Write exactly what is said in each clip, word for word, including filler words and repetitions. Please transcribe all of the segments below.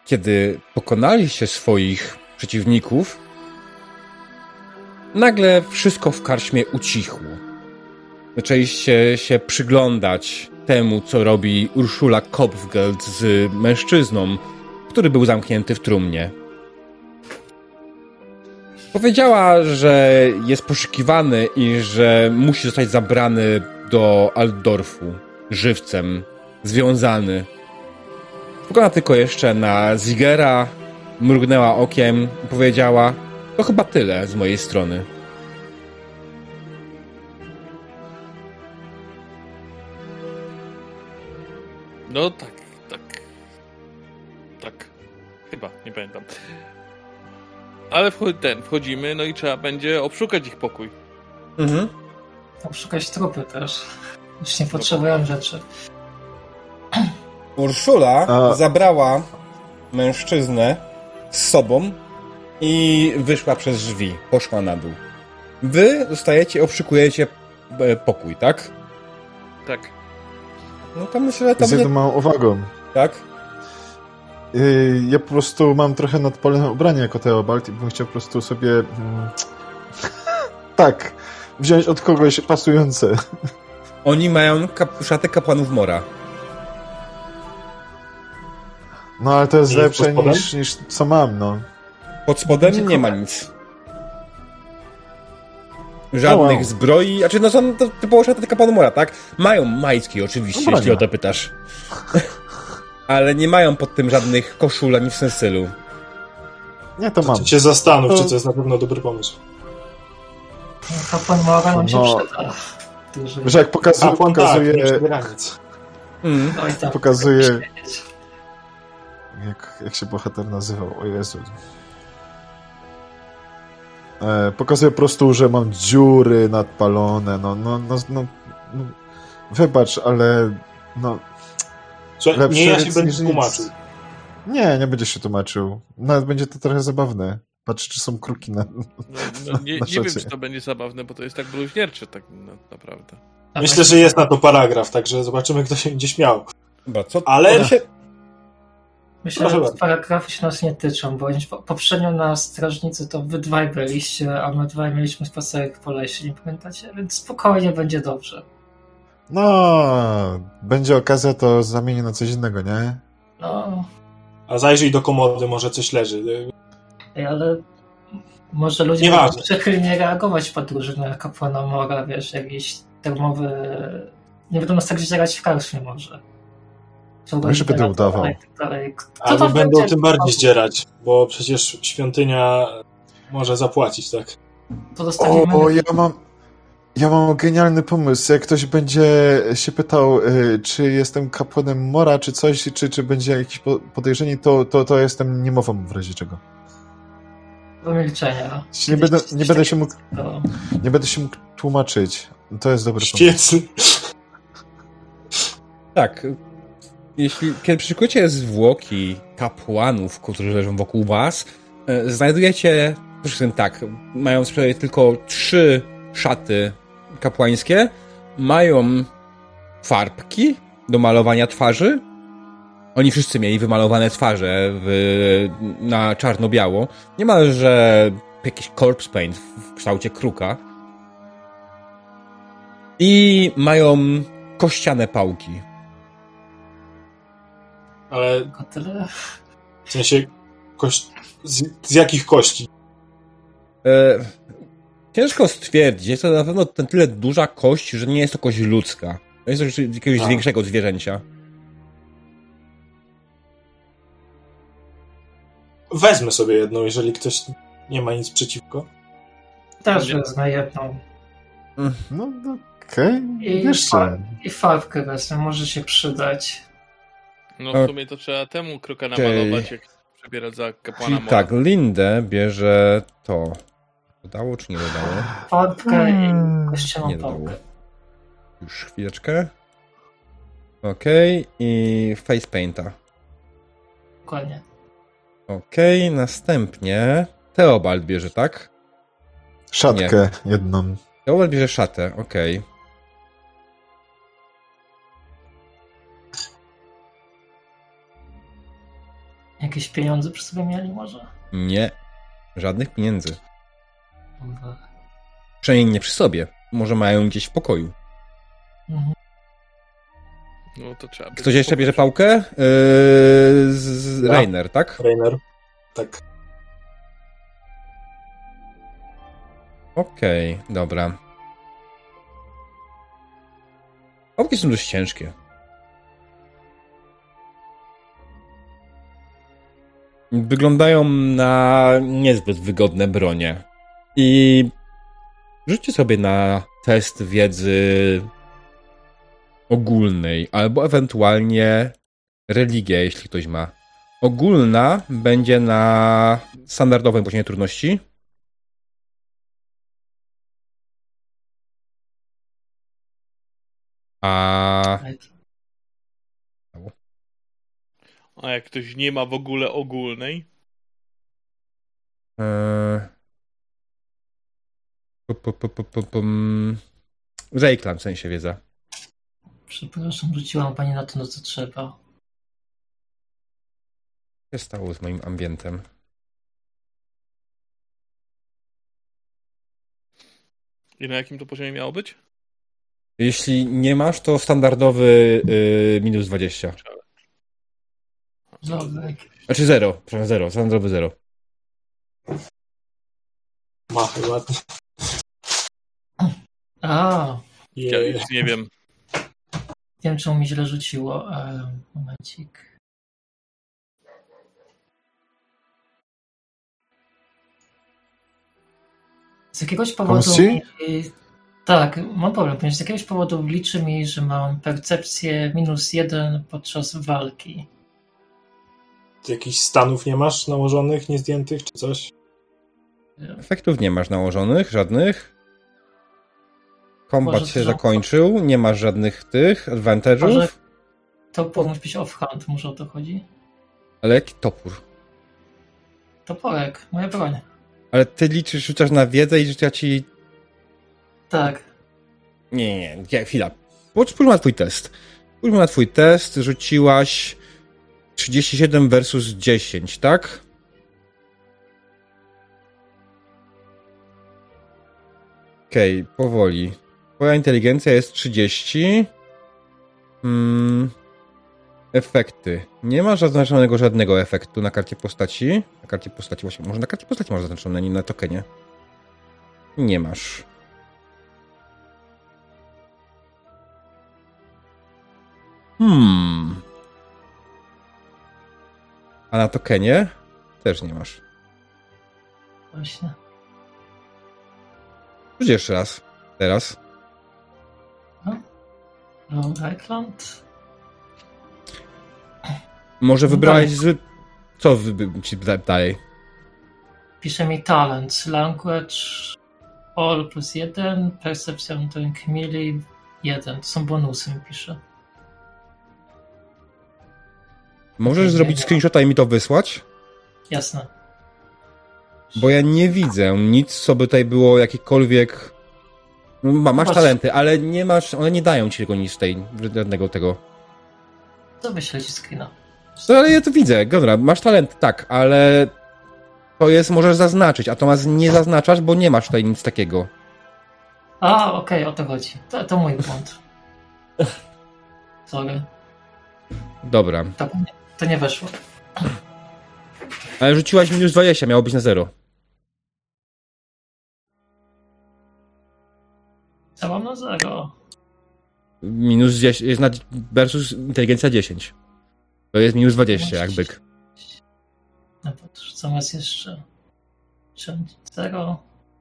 kiedy pokonaliście swoich przeciwników, nagle wszystko w karczmie ucichło. Zaczęliście się przyglądać temu, co robi Urszula Kopfgeld z mężczyzną, który był zamknięty w trumnie. Powiedziała, że jest poszukiwany i że musi zostać zabrany do Altdorfu żywcem, związany. Spoglądała tylko jeszcze na Zigera, mrugnęła okiem i powiedziała: to chyba tyle z mojej strony. No tak, tak. Tak. Chyba, nie pamiętam. Ale wchod- ten, wchodzimy, no i trzeba będzie obszukać ich pokój. Mhm. Obszukać trupy też. Już nie potrzebują rzeczy. Urszula A... zabrała mężczyznę z sobą i wyszła przez drzwi. Poszła na dół. Wy zostajecie, obszukujecie pokój, tak? Tak. No to myślę, że to Z jedną mnie... małą uwagą. Tak? Yy, ja po prostu mam trochę nadpalone ubranie jako Teobald i bym chciał po prostu sobie mm, tak, wziąć od kogoś pasujące. Oni mają kap- szaty kapłanów Mora. No ale to jest I lepsze pod spodem? niż, niż co mam, no. Pod spodem nie ma nic. Żadnych Oh, wow. zbroi. Znaczy, no są to typowo szaty kapłanów Mora, tak? Mają majtki oczywiście, No, jeśli o to pytasz. Ale nie mają pod tym żadnych koszul ani w tym stylu. Nie, to mam. Ty się zastanów, To- czy to jest na pewno dobry pomysł. Kapłan Mora nam się No. przyda. Duży. Że jak pokazu- A pan tak, pokazuje, nie przybiera nic. Mm. No i tam pokazuje- śmierć. jak, jak się bohater nazywał, o Jezu. E, pokazuje po prostu, że mam dziury nadpalone, no, no, no, no, no wybacz, ale no, Słuchaj, lepsze nie ja się nic będę niż nic. tłumaczył. Nie, nie będzie się tłumaczył. Nawet będzie to trochę zabawne. Patrz, czy są kruki na... No, no, nie Na nie wiem, szacie. czy to będzie zabawne, bo to jest tak bluźniercze, tak na, naprawdę. A Myślę, że jest na to paragraf, także zobaczymy, kto się będzie śmiał. Chyba, co? Ale- to się... Myślę, Proszę że bardzo. paragrafy się nas nie tyczą, bo po- poprzednio na strażnicy to wy dwaj byliście, a my dwaj mieliśmy spacerek po lesie, nie pamiętacie? Więc spokojnie będzie dobrze. No, będzie okazja, to zamienię na coś innego, nie? No, A zajrzyj do komody, może coś leży. ej, ale może ludzie Nieważne. będą przychylnie reagować w podróży na kapłana Mora, wiesz, jakiś termowy... Nie będą nas tak zdzierać w karczmie może. No, że będę udawał. I tak dalej. Kto Albo tam będą będzie- tym bardziej zdzierać, bo przecież świątynia może zapłacić, tak? To dostaniemy... O, ja mam... Ja mam genialny pomysł. Jak ktoś będzie się pytał, y, czy jestem kapłanem Mora, czy coś, czy, czy będzie jakieś po- podejrzenie, to, to, to jestem niemową w razie czego. Do milczenia. Nie będę, nie będę się mógł, To... nie będę się mógł tłumaczyć. To jest dobry pomysł. Świetny. Tak. Jeśli, kiedy przeszukujecie zwłoki kapłanów, którzy leżą wokół was, e, znajdujecie, proszę tym tak, mają sprzedawać tylko trzy szaty kapłańskie, mają farbki do malowania twarzy. Oni wszyscy mieli wymalowane twarze w, na czarno-biało. Niemalże jakiś corpse paint w kształcie kruka. I mają kościane pałki. Ale Tylko tyle. w sensie kość... z, z jakich kości? E, ciężko stwierdzić. Jest to na pewno na tyle duża kość, że nie jest to kość ludzka. To jest to jakiegoś A. większego zwierzęcia. Wezmę sobie jedną, jeżeli ktoś nie ma nic przeciwko. Też Nie. wezmę jedną. No, no okej. I, Jeszcze. fa- I farbkę wezmę, może się przydać. No O- w sumie to trzeba temu kruka namalować, jak przebierać za kapłana Czyli Mora. tak, Lindę bierze to. Dodało czy nie dodało? Farbkę Hmm. i kościaną Nie dodało. pałkę. Już chwileczkę. Okej, i face painta. Dokładnie. Okej, następnie Teobald bierze, tak? Szatkę jedną. Teobald bierze szatę, okej. Jak jakieś pieniądze przy sobie mieli może? Nie. Żadnych pieniędzy. Dobra. Przynajmniej nie przy sobie. Może mają gdzieś w pokoju. Mhm. No to trzeba. Ktoś jeszcze bierze pałkę? Yy, z, z Ja. Rainer, tak? Rainer. Tak. Okej, okay, dobra. Pałki są dość ciężkie. Wyglądają na niezbyt wygodne bronie. I rzućcie sobie na test wiedzy ogólnej, albo ewentualnie religia, jeśli ktoś ma. Ogólna będzie na standardowym poziomie trudności. A... A jak ktoś nie ma w ogóle ogólnej? Eee... Pu, pu, pu, pu, pu, pum. Zajklam, w sensie wiedza. Przepraszam, rzuciłam pani na to, no co trzeba. Co się stało z moim ambientem? I na jakim to poziomie miało być? Jeśli nie masz, to standardowy yy, minus dwadzieścia. Dobra. Znaczy zero, przepraszam, zero, standardowy zero. Ma chyba. A, Ja Je... już nie wiem. wiem, czemu mi źle rzuciło. E, momencik. Z jakiegoś powodu... Pomocy? Mi, tak, mam problem, ponieważ z jakiegoś powodu liczy mi, że mam percepcję minus jeden podczas walki. Ty jakichś stanów nie masz nałożonych, niezdjętych, czy coś? Efektów nie masz nałożonych, żadnych. Kombat Może się to- zakończył, nie masz żadnych tych advantage'ów. Może to powinno być offhand, może o to chodzi? Ale jaki topór? Toporek, moja broń. Ale ty liczysz, rzucasz na wiedzę i rzuca ci... Tak. Nie, nie, nie, chwila. Spójrzmy na twój test. Spójrzmy na twój test. Rzuciłaś trzydzieści siedem versus dziesięć, tak? Okej, okay, powoli. Twoja inteligencja jest trzydzieści. Hmm. Efekty. Nie ma zaznaczonego żadnego efektu na karcie postaci. Na karcie postaci właśnie. Może na karcie postaci masz zaznaczone, nie na tokenie. Nie masz. Hmm. A na tokenie też nie masz. Właśnie. Rzuć jeszcze raz. Teraz. Rhode Island. Może No wybrałeś tak. z... Co wy... ci da- dalej? Pisze mi talent. Language all plus jeden. Perception doing melee jeden. To są bonusy, mi pisze. Możesz Nie, zrobić nie. screenshota i mi to wysłać? Jasne. Bo ja nie widzę nic, co by tutaj było jakiekolwiek... Ma, masz Zobacz. talenty, ale nie masz... One nie dają ci tego nic z tej... Żadnego tego. To wyślę ci screena. No ale ja to widzę. Dobra, masz talent, tak, ale... To jest, możesz zaznaczyć, a Tomasz nie zaznaczasz, bo nie masz tutaj nic takiego. A, okej, o to chodzi. To, to mój błąd. Sorry. Dobra. To, to nie weszło. Ale rzuciłaś minus dwadzieścia, miało być na zero. Ja mam na zero. Minus dziesięć, jest na versus inteligencja dziesięć. To jest minus dwadzieścia, jak byk. No patrz, co masz jeszcze? Zero.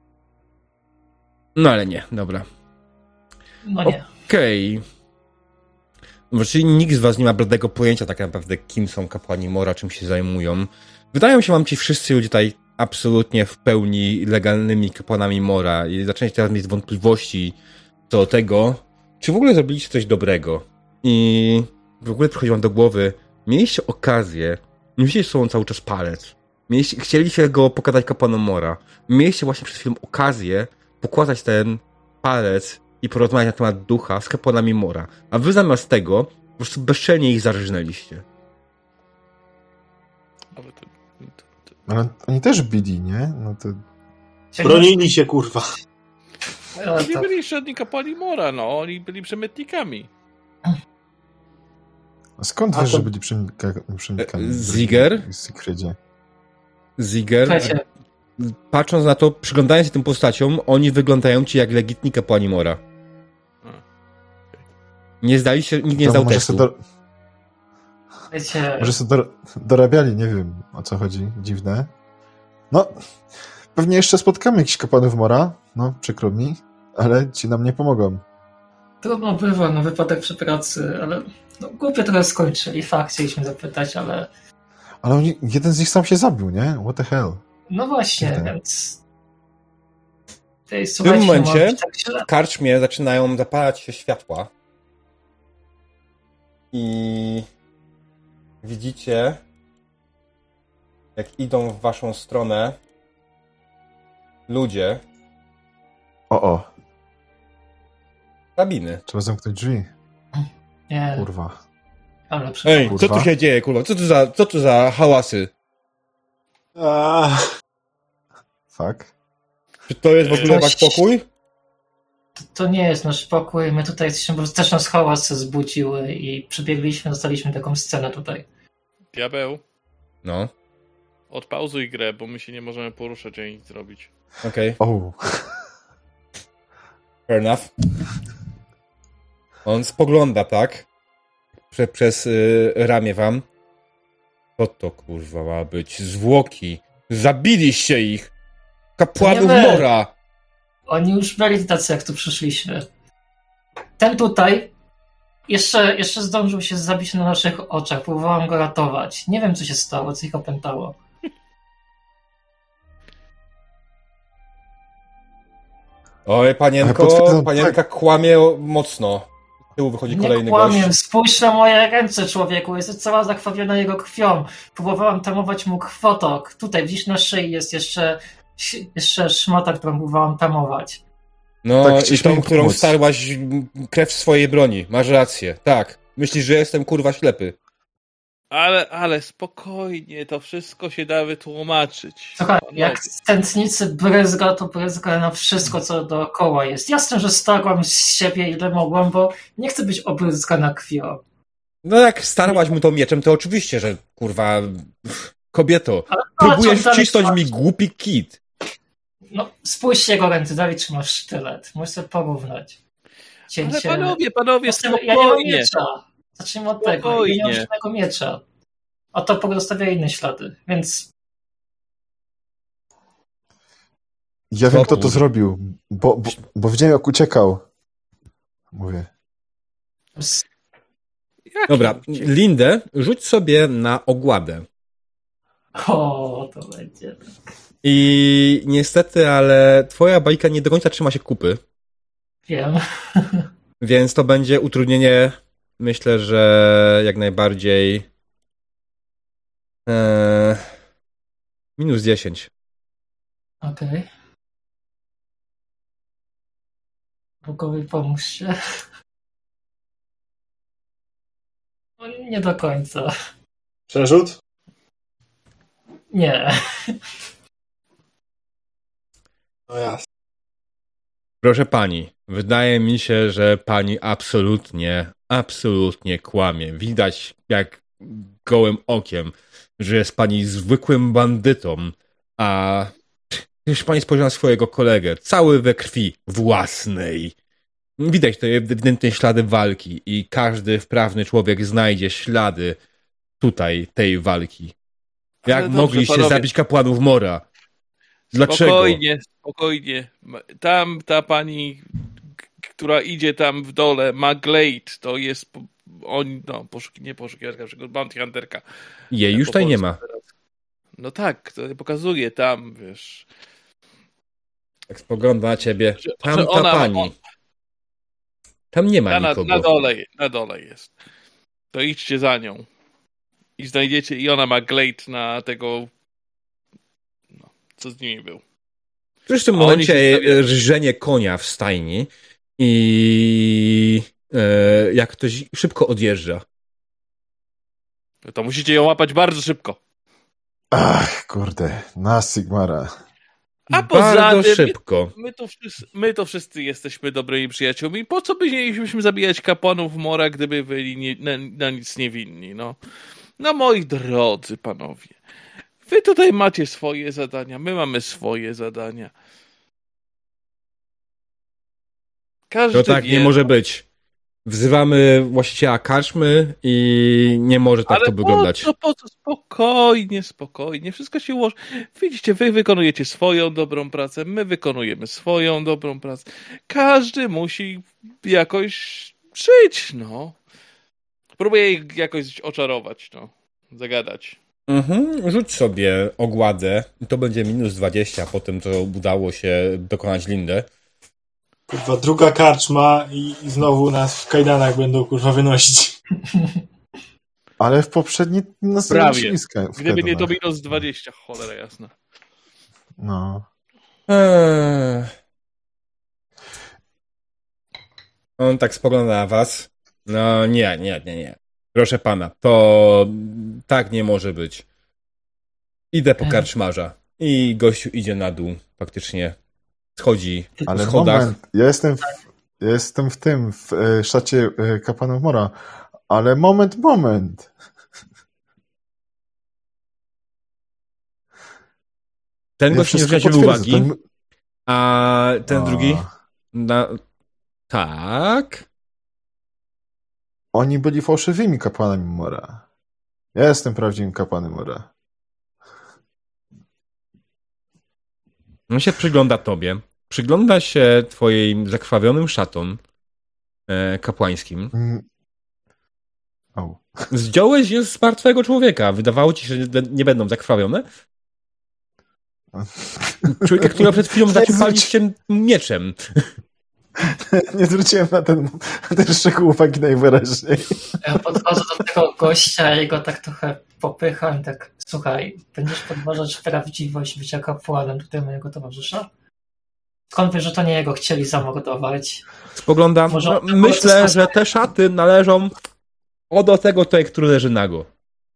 No ale nie, dobra. No nie. Okej. Okay. Właściwie nikt z was nie ma bladego pojęcia tak naprawdę, kim są kapłani Mora, czym się zajmują. Wydają się wam ci wszyscy ludzie tutaj absolutnie w pełni legalnymi kapłanami Mora i zaczęliście teraz mieć wątpliwości co do tego, czy w ogóle zrobiliście coś dobrego. I w ogóle przychodzi wam do głowy, mieliście okazję, mieliście z sobą cały czas palec, mieliście, chcieliście go pokazać kapłanom Mora, mieliście właśnie przed chwilą okazję pokładać ten palec i porozmawiać na temat ducha z kapłanami Mora, a wy zamiast tego po prostu bezczelnie ich zarżnęliście. Ale to, to, to... Ale oni też bili, nie? No to... Bronili się, kurwa. No, To nie to, byli żadni kapłani Mora, no. Oni byli przemytnikami. A skąd A wiesz, to- że byli przemyka- przemykami? Ziger? W Secredzie. Ziger, słuchajcie, patrząc na to, przyglądając się tym postaciom, oni wyglądają ci jak legitni kapłani Mora. Nie zdali się, nikt nie To zdał może testu. sobie do, wiecie, może sobie do, dorabiali, nie wiem o co chodzi. Dziwne. No, pewnie jeszcze spotkamy jakichś kapłanów Mora. No, przykro mi, ale ci nam nie pomogą. trudno bywa na wypadek przy pracy, ale no, głupio trochę skończyli. Fakt, chcieliśmy zapytać, ale Ale oni, jeden z nich sam się zabił, nie? What the hell? no właśnie, Dziwne. więc tej, słuchajcie, nie momencie- może być tak źle. W karczmie zaczynają zapalać się światła. I widzicie, jak idą w waszą stronę ludzie O, o, kabiny. trzeba zamknąć drzwi. Nie, Kurwa. ale przy... Ej, Kurwa. co tu się dzieje, kurwa? Co tu za, co tu za hałasy? A, Fuck. Czy to jest w ogóle wasz pokój? To, to nie jest nasz pokój. My tutaj jesteśmy, bo też nas hałasy zbudziły i przybiegliśmy, dostaliśmy taką scenę tutaj. Diabeł, No, odpauzuj grę, bo my się nie możemy poruszać ani nic zrobić. okej. O, Fair enough. On spogląda, tak? Prze, przez y, ramię wam. Co to kurwa ma być? Zwłoki. Zabiliście ich! Kapłanów Nie my. Mora! Oni już byli tacy, jak tu przyszliśmy. Ten tutaj jeszcze, jeszcze zdążył się zabić na naszych oczach. Próbowałam go ratować. Nie wiem, co się stało, co ich opętało. Oj, Ale panienko, potwierdzam, panienka kłamie o- mocno. Z tyłu wychodzi kolejny Nie kłamię, gość. spójrz na moje ręce, człowieku. Jest cała zakrwawiona jego krwią. Próbowałam tamować mu krwotok. Tutaj widzisz, na szyi jest jeszcze, jeszcze szmata, którą próbowałam tamować. No Tak, i chcieliśmy tą, im którą pomóc. starłaś krew w swojej broni. Masz rację, tak. Myślisz, że jestem kurwa ślepy. Ale, ale spokojnie, to wszystko się da wytłumaczyć. Słuchaj, Panowie. jak z tętnicy bryzga, to bryzga na wszystko, co dookoła jest. Jasne, że starłam z siebie ile mogłam, bo nie chcę być obryzgana krwią. No jak starłaś mu to mieczem, to oczywiście, że kurwa... Kobieto, Ale próbujesz patrz, on wcisnąć dalej mi głupi kit. No, spójrz jego ręce, dalej trzymasz sztylet. Możesz sobie porównać. Ale Cięcie... panowie, panowie, Jestem- Ja nie mam spokojnie. miecza. Zacznijmy od tego. Ja nie mam Spokojnie. żadnego miecza. A to pozostawia inne ślady, więc ja wiem, Co kto to kurwa? zrobił, bo, bo, bo widziałem, jak uciekał. Mówię. s- Jaki Dobra, uciek? Lindę rzuć sobie na ogładę. o, to będzie. I niestety, ale twoja bajka nie do końca trzyma się kupy, Wiem. więc to będzie utrudnienie, myślę, że jak najbardziej e, minus dziesięć. Okej. Bogowie, pomóżcie. No, nie do końca. przerzut? Nie. No jasne. Proszę pani, wydaje mi się, że pani absolutnie, absolutnie kłamie. Widać jak gołym okiem, że jest pani zwykłym bandytą, a jeśli pani spojrzy na swojego kolegę, cały we krwi własnej. Widać te ewidentne ślady walki i każdy wprawny człowiek znajdzie ślady tutaj tej walki. Jak Ale dobrze, mogliście panowie. zabić kapłanów Mora? Dlaczego? Spokojnie, spokojnie. Tam ta pani, k- która idzie tam w dole, ma Glade, to jest po- on, no, poszuki, nie poszukiwarka, tylko bounty hunterka. Jej już Po tutaj nie polsku ma. teraz. No tak, to pokazuje tam, wiesz. Jak spogląda na ciebie, Że- tam że ta ona- pani. on- Tam nie ma Na, na, nikogo. na dole, na dole jest. To idźcie za nią. I znajdziecie, i ona ma Glade na tego, no, co z nimi był. Przecież w tym A oni momencie się stawiają. rżenie konia w stajni i e, jak ktoś szybko odjeżdża. No to musicie ją łapać bardzo szybko. Ach, kurde, na Sigmara. A poza Bardzo tym, szybko. My, my, to wszyscy, my to wszyscy jesteśmy dobrymi przyjaciółmi. Po co by mieliśmy zabijać kapłanów Mora, gdyby byli nie, na, na nic niewinni, no? No moi drodzy panowie, wy tutaj macie swoje zadania, my mamy swoje zadania. Każdy To tak wie, nie może być. Wzywamy właściciela karczmy i nie może tak ale to wyglądać. Po co, po co? Spokojnie, spokojnie. Wszystko się ułoży. Widzicie, wy wykonujecie swoją dobrą pracę, my wykonujemy swoją dobrą pracę. Każdy musi jakoś żyć, no. Próbuję ich jakoś oczarować, no. Zagadać. Mhm. Rzuć sobie ogładę. To będzie minus dwadzieścia po tym, co udało się dokonać Lindę. Kurwa, druga karczma i, i znowu nas w kajdanach będą kurwa wynosić. Ale w poprzedniej nas Prawie. niska, w Gdyby nie to Kedonach. minus dwadzieścia, cholera jasna. No. Eee. On tak spogląda na was. No nie, nie, nie, nie. Proszę pana, to tak nie może być. Idę po karczmarza. I gościu idzie na dół. Faktycznie schodzi po Ale schodach. moment, ja jestem w, ja jestem w tym, w e, szacie e, kapłanów Mora. Ale moment, moment. Ten Ja gość nie wszystko zwraca potwierdzę, uwagi, ten- a ten A. drugi na... Tak. Oni byli fałszywymi kapłanami Mora. Ja jestem prawdziwym kapłanem Mora. On się przygląda tobie. Przygląda się twoim zakrwawionym szatom e, kapłańskim. Mm. Au. Zdjąłeś je z martwego człowieka. Wydawało ci się, że nie będą zakrwawione? Człowieka, którego przed chwilą zaciupaliście mieczem. Nie zwróciłem na ten, na ten szczegół uwagi najwyraźniej. Ja podchodzę do tego gościa i go tak trochę popycham i tak, słuchaj, będziesz podważać prawdziwość bycia kapłanem tutaj mojego towarzysza? Skąd wiesz, że to nie jego chcieli zamordować? Spoglądam. Może No, on to myślę, było że te szaty należą o do tego tutaj, który leży nago.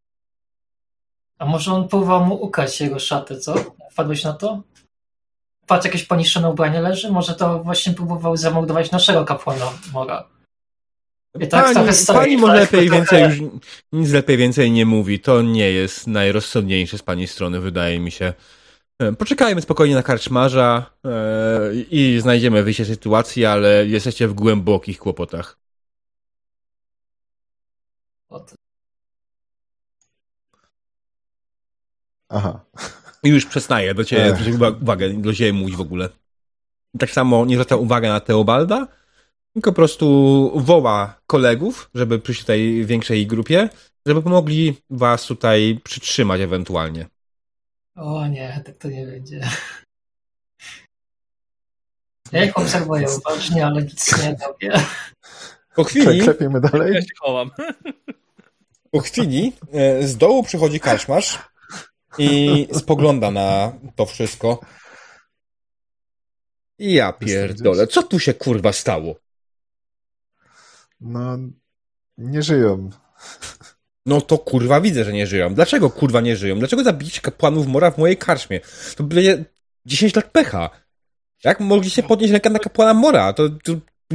A może on próbował mu ukraść jego szatę, co? Wpadłeś na to? Patrz, jakieś poniszczone ubranie leży? Może to właśnie próbował zamordować naszego kapłana Mora. I tak Pani, trochę stoi, pani może tak, lepiej trochę- więcej już nic lepiej więcej nie mówi. To nie jest najrozsądniejsze z pani strony, wydaje mi się. E, Poczekajmy spokojnie na karczmarza e, i znajdziemy wyjście z sytuacji, ale jesteście w głębokich kłopotach. Aha. I już przestaje do ciebie Ech. zwrócić uwa- uwagę, do ciebie mówić w ogóle. Tak samo nie zwraca uwagi na Teobalda, tylko po prostu woła kolegów, żeby przyjść tutaj w większej grupie, żeby pomogli was tutaj przytrzymać ewentualnie. O nie, tak to nie będzie. Ja ich obserwuję uważnie, ale nic nie robię. Po chwili, Klepiemy dalej. Ja się chowam. po chwili e, z dołu przychodzi karczmarz i spogląda na to wszystko. I ja pierdolę, co tu się kurwa stało? No, nie żyją. No to kurwa widzę, że nie żyją. Dlaczego kurwa nie żyją? Dlaczego zabić kapłanów Mora w mojej karczmie? To będzie dziesięć lat pecha. Jak mogliście podnieść rękę na kapłana Mora? To, to...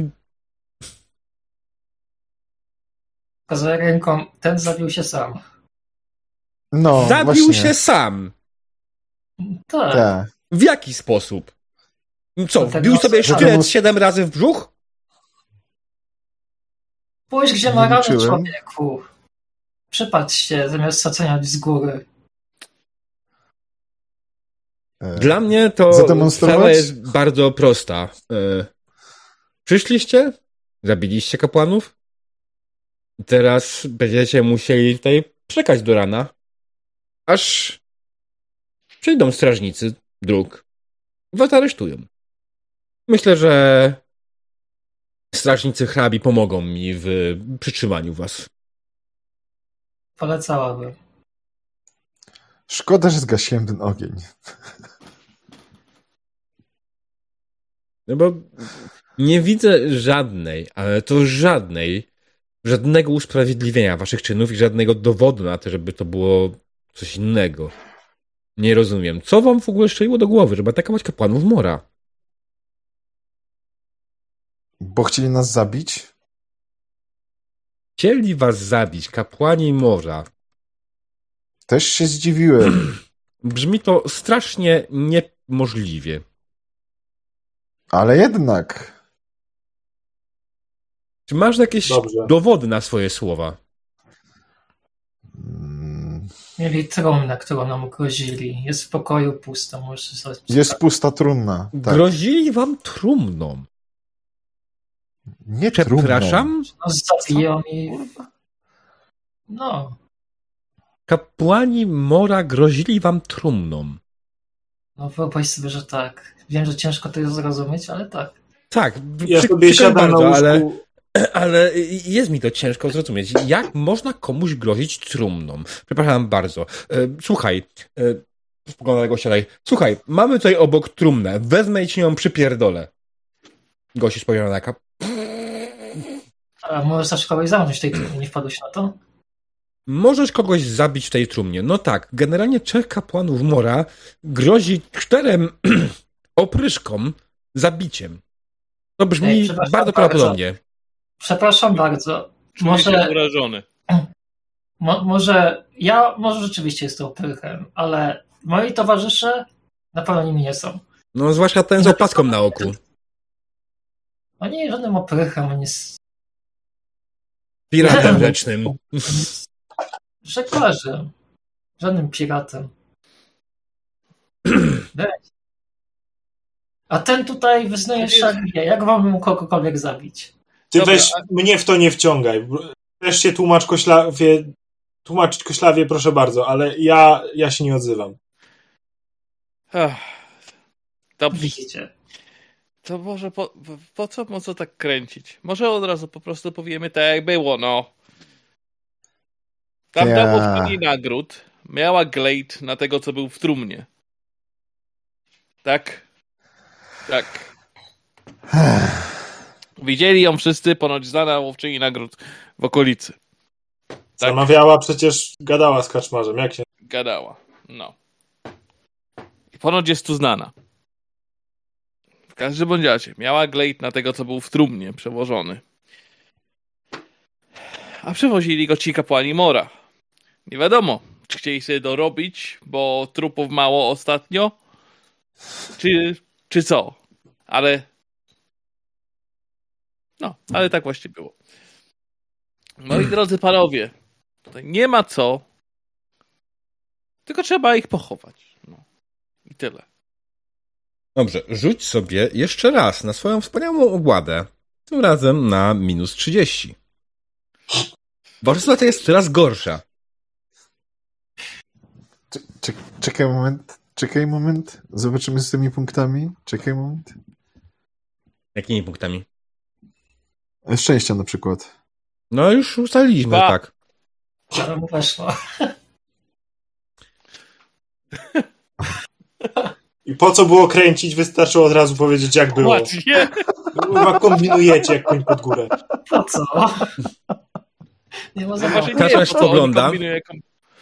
Pokazuję ręką, ten zabił się sam. No, Zabił właśnie. się sam. Tak. Tak. W jaki sposób? Co, To ten wbił sobie nos- sztylet nos- siedem razy w brzuch? Spójrz, gdzie Nie ma ranę, liczyłem. człowieku. Przypatrz się, zamiast oceniać z góry. E, Dla mnie to Zademonstrować? sprawa jest bardzo prosta. E, Przyszliście, zabiliście kapłanów i teraz będziecie musieli tutaj czekać do rana, aż przyjdą strażnicy dróg i was aresztują. Myślę, że strażnicy hrabi pomogą mi w przytrzymaniu was. Polecałabym. Szkoda, że zgasiłem ten ogień. No bo nie widzę żadnej, ale to żadnej, żadnego usprawiedliwienia waszych czynów i żadnego dowodu na to, żeby to było coś innego. Nie rozumiem. Co wam w ogóle strzeliło do głowy, żeby atakować kapłanów Mora? Bo chcieli nas zabić? Chcieli was zabić, kapłani Mora. Też się zdziwiłem. Brzmi to strasznie niemożliwie. Ale jednak. Czy masz jakieś Dobrze. dowody na swoje słowa? Mm, Mieli trumnę, którą nam grozili. Jest w pokoju pusto, możesz sobie Jest pusta trumna. Tak. Grozili wam trumną. Nie trumną. Przepraszam? No, zabiją i... No, Kapłani Mora grozili wam trumną. no wyobraź sobie, że tak. Wiem, że ciężko to jest zrozumieć, ale tak. Tak, Ja przy- sobie przykro mi siadam na bardzo, łóżku. ale Ale jest mi to ciężko zrozumieć. Jak można komuś grozić trumną? Przepraszam bardzo. E, Słuchaj, e, spogląda na gościa dalej. Słuchaj, mamy tutaj obok trumnę. Wezmę i ci ją przypierdolę. Gość spojrzał na kap. A możesz też kogoś zamknąć w tej trumnie, nie wpadłeś na to? Możesz kogoś zabić w tej trumnie. No tak, generalnie trzech kapłanów Mora grozi czterem opryszkom zabiciem. To brzmi Ej, przepraszam bardzo bardzo. prawdopodobnie. Przepraszam bardzo. Czuję się Może, urażony. mo, może ja może rzeczywiście jestem oprychem, ale moi towarzysze na pewno nimi nie są. No zwłaszcza ten z opaską na oku. On nie jest żadnym oprychem, on jest Piratem rzecznym. żeglarzem. Żadnym piratem. Weź. A ten tutaj wyznuje szarię. Jak wam mógł kogokolwiek zabić? Ty Dobra, weź mnie w to nie wciągaj. Też się tłumacz koślawie, tłumaczyć koślawie, proszę bardzo, ale ja, ja się nie odzywam. Ach, dobrze. Widzicie. To może po, po co, po co tak kręcić? Może od razu po prostu powiemy tak jak było, no. Tam Ja. dowódczyni nagród miała glejt na tego, co był w trumnie. Tak? Tak. Widzieli ją wszyscy, ponoć znana łowczyni nagród w okolicy. Tak. Zamawiała przecież, gadała z kaczmarzem. Jak się... Gadała. No. I ponoć jest tu znana. W każdym bądź razie miała glejt na tego, co był w trumnie przewożony. A przewozili go ci kapłani Mora. Nie wiadomo, czy chcieli sobie dorobić, bo trupów mało ostatnio, czy, czy co. Ale no, ale tak właśnie było. Moi drodzy panowie, tutaj nie ma co, tylko trzeba ich pochować. No. I tyle. Dobrze, rzuć sobie jeszcze raz na swoją wspaniałą ogładę. Tym razem na minus trzydzieści. Wasza sytuacja jest coraz gorsza. Czek- Czekaj moment. Czekaj moment. Zobaczymy z tymi punktami. Czekaj moment. Jakimi punktami? Szczęścia na przykład. No już ustaliliśmy, Dwa. tak. Ale mu weszło. I po co było kręcić? Wystarczyło od razu powiedzieć, jak było. Ładnie. Kurwa, kombinujecie jak koń pod górę. Po co? Nie ma Właśnie zabawy. nie Kasia wiem, się po co on spogląda. kombinuje kom-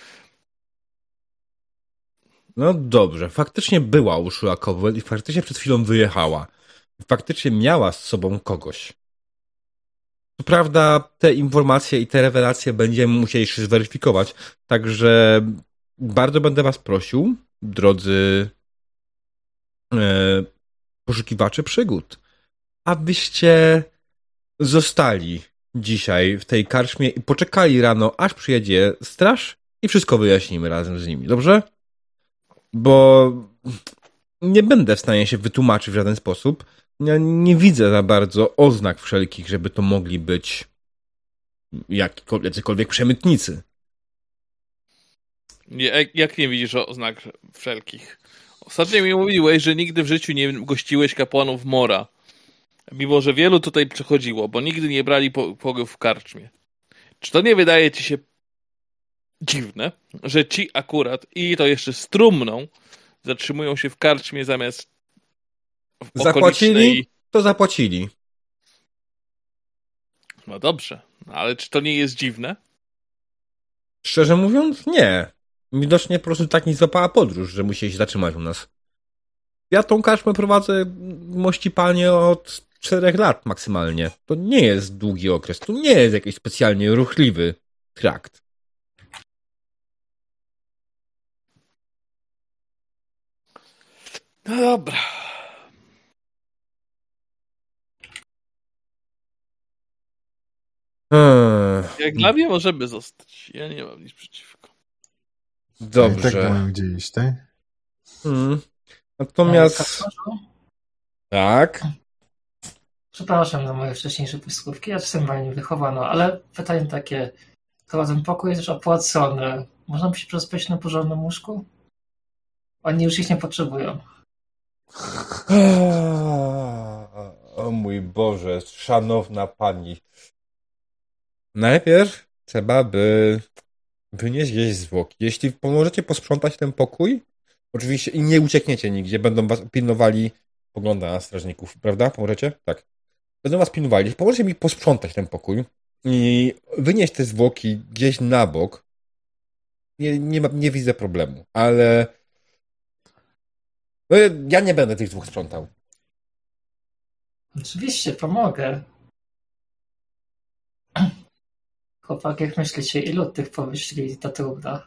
No dobrze, faktycznie była u Ursula Cowell i faktycznie przed chwilą wyjechała. Faktycznie miała z sobą kogoś. Co prawda te informacje i te rewelacje będziemy musieli jeszcze zweryfikować, także bardzo będę was prosił, drodzy e, poszukiwacze przygód, abyście zostali dzisiaj w tej karczmie i poczekali rano, aż przyjedzie straż i wszystko wyjaśnimy razem z nimi, dobrze? Bo nie będę w stanie się wytłumaczyć w żaden sposób. Ja nie widzę za bardzo oznak wszelkich, żeby to mogli być jakikolwiek, jacykolwiek przemytnicy. Nie, jak- jak nie widzisz oznak wszelkich? Ostatnio mi mówiłeś, że nigdy w życiu nie gościłeś kapłanów Mora. Mimo, że wielu tutaj przechodziło, bo nigdy nie brali po- pogów w karczmie. Czy to nie wydaje ci się dziwne, że ci akurat, i to jeszcze z trumną, zatrzymują się w karczmie zamiast w Zapłacili? okolicznej... To zapłacili. No dobrze, ale czy to nie jest dziwne? Szczerze mówiąc, nie. Widocznie po prostu tak nie złapała podróż, że musieli się zatrzymać u nas. Ja tą karczmę prowadzę mościpalnie od czterech lat maksymalnie. To nie jest długi okres. To nie jest jakiś specjalnie ruchliwy trakt. No dobra. Hmm. Jak dla mnie możemy zostać. Ja nie mam nic przeciwko. Dobrze. I tak mamy gdzie iść, tak? Hmm. Natomiast... Tak. Przepraszam na moje wcześniejsze pustkówki, ja czasem na nim wychowano, ale pytanie takie, to ten pokój jest już opłacony. Można by się przespać na porządnym łóżku? Oni już ich nie potrzebują. O mój Boże, szanowna pani. Najpierw trzeba by wynieść gdzieś zwłoki. Jeśli pomożecie posprzątać ten pokój, oczywiście i nie uciekniecie nigdzie, będą was pilnowali, pogląda na strażników, prawda? Pomożecie? Tak. Będą was pilnowali. Jeśli pomożecie mi posprzątać ten pokój i wynieść te zwłoki gdzieś na bok, nie, nie, ma, nie widzę problemu, ale no, ja nie będę tych zwłok sprzątał. Oczywiście, pomogę. Chłopak, jak myślicie, ilu tych powyślili do trudna?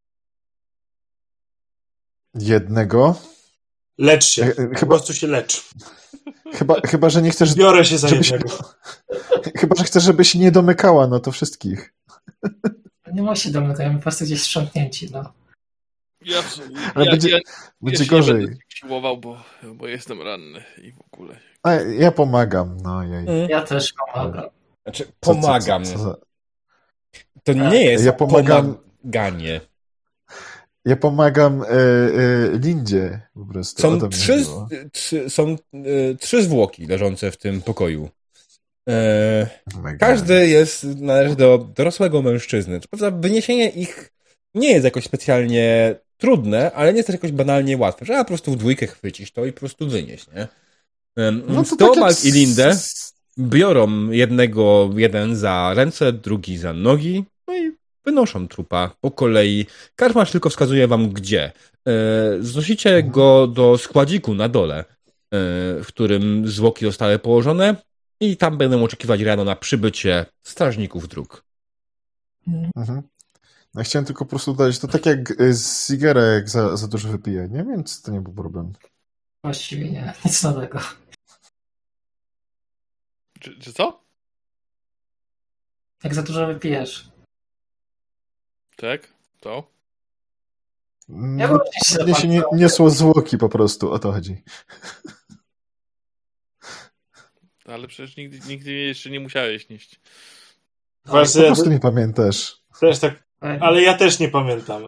Jednego? Lecz się. Ja, Po chyba, prostu się lecz. chyba, chyba, że nie chcesz... Biorę się za żeby się- jednego. Chyba, że chcesz, żeby się nie domykała, no to wszystkich. Nie musi domykać, po prostu gdzieś strząknięci, no. Ja, Ale ja, będzie, ja, będzie ja się nie gorzej. będę siłował, bo, bo jestem ranny i w ogóle. A ja pomagam, no jej. Ja też pomagam. Znaczy, Co- co- pomagam. co- co za- To nie jest Ja pomagam- pomaganie. Ja pomagam e, e, Lindzie po prostu. o Są to mi trzy, chodziło. trzy, są e, trzy zwłoki leżące w tym pokoju. E, Oh my God. każdy jest, należy do dorosłego mężczyzny. Co prawda wyniesienie ich nie jest jakoś specjalnie trudne, ale nie jest też jakoś banalnie łatwe. Trzeba po prostu w dwójkę chwycić to i po prostu wynieść, nie? Um, No to tak Teobald jak i Lindę s- biorą jednego, jeden za ręce, drugi za nogi, no i wynoszą trupa po kolei. Karczmarz tylko wskazuje wam gdzie. E, Znosicie go do składziku na dole, e, w którym zwłoki zostały położone i tam będą oczekiwać rano na przybycie strażników dróg. Mhm. No, chciałem tylko po prostu dodać, to tak jak z Zigera, jak za, za dużo wypije, nie? Więc to nie był problem. Właściwie nie, nic nowego. Czy, czy co? Jak za dużo wypijesz. Tak? To? Ja No, bym się mnie się nie, zapatrzył. niosło zwłoki po prostu, o to chodzi. Ale przecież nigdy, nigdy jeszcze nie musiałeś nieść. Po Właśnie, prostu nie pamiętasz. też tak, ale ja też nie pamiętam.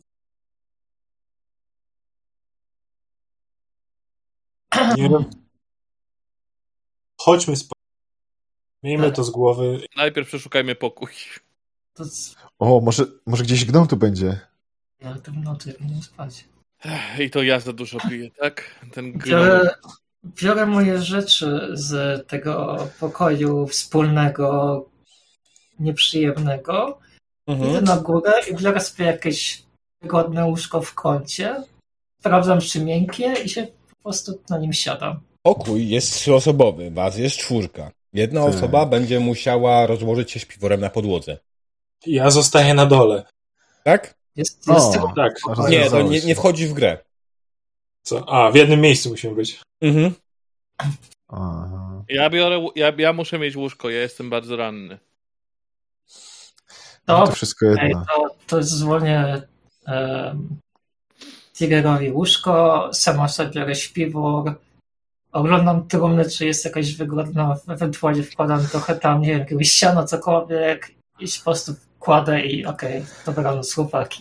Nie wiem. Chodźmy spać. Miejmy to z głowy. Najpierw przeszukajmy pokój. To z... O, może, może gdzieś gnom tu będzie. Ja to w nocy nie spać. Ech, I to ja za dużo piję, tak? Ten grom. Biorę, biorę moje rzeczy z tego pokoju wspólnego, nieprzyjemnego. Idę na górę i biorę sobie jakieś wygodne łóżko w kącie. Sprawdzam, czy miękkie i się po prostu na nim siadam. Pokój jest trzyosobowy, was jest czwórka. Jedna Tak. osoba będzie musiała rozłożyć się śpiworem na podłodze. Ja zostaję na dole. Tak? Jest, O, jest tylko Tak. Nie, to rozwiązało nie, się. nie wchodzi w grę. Co? A, w jednym miejscu musimy być. Mhm. Aha. Ja biorę, ja, ja muszę mieć łóżko, ja jestem bardzo ranny. No to, to wszystko ej, jedno. to, to zwolnię um, Tigerowi łóżko, sama sobie biorę śpiwór, oglądam trumny, czy jest jakaś wygodna, ewentualnie wkładam trochę tam, nie wiem, jakiegoś siano, cokolwiek i po prostu kładę i okej, okay, dobranoc chłopaki.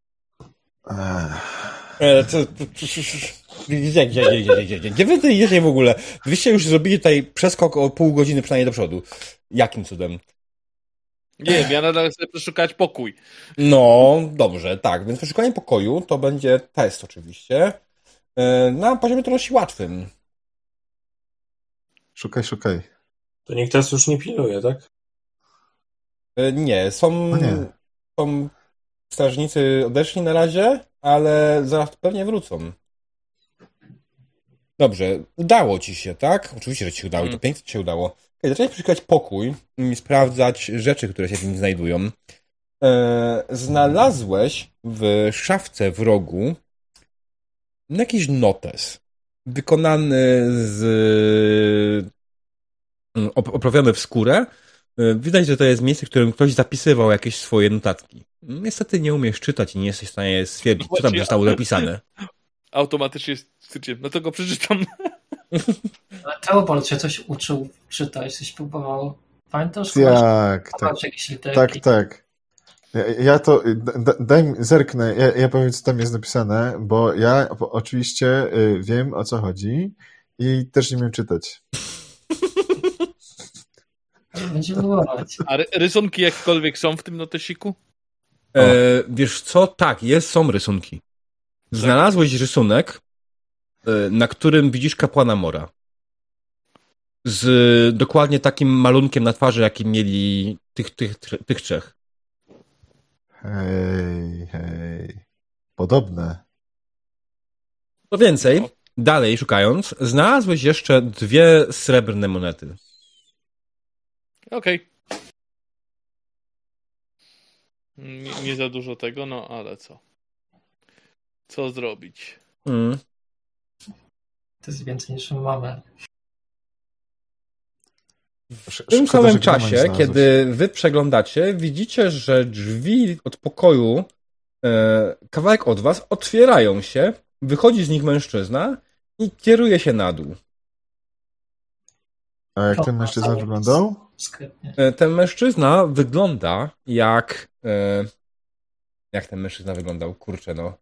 Ech. E, to, to, to, gdzie, gdzie, gdzie, gdzie, gdzie, gdzie, gdzie wy tutaj jedziecie w ogóle? Wyście już zrobili tutaj przeskok o pół godziny przynajmniej do przodu. Jakim cudem? Nie wiem, ja nadal chcę przeszukać pokój. No, dobrze, tak. Więc przeszukanie pokoju to będzie test oczywiście. E, na poziomie trudności łatwym. Szukaj, szukaj. To nikt teraz już nie pilnuje, tak? E, nie, są, No nie. są strażnicy odeszli na razie, ale zaraz pewnie wrócą. Dobrze, udało ci się, tak? Oczywiście, że ci się udało, to pięknie ci się udało. Okay, zacząłeś przeszukać pokój i sprawdzać rzeczy, które się w nim znajdują. E, znalazłeś w szafce w rogu jakiś notes wykonany z oprawiony w skórę. Widać, że to jest miejsce, w którym ktoś zapisywał jakieś swoje notatki. Niestety nie umiesz czytać i nie jesteś w stanie stwierdzić, co tam zostało zapisane. Automatycznie stwierdziłem, no to go przeczytam. Ale Teobald się coś uczył czytać, coś próbował. Pamiętasz? Tak, tak, tak, tak. Ja, ja to, da, daj mi, zerknę, ja, ja powiem, co tam jest napisane, bo ja oczywiście wiem, o co chodzi i też nie umiem czytać. Będziemy próbować. A rysunki jakkolwiek są w tym notesiku? E, wiesz co? Tak, jest, są rysunki. Znalazłeś rysunek, na którym widzisz kapłana Mora. Z dokładnie takim malunkiem na twarzy, jakim mieli tych, tych, tych trzech. Hej, hej. Podobne. Co więcej, dalej szukając, znalazłeś jeszcze dwie srebrne monety. Okej. Okay. Nie, nie za dużo tego, no ale co? Co zrobić? Mm. To jest więcej niż my mamy. W tym samym czasie, kiedy wy przeglądacie, widzicie, że drzwi od pokoju e, kawałek od was otwierają się, wychodzi z nich mężczyzna i kieruje się na dół. A jak ten mężczyzna wyglądał? E, ten mężczyzna wygląda jak... E, jak ten mężczyzna wyglądał? Kurczę, no.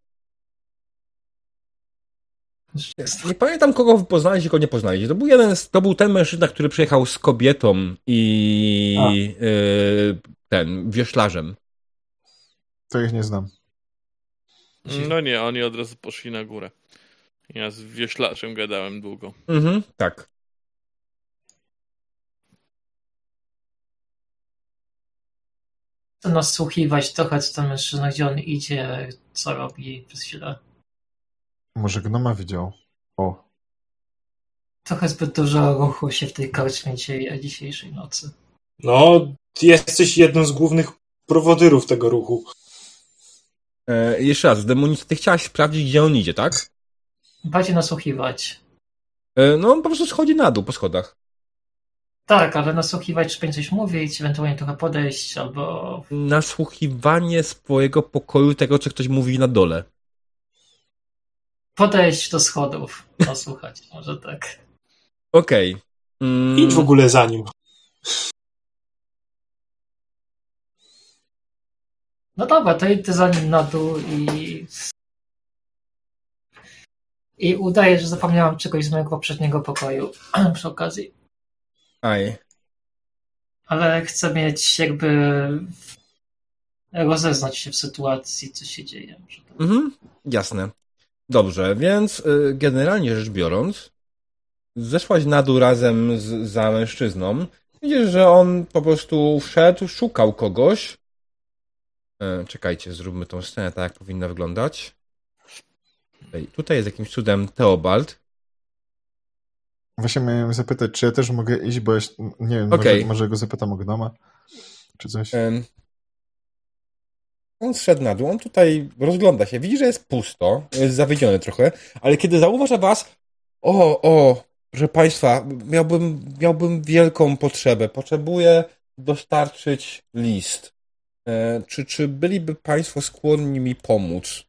Nie pamiętam, kogo wy poznaliście, kogo nie poznaliście. To był jeden, to był ten mężczyzna, który przyjechał z kobietą i yy, ten, wioślarzem. To ich nie znam. No nie, oni od razu poszli na górę. Ja z wioślarzem gadałem długo. Mhm, tak. To nasłuchiwać trochę, co ten mężczyzna, gdzie on idzie, co robi przez chwilę. Może gnoma widział. O. Trochę zbyt dużo ruchu się w tej karczmie dzieje dzisiejszej nocy. No, jesteś jednym z głównych prowodyrów tego ruchu. E, jeszcze raz, demonic, ty chciałaś sprawdzić, gdzie on idzie, tak? Bardziej nasłuchiwać. E, no on po prostu schodzi na dół po schodach. Tak, ale nasłuchiwać, czy będzie coś mówić, ewentualnie trochę podejść, albo... Nasłuchiwanie swojego pokoju, tego, co ktoś mówi na dole. Podejść do schodów, nasłuchać, może tak. Okej. Okay. Mm. Idź w ogóle za nim. No dobra, to idę za nim na dół i... I udaję, że zapomniałam czegoś z mojego poprzedniego pokoju przy okazji. Aj. Ale chcę mieć jakby... rozeznać się w sytuacji, co się dzieje. Może tak. Mhm, jasne. Dobrze, więc y, generalnie rzecz biorąc, zeszłaś na dół razem z, za mężczyzną. Widzisz, że on po prostu wszedł, szukał kogoś. E, czekajcie, zróbmy tą scenę tak, jak powinna wyglądać. Tutaj, tutaj jest jakimś cudem Teobald. Właśnie miałem zapytać, czy ja też mogę iść, bo ja nie wiem, okay. może, może go zapytam o gnoma, czy coś. E, on zszedł na dół, on tutaj rozgląda się, widzi, że jest pusto, jest zawiedziony trochę, ale kiedy zauważa was, o, o, proszę państwa, miałbym, miałbym wielką potrzebę, potrzebuję dostarczyć list. E, czy, czy byliby państwo skłonni mi pomóc?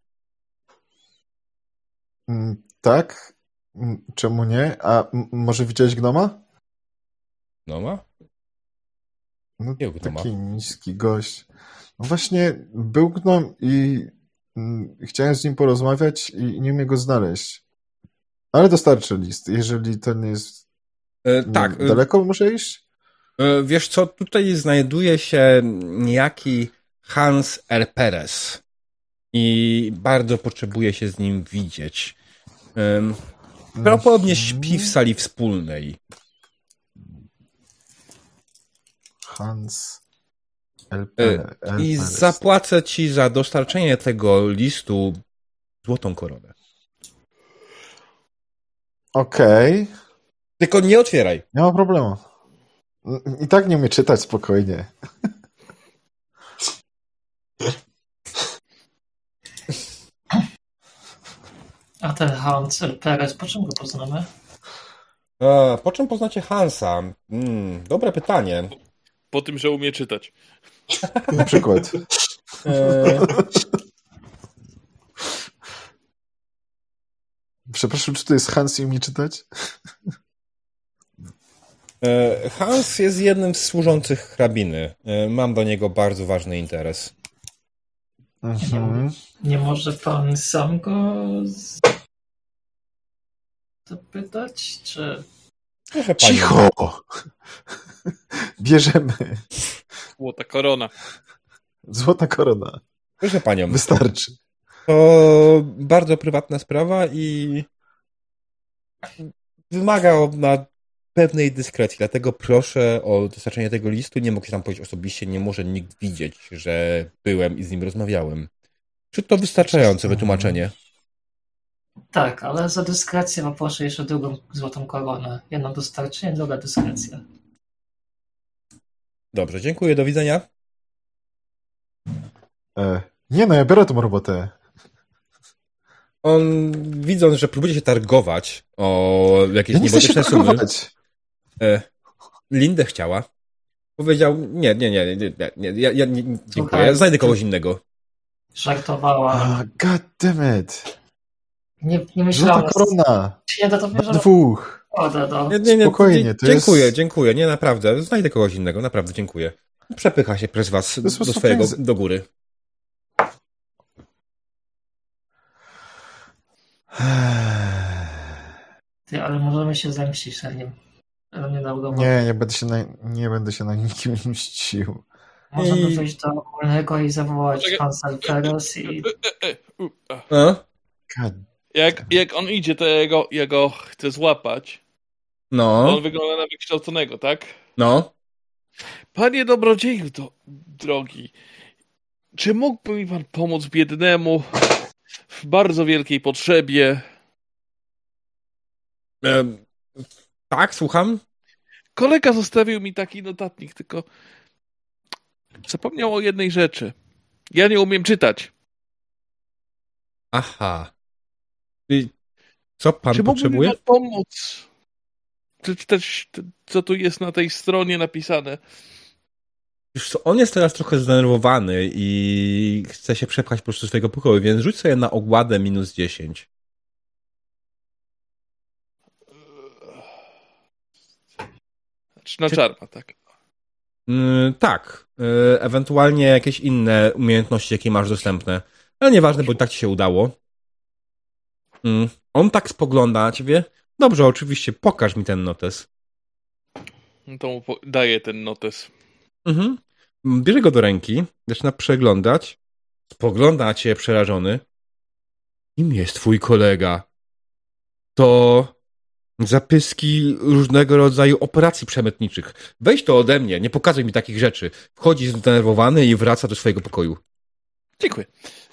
Mm, tak? Mm, czemu nie? A m- może widziałeś gnoma? Gnoma? No, Nie gnoma. taki niski gość. No właśnie, był gnom i mm, chciałem z nim porozmawiać i nie umiem go znaleźć. Ale dostarczę list, jeżeli to nie jest... E, tak. Nie, daleko muszę iść? E, wiesz co, tutaj znajduje się niejaki Hans Erperes i bardzo potrzebuję się z nim widzieć. E, prawdopodobnie śpi w sali wspólnej. Hans El Pere, El I Peres. zapłacę ci za dostarczenie tego listu złotą koronę. Okej. Okay. Tylko nie otwieraj. Nie ma problemu. I tak nie umie czytać spokojnie. A ten Hans El Perez, po czym go poznamy? A, po czym poznacie Hansa? Hmm, dobre pytanie. Po tym, że umie czytać. Na przykład. E... Przepraszam, czy to jest Hans i umie czytać? E, Hans jest jednym z służących hrabiny. E, mam do niego bardzo ważny interes. Mhm. Nie, nie może pan sam go z... zapytać, czy... Proszę Cicho! Bierzemy. Złota korona. Złota korona. Proszę panią. Wystarczy. To bardzo prywatna sprawa i wymaga na pewnej dyskrecji, dlatego proszę o dostarczenie tego listu. Nie mogę się tam powiedzieć osobiście, nie może nikt widzieć, że byłem i z nim rozmawiałem. Czy to wystarczające wytłumaczenie? Tak, ale za dyskrecję poproszę jeszcze drugą złotą koronę. Jedno dostarczenie, druga dyskrecja. Dobrze, dziękuję, do widzenia. E, nie no, ja biorę tą robotę. On, widząc, że próbuje się targować o jakieś Ja nie chcę się niebotyczne sumy, targować. e, Lindę chciała. Powiedział, nie, nie, nie, nie, nie, nie ja, ja nie, dziękuję, Słuchaj, ja znajdę kogoś innego. Żartowała. Oh, God damn it. Nie, nie Złota myślałem. korona. Nie da to Na bierze. dwóch. O, do, do. Nie, nie, nie, Spokojnie, dzie- to dziękuję, jest- dziękuję, nie, naprawdę, znajdę kogoś innego, naprawdę, dziękuję. Przepycha się przez was jest po do prostu swojego, pieniądze. do góry. Ty, ale możemy się zemścić na nim. Ale nie dał go. Nie, nie będę się na, nie będę się na nikim mścił. Możemy I- wejść do ogólnego i zawołać Czekaj. Hansa El Perez i... E, e, u, a. A? God. Jak, jak on idzie, to ja go, ja go chcę złapać. No, On wygląda na wykształconego, tak? no. Panie dobrodzieju do, drogi, czy mógłby mi pan pomóc biednemu w bardzo wielkiej potrzebie? E, tak, słucham? Kolega zostawił mi taki notatnik, tylko zapomniał o jednej rzeczy. Ja nie umiem czytać. Aha. I co pan Czy mógłby mi potrzebuje? pan pomóc przeczytać, co tu jest na tej stronie napisane? Wiesz co, on jest teraz trochę zdenerwowany i chce się przepchać po prostu z swojego pokoju, więc rzuć sobie na ogładę minus dziesięć. Czy na Czy- czarma, tak? Yy, tak. Yy, ewentualnie jakieś inne umiejętności, jakie masz dostępne. Ale nieważne, bo i tak ci się udało. Yy, on tak spogląda na ciebie. Dobrze, oczywiście, pokaż mi ten notes. No to mu po- daję ten notes. Mhm. Bierze go do ręki, zaczyna przeglądać. Spogląda na ciebie przerażony. Kim jest twój kolega? To zapyski różnego rodzaju operacji przemytniczych. Weź to ode mnie, nie pokazuj mi takich rzeczy. Wchodzi zdenerwowany i wraca do swojego pokoju. Dziękuję.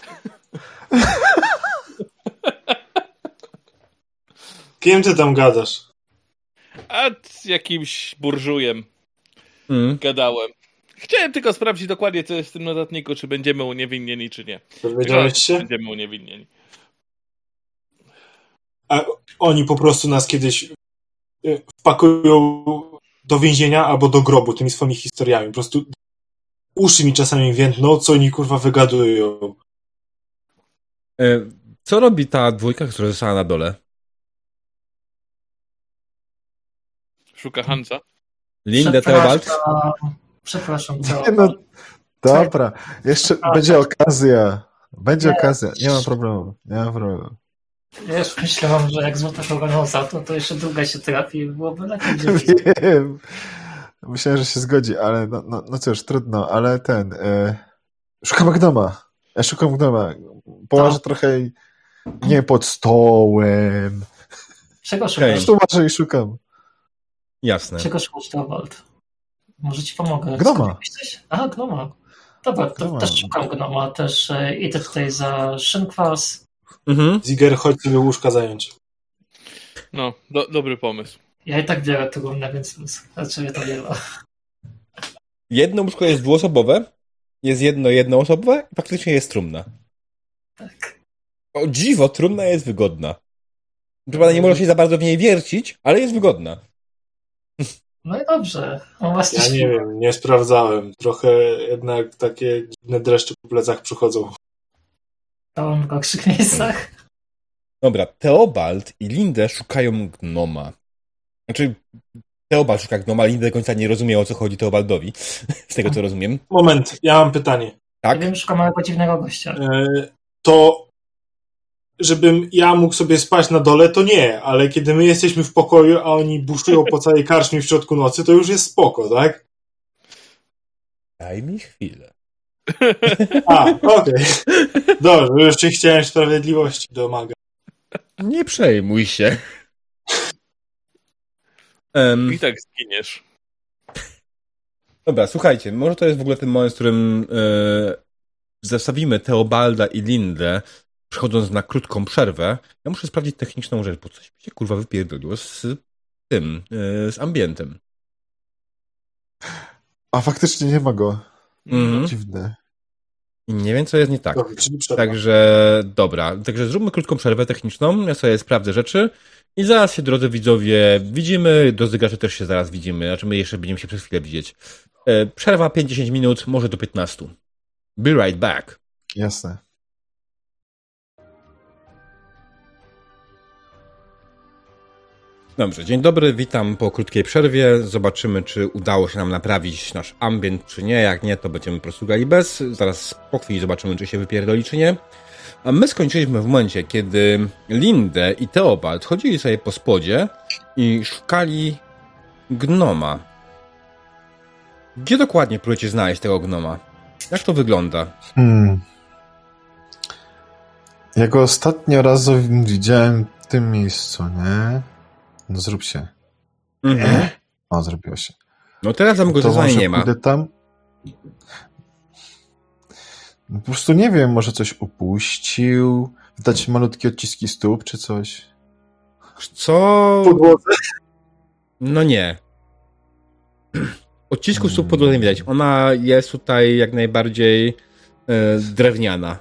Kim ty tam gadasz? A z jakimś burżujem Mm. gadałem. Chciałem tylko sprawdzić dokładnie, co jest w tym notatniku, czy będziemy uniewinnieni, czy nie. Dowiedziałeś się? Będziemy uniewinnieni. A oni po prostu nas kiedyś y, wpakują do więzienia albo do grobu tymi swoimi historiami. Po prostu uszy mi czasami więdną, co oni kurwa wygadują. E, Co robi ta dwójka, która została na dole? Szuka Hansa. Lindę Teobald? Przepraszam, przepraszam, Nie Teobald. no, dobra. Jeszcze A, będzie tak. okazja. Będzie Nie. okazja. Nie ma problemu. Nie ma problemu. Wiesz, myślałam, że jak złota korona za to, to jeszcze druga się trafi i byłoby lepiej. Wiem. Myślałem, że się zgodzi, ale no, no, no cóż, trudno, ale ten... E, szukam gnoma. Ja szukam gnoma. Położę Tak. trochę nie pod stołem. Czego Okej. szukasz? Zresztą tłumaczę i szukam. Jasne. Czego szukasz, Teobald? Może ci pomogę. Gnoma. Skąd jesteś? A, gnoma. Dobra, to też szukam gnoma, też e, idę tutaj za szynkwas. Mhm. Ziger, chodź sobie łóżka zająć. No, do, dobry pomysł. Ja i tak biorę trumnę, więc znaczy to wiele. Jedno łóżko jest dwuosobowe, jest jedno jednoosobowe i faktycznie jest trumna. Tak. O dziwo, trumna jest wygodna. Prawda, nie może się za bardzo w niej wiercić, ale jest wygodna. No i dobrze. On was Ja nie wiem, nie sprawdzałem. Trochę jednak takie dziwne dreszcze po plecach przychodzą. Stałem w gorszych miejscach. Dobra, Teobald i Lindę szukają gnoma. Znaczy, Teobald szuka gnoma, Linda do końca nie rozumie, o co chodzi Teobaldowi. Z tego, co rozumiem. Moment, ja mam pytanie. Tak? Ja wiem, szukam małego dziwnego gościa. E, to żebym ja mógł sobie spać na dole, to nie, ale kiedy my jesteśmy w pokoju, a oni buszują po całej karczmie w środku nocy, to już jest spoko, tak? Daj mi chwilę. A, okej. Okay. Dobrze, już ci chciałem sprawiedliwości domagać. Nie przejmuj się. Um, I tak zginiesz. dobra, słuchajcie, może to jest w ogóle ten moment, w którym e, zestawimy Teobalda i Lindę, przechodząc na krótką przerwę. Ja muszę sprawdzić techniczną rzecz, bo coś mi się kurwa wypierdoliło z tym, e, z ambientem. A faktycznie nie ma go. Mhm. Dziwne. I nie wiem, co jest nie tak. Dobrze, czyli przerwa. Także, dobra. Także zróbmy krótką przerwę techniczną. Ja sobie sprawdzę rzeczy. I zaraz się, drodzy widzowie, widzimy. Drodzy gracze też się zaraz widzimy. Znaczy my jeszcze będziemy się przez chwilę widzieć. E, przerwa pięć do dziesięciu minut, może do piętnastu. Be right back. Jasne. Dobrze, dzień dobry, witam po krótkiej przerwie. Zobaczymy, czy udało się nam naprawić nasz ambient, czy nie. Jak nie, to będziemy po prostu grali bez. Zaraz po chwili zobaczymy, czy się wypierdoli, czy nie. A my skończyliśmy w momencie, kiedy Lindę i Teobald chodzili sobie po spodzie i szukali gnoma. Gdzie dokładnie próbujecie znaleźć tego gnoma? Jak to wygląda? Hmm. Ja go ostatnio raz widziałem w tym miejscu, nie? No zrób się. Mhm. O, zrobiło się. No teraz tam go zdecydowanie nie ma. Tam. Po prostu nie wiem, może coś upuścił, dać malutkie odciski stóp, czy coś. Co? Podłodze. No nie. Odcisku stóp podłodze nie widać. Ona jest tutaj jak najbardziej e, drewniana.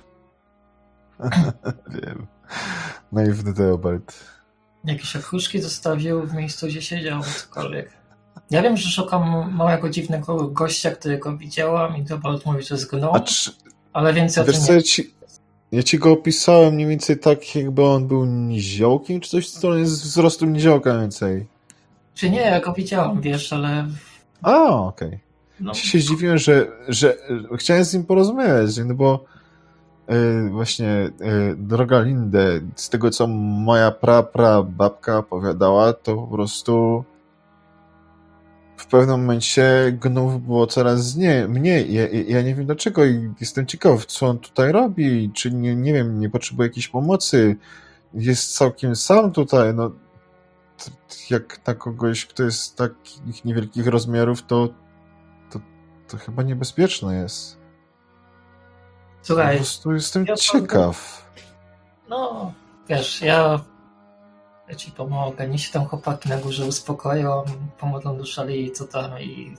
Wiem. Naiwny Teobald. Jakieś okruszki zostawił w miejscu, gdzie siedział, cokolwiek. Ja wiem, że szukam małego, dziwnego gościa, którego widziałam i Teobald mówi, że jest gnom, czy... ale więcej o Wiesz tym co, nie. ja ci, ja ci go opisałem mniej więcej tak, jakby on był niziołkiem, czy coś w stronę z wzrostu niziołka więcej. Czy nie, ja go widziałam, wiesz, ale... A, okej. Okay. No. Ja się zdziwiłem, że, że chciałem z nim porozmawiać, no bo yy, właśnie yy, droga Lindę, z tego co moja pra, pra babka opowiadała, to po prostu w pewnym momencie gnomów było coraz nie, mniej. Ja, ja nie wiem dlaczego i jestem ciekaw, co on tutaj robi, czy nie, nie wiem, nie potrzebuje jakiejś pomocy. Jest całkiem sam tutaj, no jak na kogoś, kto jest takich niewielkich rozmiarów, to to, to chyba niebezpieczne jest. Słuchaj, po prostu jestem ja ciekaw. No, wiesz, ja ja ci pomogę. Nie się tam chłopaki na górze uspokoją, pomogą do szali i co tam i...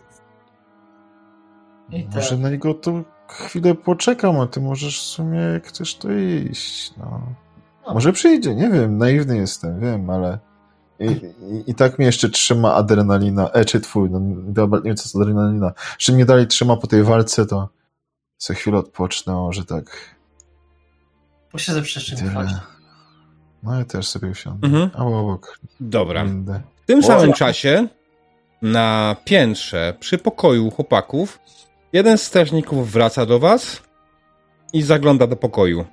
I Może tak. na niego to chwilę poczekam, a ty możesz w sumie jak chcesz to iść. No. No. Może przyjdzie, nie wiem, naiwny jestem, wiem, ale i, i, i tak mnie jeszcze trzyma adrenalina, e, czy twój, no nie wiem co jest adrenalina, że mnie dalej trzyma po tej walce, to co chwilę odpocznę, może tak. Posiedzę przy czym Tyle. chodzi. No ja też sobie usiądę. Mhm. A obok. Dobra. Będę. W tym O, samym ja- czasie na piętrze przy pokoju chłopaków jeden z strażników wraca do was i zagląda do pokoju.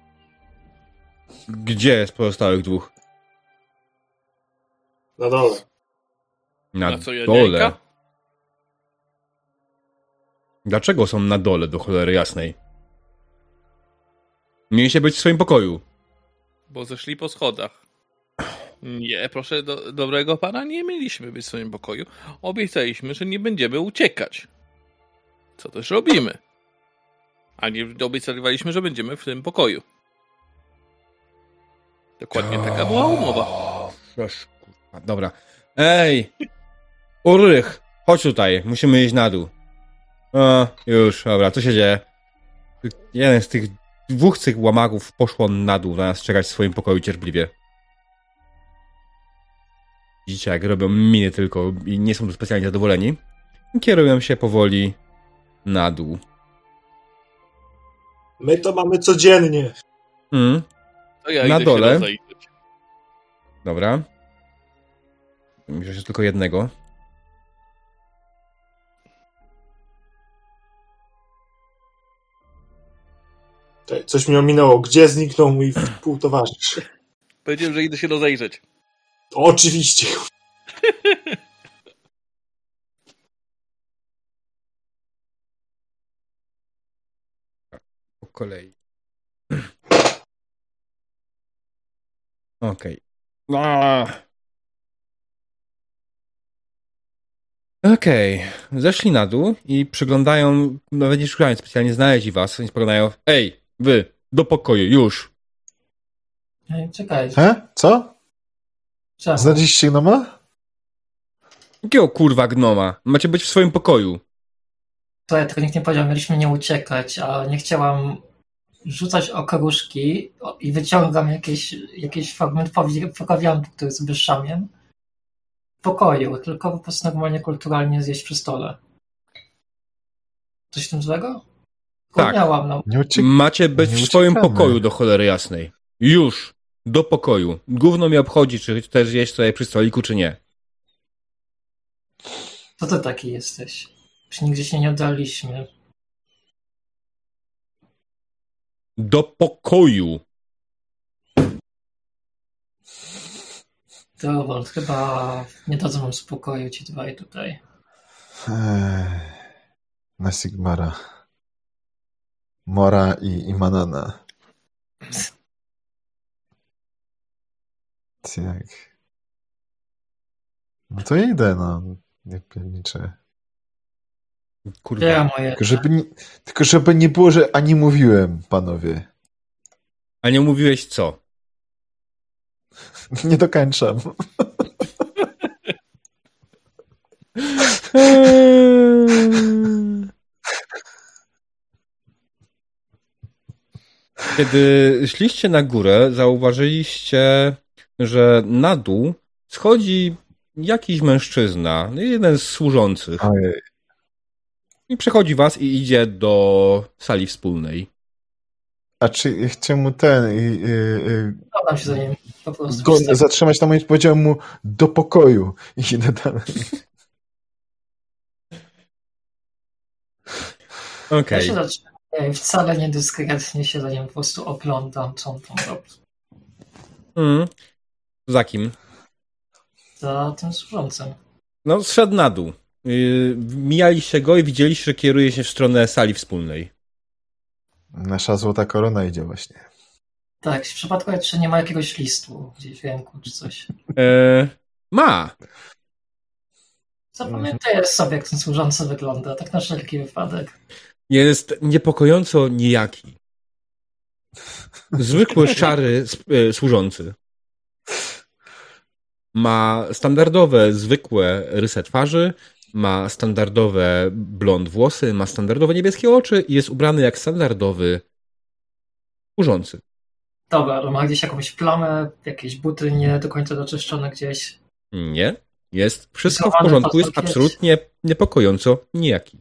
Gdzie jest pozostałych dwóch? Na dole. Na A co, ja dole. jajka? Dlaczego są na dole, do cholery jasnej? Mieliście być w swoim pokoju. Bo zeszli po schodach. Nie, proszę do, dobrego pana, nie mieliśmy być w swoim pokoju. Obiecaliśmy, że nie będziemy uciekać. Co też robimy. A nie obiecaliśmy, że będziemy w tym pokoju. Dokładnie taka była umowa. Dobra. Ej! Ulrych! Chodź tutaj, musimy iść na dół. O, już, dobra, co się dzieje? Jeden z tych dwóch tych łamaków poszło na dół, zamiast czekać w swoim pokoju cierpliwie. Widzicie, jak robią miny tylko i nie są specjalnie zadowoleni. Kierują się powoli na dół. My to mamy codziennie. Mm. To ja Na idę dole. się rozejrzeć. Dobra. Myślę, że tylko jednego. Coś mi ominęło. Gdzie zniknął mój współtowarzysz? Powiedziałem, że idę się rozejrzeć. Oczywiście. Po kolei. Okej. Okay. Okej. Okay. Zeszli na dół i przyglądają, nawet nie szukają specjalnie znaleźli was, więc spoglądają, ej, wy, do pokoju, już. Ej, czekaj. He? Co? Czemu? Znaleźliście gnoma? Jakiego kurwa gnoma? Macie być w swoim pokoju. To ja tego nikt nie powiedział, mieliśmy nie uciekać, a nie chciałam rzucać okruszki i wyciągam jakieś, jakiś fragment prowiantu, który sobie szamię w pokoju, tylko po prostu normalnie, kulturalnie zjeść przy stole. Coś w tym złego? Tak. Miałam, no. Nie uciek- Macie być nie w swoim uciekamy. pokoju, do cholery jasnej. Już. Do pokoju. Gówno mnie obchodzi, czy też jeść sobie przy stoliku, czy nie. Co ty taki jesteś? Czy nigdzie się nie oddaliśmy? Do pokoju. To chyba nie dadzą nam spokoju ci dwaj tutaj. Ech, na Sigmara. Mora i, i Manana. Tak. No to idę, no. Nie pierniczę. Kurwa. Ja moje. Tylko żeby, nie, tylko żeby nie było, że ani mówiłem, panowie. A nie mówiłeś co? Nie dokończam. Kiedy szliście na górę, zauważyliście, że na dół schodzi jakiś mężczyzna, jeden z służących. Ojej. I przechodzi was i idzie do sali wspólnej. A czy chciałem mu ten i, i, i Dodam się za nim. Po prostu. go zatrzymać na momencie, powiedziałem mu do pokoju i idę dalej. Okej. Ja się zatrzymam. Ja wcale niedyskretnie się za nim po prostu oglądam, co on tam robi. Mm. Za kim? Za tym służącym. No, zszedł na dół. Yy, mijaliście go i widzieliście, że kieruje się w stronę sali wspólnej. Nasza złota korona idzie właśnie. Tak, w przypadku jeszcze nie ma jakiegoś listu gdzieś w ręku czy coś. Yy, ma. Zapamiętaj sobie, jak ten służący wygląda, tak na wszelki wypadek. Jest niepokojąco nijaki. Zwykły, szary yy, służący. Ma standardowe, zwykłe rysy twarzy, ma standardowe blond włosy, ma standardowe niebieskie oczy i jest ubrany jak standardowy służący. Dobra, ale ma gdzieś jakąś plamę, jakieś buty nie do końca doczyszczone gdzieś. Nie. Jest wszystko w Złamany porządku, jest paznokcie. absolutnie niepokojąco nijaki.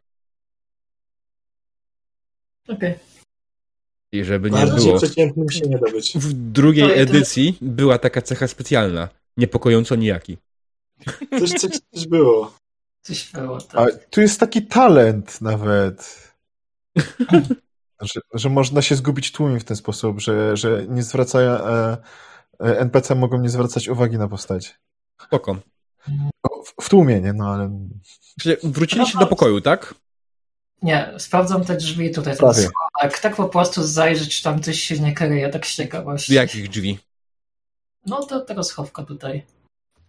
Okej. Okay. I żeby nie Bardziej było, przeciętnym się nie da być. w drugiej To- to- edycji była taka cecha specjalna. Niepokojąco nijaki. Coś, coś, coś było. Coś było, tak. A tu jest taki talent nawet. że, że można się zgubić w tłumie w ten sposób, że, że nie zwraca, e, e, N P C mogą nie zwracać uwagi na postać. Spoko. O, W, w tłumie, nie? No ale... Czyli wróciliście do pokoju, tak? Nie, sprawdzam te drzwi tutaj. Ten Prawie. tak, tak po prostu zajrzeć, czy tam coś się nie kryje, tak z ciekawości. Z jakich drzwi? No to tego schowka tutaj.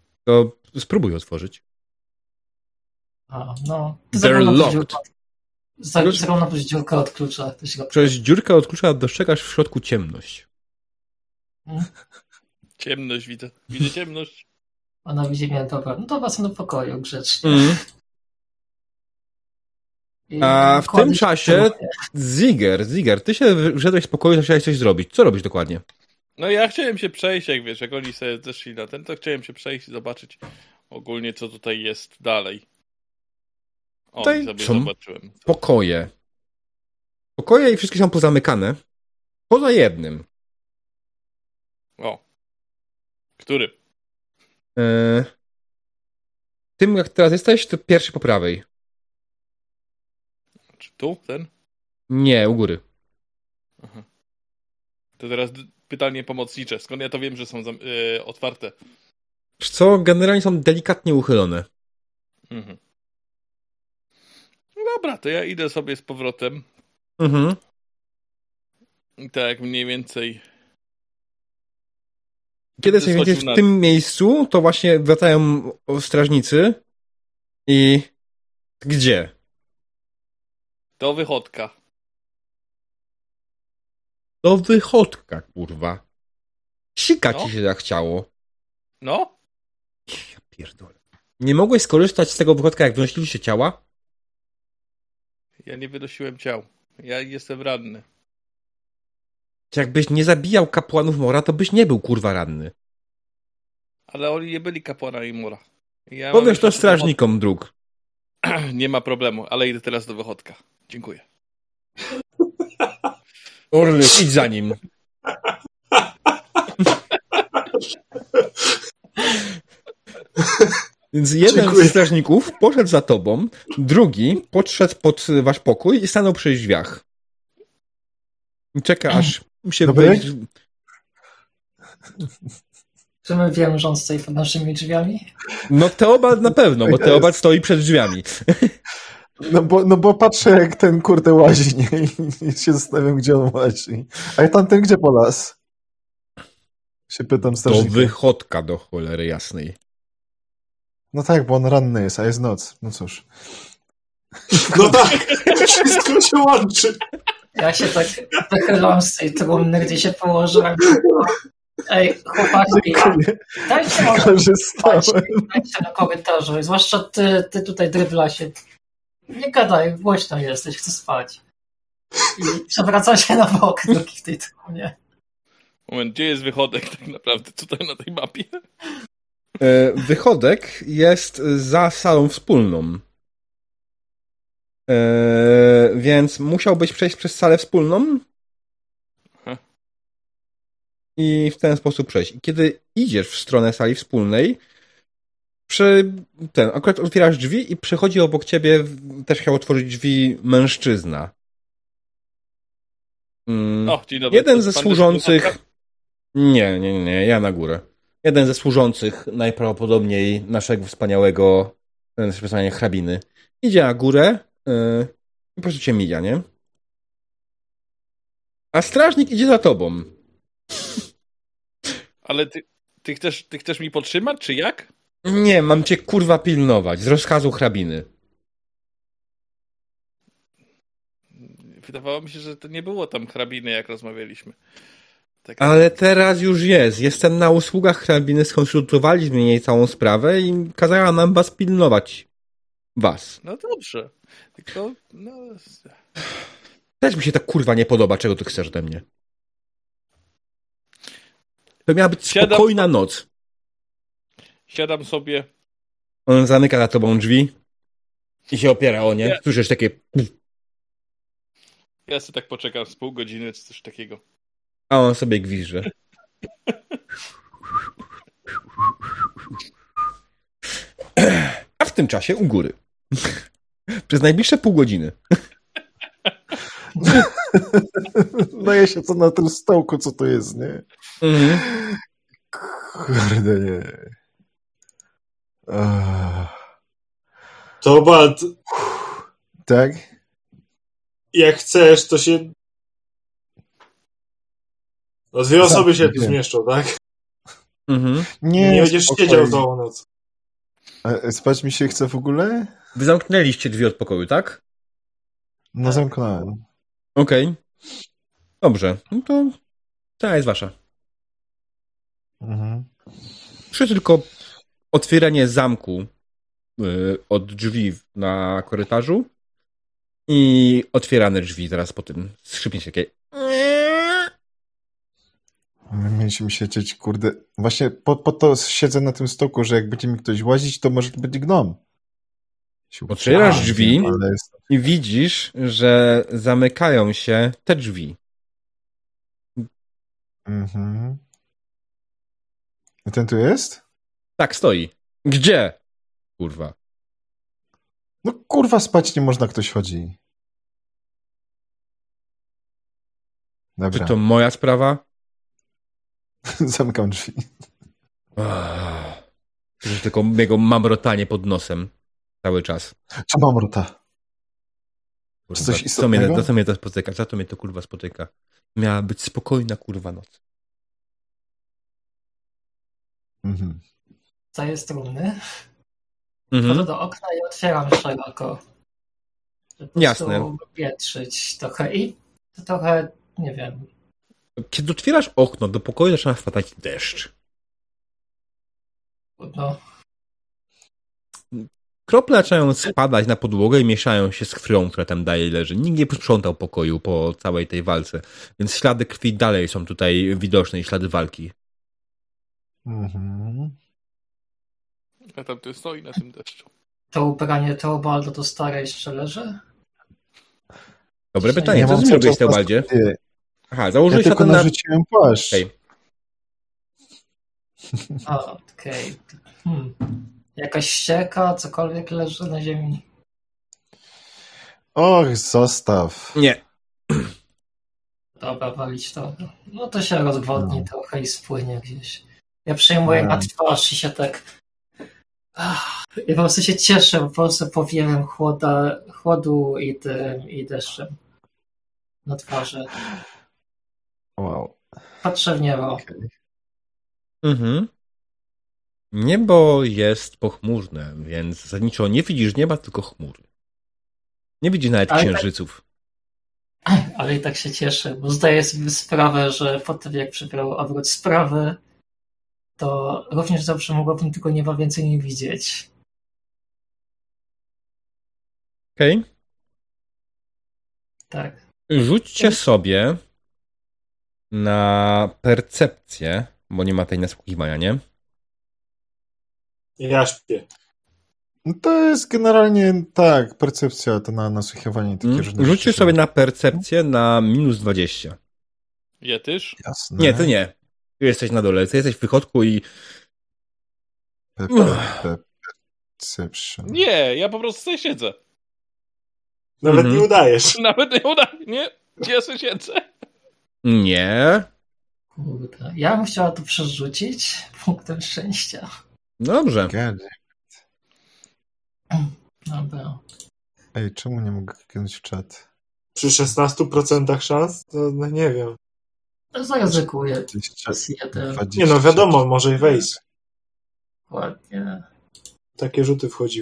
To spróbuj otworzyć. A, no. They're Zaglądam, locked. coś- Zagrana przez dziurkę od klucza. Przez dziurkę od klucza dostrzegasz w środku ciemność. Hmm? Ciemność widzę. Widzę ciemność. Ona widzi mnie, dobra. No to was do pokoju grzecznie. Mm. A w tym czasie Ziger, Ziger, ty się wszedłeś z pokoju, to chciałeś coś zrobić. Co robisz dokładnie? No ja chciałem się przejść, jak wiesz, jak oni sobie zeszli na ten, to chciałem się przejść i zobaczyć ogólnie, co tutaj jest dalej. O, tutaj sobie są zobaczyłem. pokoje. Pokoje i wszystkie są pozamykane. Poza jednym. O. Który? Yy... Tym, jak teraz jesteś, to pierwszy po prawej. Czy tu? Ten? Nie, u góry. Aha. To teraz pytanie pomocnicze. Skąd ja to wiem, że są zam- yy, otwarte? Co? Generalnie są delikatnie uchylone. Mhm. Dobra, to ja idę sobie z powrotem. Mhm. I tak jak mniej więcej... Kiedy jesteś w na... tym miejscu, to właśnie wracają strażnicy i... Gdzie? Do wychodka. Do wychodka, kurwa. Sika No. ci się zachciało. No? Ja pierdolę. Nie mogłeś skorzystać z tego wychodka, jak wynosiliście ciała? Ja nie wynosiłem ciał. Ja jestem ranny. Jakbyś nie zabijał kapłanów Mora, to byś nie był, kurwa, ranny. Ale oni nie byli kapłanami Mora. Ja Powiesz to strażnikom dróg. Nie ma problemu, ale idę teraz do wychodka. Dziękuję. Orlys, idź za nim. Więc jeden Dziękuję. z strażników poszedł za tobą, drugi podszedł pod wasz pokój i stanął przy drzwiach. Czeka, aż się wejść. Czy my wiemy, że on stoi pod naszymi drzwiami? No Teobald na pewno, bo Teobald stoi przed drzwiami. No bo, no bo patrzę, jak ten kurde łazi, nie? I się zastanawiam, gdzie on łazi. A jak tamten gdzie po las? Się pytam Do strażnika. wychodka, do cholery jasnej. No tak, bo on ranny jest, a jest noc. No cóż. No tak, wszystko się łączy. Ja się tak wychylam z tej trumny, gdzie się położyłem. Ej, chłopaki, dajcie może Korzystałem. dajcie na korytarzu, zwłaszcza ty, ty tutaj dryblasie. Nie gadaj, głośno jesteś, chcę spać. I przewracam się na bok drugi w tej trumnie. Moment, gdzie jest wychodek tak naprawdę tutaj na tej mapie? Wychodek jest za salą wspólną. Eee, więc musiałbyś przejść przez salę wspólną Aha. i w ten sposób przejść. I kiedy idziesz w stronę sali wspólnej, przy, ten, akurat otwierasz drzwi i przechodzi obok ciebie, też chciał otworzyć drzwi mężczyzna. Mm, O, dzień dobry. jeden To ze pan służących... wychodka? Nie, nie, nie, ja na górę. Jeden ze służących najprawdopodobniej naszego wspaniałego specjalnie hrabiny idzie na górę yy, i po prostu cię mija, nie? A strażnik idzie za tobą. Ale ty, ty, chcesz, ty chcesz mi podtrzymać, czy jak? Nie, mam cię kurwa pilnować z rozkazu hrabiny. Wydawało mi się, że to nie było tam hrabiny, jak rozmawialiśmy. Tak. Ale teraz już jest. Jestem na usługach hrabiny, skonsultowaliśmy jej całą sprawę i kazała nam was pilnować. Was. No dobrze. Tylko, no... Też mi się tak kurwa nie podoba, czego ty chcesz ode mnie. To miała być Siadam- spokojna noc. Siadam sobie. On zamyka za tobą drzwi i się opiera o nie. Nie. Słyszysz takie... Ja sobie tak poczekam z pół godziny, czy coś takiego. A on sobie gwizdże. A w tym czasie u góry. Przez najbliższe pół godziny. No ja się to na tym stołku, co to jest, nie? Mhm. Kurde, nie. Ach. To Balt, Tak? jak chcesz, to się... No dwie osoby się tu wiem. zmieszczą, tak? Mhm. Nie, Nie będziesz spokojnie. siedział całą noc. A spać mi się chce w ogóle? Wy zamknęliście drzwi od pokoju, tak? No zamknąłem. Okej. Okay. Dobrze. No to ta jest wasza. Mhm. Przy tylko otwieranie zamku yy, od drzwi na korytarzu i otwierane drzwi zaraz po tym. Skrzypnięcie takie. My mieliśmy siedzieć, kurde. Właśnie po, po to siedzę na tym stoku, że jak będzie mi ktoś łazić, to może to będzie gnom. Otwierasz drzwi i widzisz, że zamykają się te drzwi. Mhm. I ten tu jest? Tak, stoi. Gdzie? Kurwa. No kurwa, spać nie można, ktoś chodzi. Dobra. Czy to moja sprawa? Zamykam drzwi. Przecież tylko jego mamrotanie pod nosem cały czas. Co mam rota? Kurwa, coś co mnie, za co mnie to spotyka? Za to mnie to kurwa spotyka. Miała być spokojna kurwa noc. Mhm. Staję z trumny. Mhm. Wchodzę do okna i otwieram szeroko. Żeby po Jasne. Wietrzyć trochę i to trochę, nie wiem. Kiedy otwierasz okno, do pokoju zaczyna wpadać deszcz. No. Krople zaczynają spadać na podłogę i mieszają się z krwią, która tam dalej leży. Nikt nie posprzątał pokoju po całej tej walce, więc ślady krwi dalej są tutaj widoczne i ślady walki. Mhm. A tam ty stoi na tym deszczu. To ubranie Teobaldo to stare jeszcze leży? Dobre pytanie, ja co zrobiłeś, Teobaldzie? Aha, założyłeś ja tylko na... narzuciłem płaszcz. Okay. Okej. Okay. Hmm. Jakaś ścieka, cokolwiek leży na ziemi? Och, zostaw. Nie. Dobra, walić to. No to się rozwodni no. trochę i spłynie gdzieś. Ja przejmuję no. na twarz i się tak... Ja po prostu się cieszę, po prostu powiewem chłoda, chłodu i, tym, i deszczem na twarzy. Wow. Patrzę w niebo. Okay. Mhm. Niebo jest pochmurne, więc zasadniczo nie widzisz nieba, tylko chmury. Nie widzisz nawet ale księżyców. Tak, ale i tak się cieszę, bo zdaję sobie sprawę, że po tym jak przybrał obrót sprawy, to również dobrze mogłabym tego nieba więcej nie widzieć. Okej. Okay. Tak. Rzućcie sobie na percepcję, bo nie ma tej nasłuchiwania, nie? Ja śpię. No to jest generalnie tak, percepcja to na nasłuchiwanie takie różne Rzućcie rzeczy. Sobie na percepcję na minus dwadzieścia. Ja też? Jasne. Nie, ty nie. Ty jesteś na dole, ty jesteś w wychodku i... Pe, pe, pe, perception. Nie, ja po prostu sobie siedzę. Nawet mhm. nie udajesz. Nawet nie udaję, nie? Ja sobie siedzę. Nie. Kurde. Ja bym chciała to przerzucić punktem szczęścia. Dobrze. Dobra. Ej, czemu nie mogę kliknąć w czat? Przy szesnastu procentach szans? To no nie wiem. Zaryzykuję. Nie no, wiadomo, może i wejść. Ładnie. Takie rzuty wchodziły.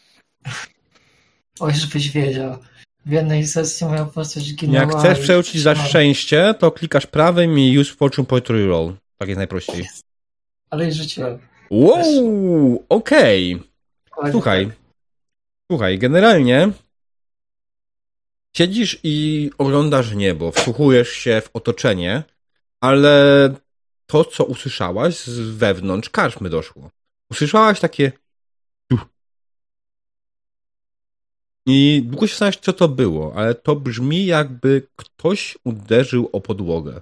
Oj, żebyś wiedział. W jednej sesji moja postać ginęła. Jak chcesz przełcić za szczęście, to klikasz prawym i use fortune point reroll. Tak jest najprościej. Ale i rzuciłem. Wow, okej. Okay. Słuchaj. Tak. Słuchaj, generalnie siedzisz i oglądasz niebo, wsłuchujesz się w otoczenie, ale to, co usłyszałaś z wewnątrz karczmy doszło. Usłyszałaś takie i długo się zastanawiasz, co to było, ale to brzmi, jakby ktoś uderzył o podłogę.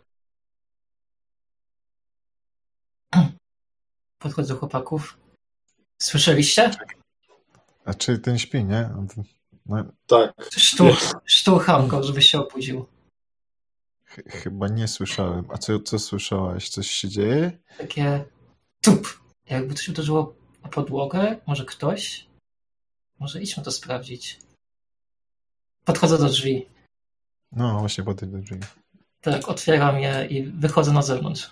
Podchodzę do chłopaków. Słyszeliście? A czy ten śpi, nie? No. Tak. Szturcham go, żeby się obudził. Ch- chyba nie słyszałem. A co, co słyszałaś? Coś się dzieje? Takie tup. Jakby coś uderzyło o podłogę. Może ktoś? Może idźmy to sprawdzić. Podchodzę do drzwi. No, właśnie podchodzę do drzwi. Tak, otwieram je i wychodzę na zewnątrz.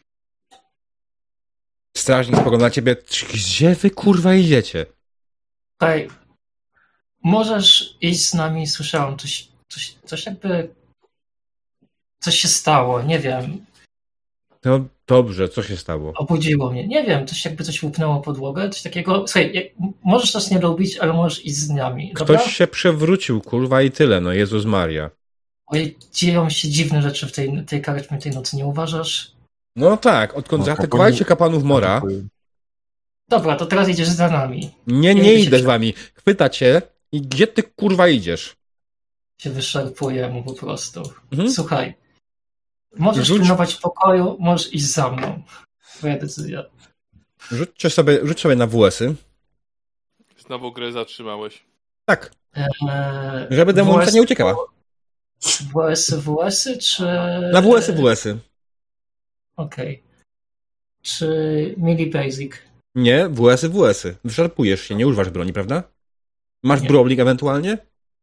Strażnik spogląda na ciebie. Gdzie wy kurwa idziecie? Hej, możesz iść z nami, słyszałam coś Coś, coś jakby... Coś się stało, nie wiem. No dobrze, co się stało? Obudziło mnie. Nie wiem, coś jakby coś łupnęło podłogę, coś takiego... Słuchaj, jak, możesz nas nie lubić, ale możesz iść z nami, Ktoś dobra? się przewrócił, kurwa, i tyle, no Jezus Maria. Oj, dzieją się dziwne rzeczy w tej, tej karczmie tej nocy, nie uważasz? No tak, odkąd No, zaatakowaliście kapłanów Mora... Dobra, to teraz idziesz za nami. Nie, nie idę z wami. Chwyta cię i gdzie ty, kurwa, idziesz? Się wyszarpuje mu po prostu. Mhm. Słuchaj, możesz Rzuć- pilnować pokoju, możesz iść za mną. Twoja decyzja. Rzućcie sobie, rzuć sobie na W S-y. Znowu grę zatrzymałeś. Tak, Eee, żeby demonica nie uciekała. W S y, W S y, czy... Na W S-y, W S-y. Okej. Czy Mili Basic? Nie, W S-y, W S-y. Wyszarpujesz się, nie używasz broni, prawda? Masz Nie. brawling ewentualnie?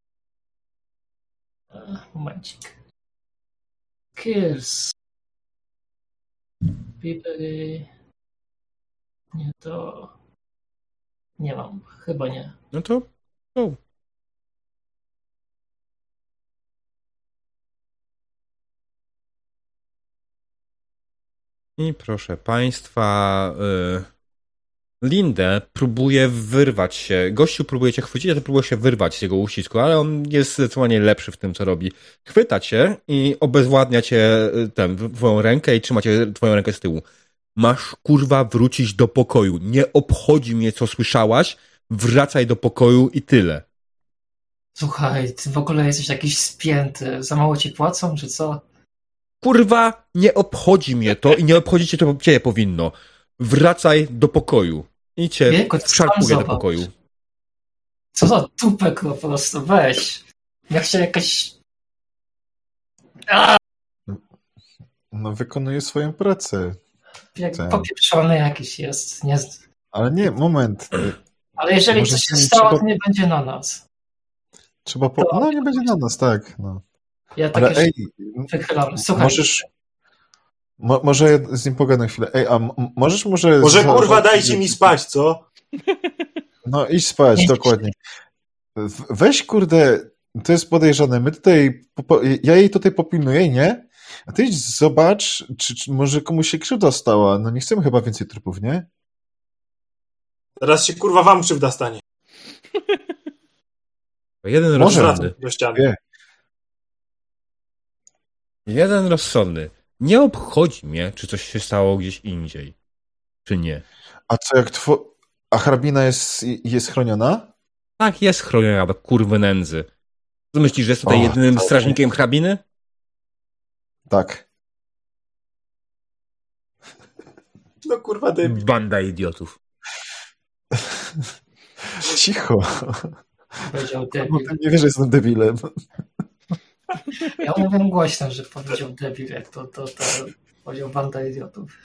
Eee, Momencik. Kills. Bibery. Nie to... Nie mam. Chyba nie. No to... O. I proszę państwa... Y... Lindę próbuje wyrwać się. Gościu próbuje cię chwycić, a ty próbuje się wyrwać z jego uścisku, ale on jest zdecydowanie lepszy w tym, co robi. Chwyta cię i obezwładnia cię ten, w twoją rękę i trzyma cię twoją rękę z tyłu. Masz, kurwa, wrócić do pokoju. Nie obchodzi mnie, co słyszałaś. Wracaj do pokoju i tyle. Słuchaj, ty w ogóle jesteś jakiś spięty. Za mało ci płacą, czy co? Kurwa, nie obchodzi mnie to i nie obchodzi cię to, cię powinno. Wracaj do pokoju. I cię Jejku, wszarpuje sam do zobacz. pokoju. Co za tupek po prostu, weź. Jak się jakaś... A, No wykonuje swoją pracę. jak Tak. popieprzony jakiś jest. Nie... Ale nie, moment. Ale jeżeli Może coś się nie stało, trzeba- to nie będzie na nas. Trzeba po... No nie będzie na nas, tak. No. Ja Ale takie ej, wychylam. Słuchaj, możesz... Mo, może ja z nim pogadam chwilę. Ej, a m- możesz może... Może za- kurwa za- dajcie mi spać, co? No idź spać, Nie, dokładnie. W- Weź kurde, to jest podejrzane. My tutaj, po- ja jej tutaj popilnuję, nie? A ty idź zobacz, czy, czy może komuś się krzywda stała. No nie chcemy chyba więcej trupów, nie? Teraz się kurwa wam krzywda stanie. Jeden Może. rozsądny. Wracam do ściany. Nie. Jeden rozsądny. Nie obchodzi mnie, czy coś się stało gdzieś indziej. Czy nie. A co jak two... A hrabina jest, jest chroniona? Tak, jest chroniona, ale kurwy nędzy. Co myślisz, że jest tutaj O, jedynym tak. strażnikiem hrabiny? Tak. No kurwa debil. Banda idiotów. Cicho. powiedział Bo debil. ty nie wiesz, że jestem debilem. Ja mówię głośno, że powiedział debil, jak to, to, to powiedział banda idiotów.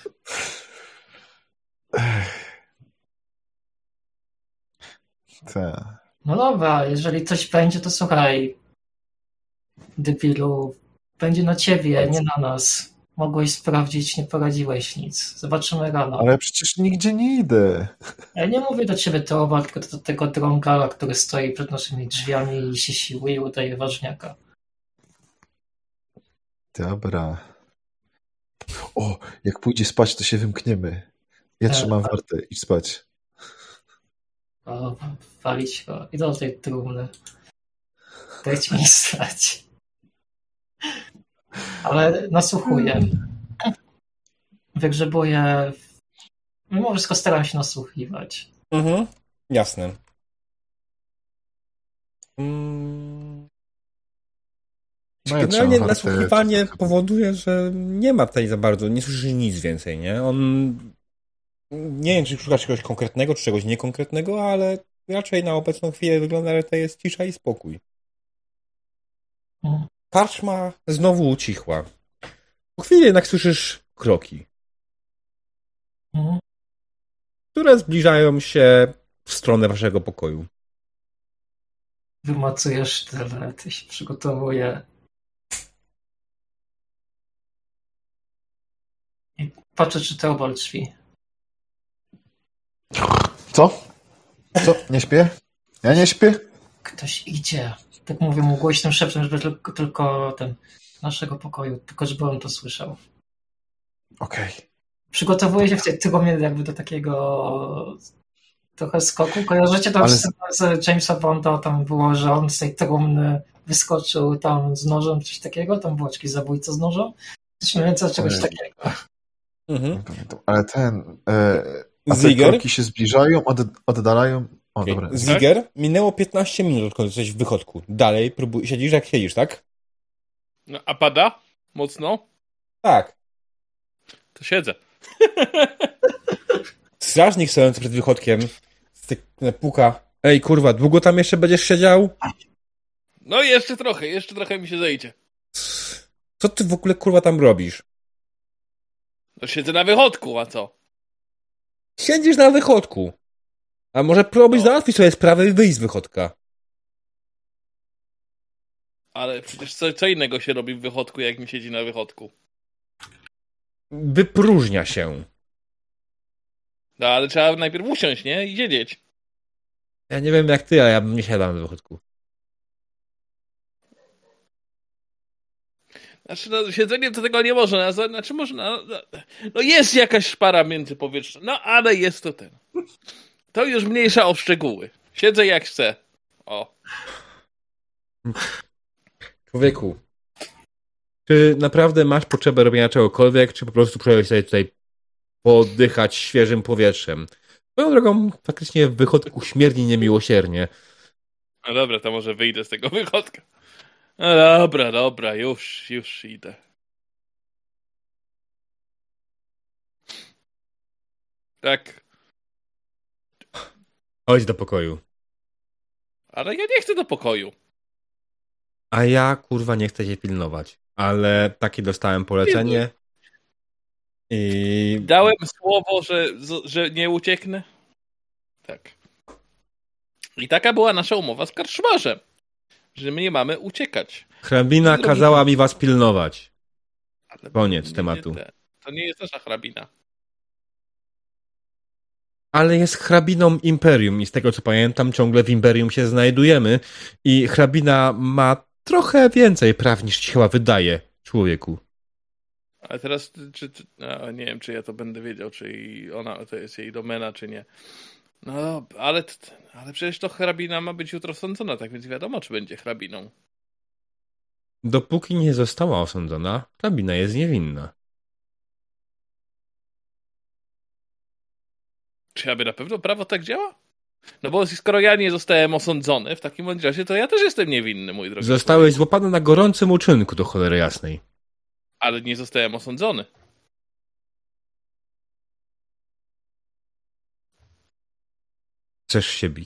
Tak. No dobra, jeżeli coś będzie, to słuchaj, debilu, będzie na ciebie, nie na nas. Mogłeś sprawdzić, nie poradziłeś nic. Zobaczymy rano. Ale przecież nigdzie nie idę. Ja nie mówię do ciebie Teoba, tylko do tego drągala, który stoi przed naszymi drzwiami i się siłuje i udaje ważniaka. Dobra. O, jak pójdzie spać, to się wymkniemy. Ja Tak, trzymam tak. wartę. Idź spać. O, walić go. I do tej trumny. Dajcie mi stać. Ale nasłuchuję. Wygrzebuję. Mimo wszystko staram się nasłuchiwać. Mhm. Jasne. Mm. No ja Generalnie trzymam wartę, nasłuchiwanie czy- powoduje, że nie ma tutaj za bardzo, nie słyszy nic więcej, nie? On nie wiem, czy szuka czegoś konkretnego, czy czegoś niekonkretnego, ale raczej na obecną chwilę wygląda, że to jest cisza i spokój. Mhm. Karczma znowu ucichła. Po chwili jednak słyszysz kroki, Mhm. które zbliżają się w stronę waszego pokoju. Wymacuję sztylet i się przygotowuję. I patrzę, czy to obal drzwi. Co? Co? Nie śpię? Ja nie śpię? Ktoś idzie. tak mówię mu głośnym szeptem, żeby tylko, tylko ten naszego pokoju, tylko żeby on to słyszał. Okej. Okay. Przygotowuję się w tej tygodniu jakby do takiego trochę skoku. Kojarzycie tam Ale... z Jamesa Bonda, tam było, że on z tej trumny wyskoczył tam z nożem, coś takiego, tam było jakiś zabójca z nożem. Coś mniej więcej czegoś Ojej. takiego. Mhm. Ale ten... E, a te korki się zbliżają, od, oddalają... O, okay. dobra. Ziger, minęło piętnaście minut, odkąd jesteś w wychodku. Dalej próbuj, siedzisz jak siedzisz, tak? No, a pada? Mocno? Tak. To siedzę. Strażnik stojący przed wychodkiem puka. Ej, kurwa, długo tam jeszcze będziesz siedział? No jeszcze trochę, jeszcze trochę mi się zejdzie. Co ty w ogóle, kurwa, tam robisz? No siedzę na wychodku, a co? Siedzisz na wychodku. A może próbuj no. załatwić sobie sprawę i wyjść z wychodka. Ale przecież co, co innego się robi w wychodku, jak mi siedzi na wychodku? Wypróżnia się. No, ale trzeba najpierw usiąść, nie? I siedzieć. Ja nie wiem jak ty, ale ja bym nie siadał na wychodku. Znaczy, no, siedzeniem to tego nie można. Znaczy, można. No, no jest jakaś szpara międzypowietrzna, no ale jest to ten. To już mniejsza o szczegóły. Siedzę jak chcę. O. Człowieku, czy naprawdę masz potrzebę robienia czegokolwiek, czy po prostu przyjechałeś sobie tutaj podychać świeżym powietrzem? Moją drogą, faktycznie w wychodku śmierdzi niemiłosiernie. No dobra, to może wyjdę z tego wychodka. No dobra, dobra, już, już idę. Tak. Chodź do pokoju. Ale ja nie chcę do pokoju. A ja, kurwa, nie chcę cię pilnować. Ale takie dostałem polecenie. I... Dałem słowo, że, że nie ucieknę. Tak. I taka była nasza umowa z karczmarzem. Że my nie mamy uciekać. Hrabina kazała mi was pilnować. Ale Koniec nie, tematu. Nie, to nie jest nasza hrabina. Ale jest hrabiną Imperium i z tego co pamiętam ciągle w Imperium się znajdujemy i hrabina ma trochę więcej praw niż ci chyba wydaje, człowieku. Ale teraz, czy, czy no, nie wiem, czy ja to będę wiedział, czy ona, to jest jej domena, czy nie. No, ale, ale przecież to hrabina ma być jutro sądzona, tak więc wiadomo, czy będzie hrabiną. Dopóki nie została osądzona, hrabina jest niewinna. Czy aby na pewno prawo tak działa? No bo skoro ja nie zostałem osądzony w takim razie, to ja też jestem niewinny, mój drogi. Zostałeś złapany na gorącym uczynku, do cholery jasnej. Ale nie zostałem osądzony. Chcesz się bić?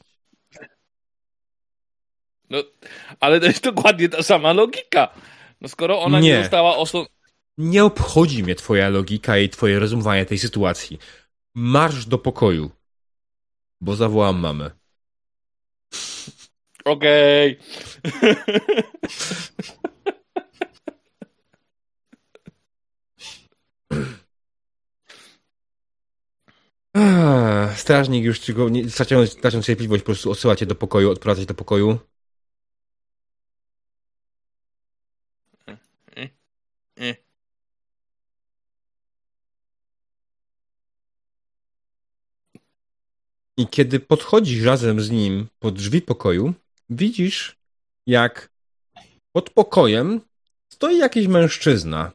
No, ale to jest dokładnie ta sama logika. No skoro ona nie, nie została osądzona... Nie obchodzi mnie twoja logika i twoje rozumowanie tej sytuacji. Marsz do pokoju. Bo zawołam mamę. Okej. Okay. Strażnik już tracąc cierpliwość po prostu odsyła cię do pokoju, odprowadza cię do pokoju. I kiedy podchodzisz razem z nim pod drzwi pokoju, widzisz, jak pod pokojem stoi jakiś mężczyzna.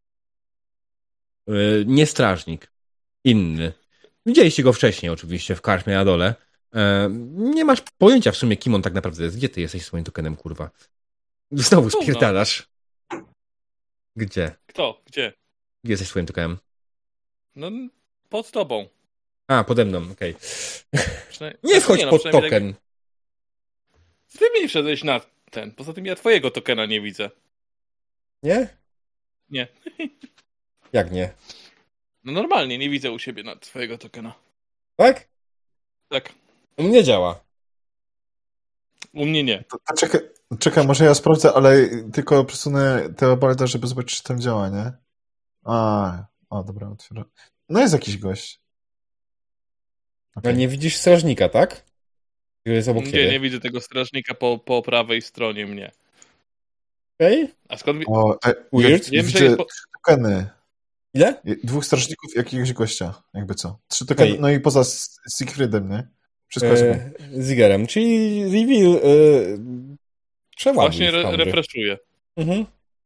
Yy, nie strażnik. Inny. Widzieliście go wcześniej oczywiście w karczmie na dole. Yy, nie masz pojęcia w sumie, kim on tak naprawdę jest. Gdzie ty jesteś swoim tokenem, kurwa? Znowu tu, spierdalasz. No. Gdzie? Kto? Gdzie? Gdzie jesteś swoim tokenem? No, pod tobą. A, pode mną, okej. Okay. Nie wchodź nie, no, pod token. Tak... Ty mi nie wszedłeś na ten. Poza tym ja twojego tokena nie widzę. Nie? Nie. Jak nie? No normalnie, nie widzę u siebie na twojego tokena. Tak? Tak. U mnie działa. U mnie nie. To, to czekaj, czekaj, może ja sprawdzę, ale tylko przesunę te obaleta, żeby zobaczyć, czy tam działa, nie? A, o, dobra, otwieram. No jest jakiś gość. Okay. No nie widzisz strażnika, tak? Jest obok Nie, ciebie. nie widzę tego strażnika po, po prawej stronie mnie. Okej? Okay. A skąd... O, e, Weird. Ja, Wiem, widzę że jest po... trzy tokeny. Ile? Dwóch strażników i jakiegoś gościa, jakby co. Trzy tokeny, Okay. no i poza Siegfriedem, nie? Wszystko jest e, Zigerem, czyli reveal e, przeładuj. Właśnie re- refreshuję. Mhm.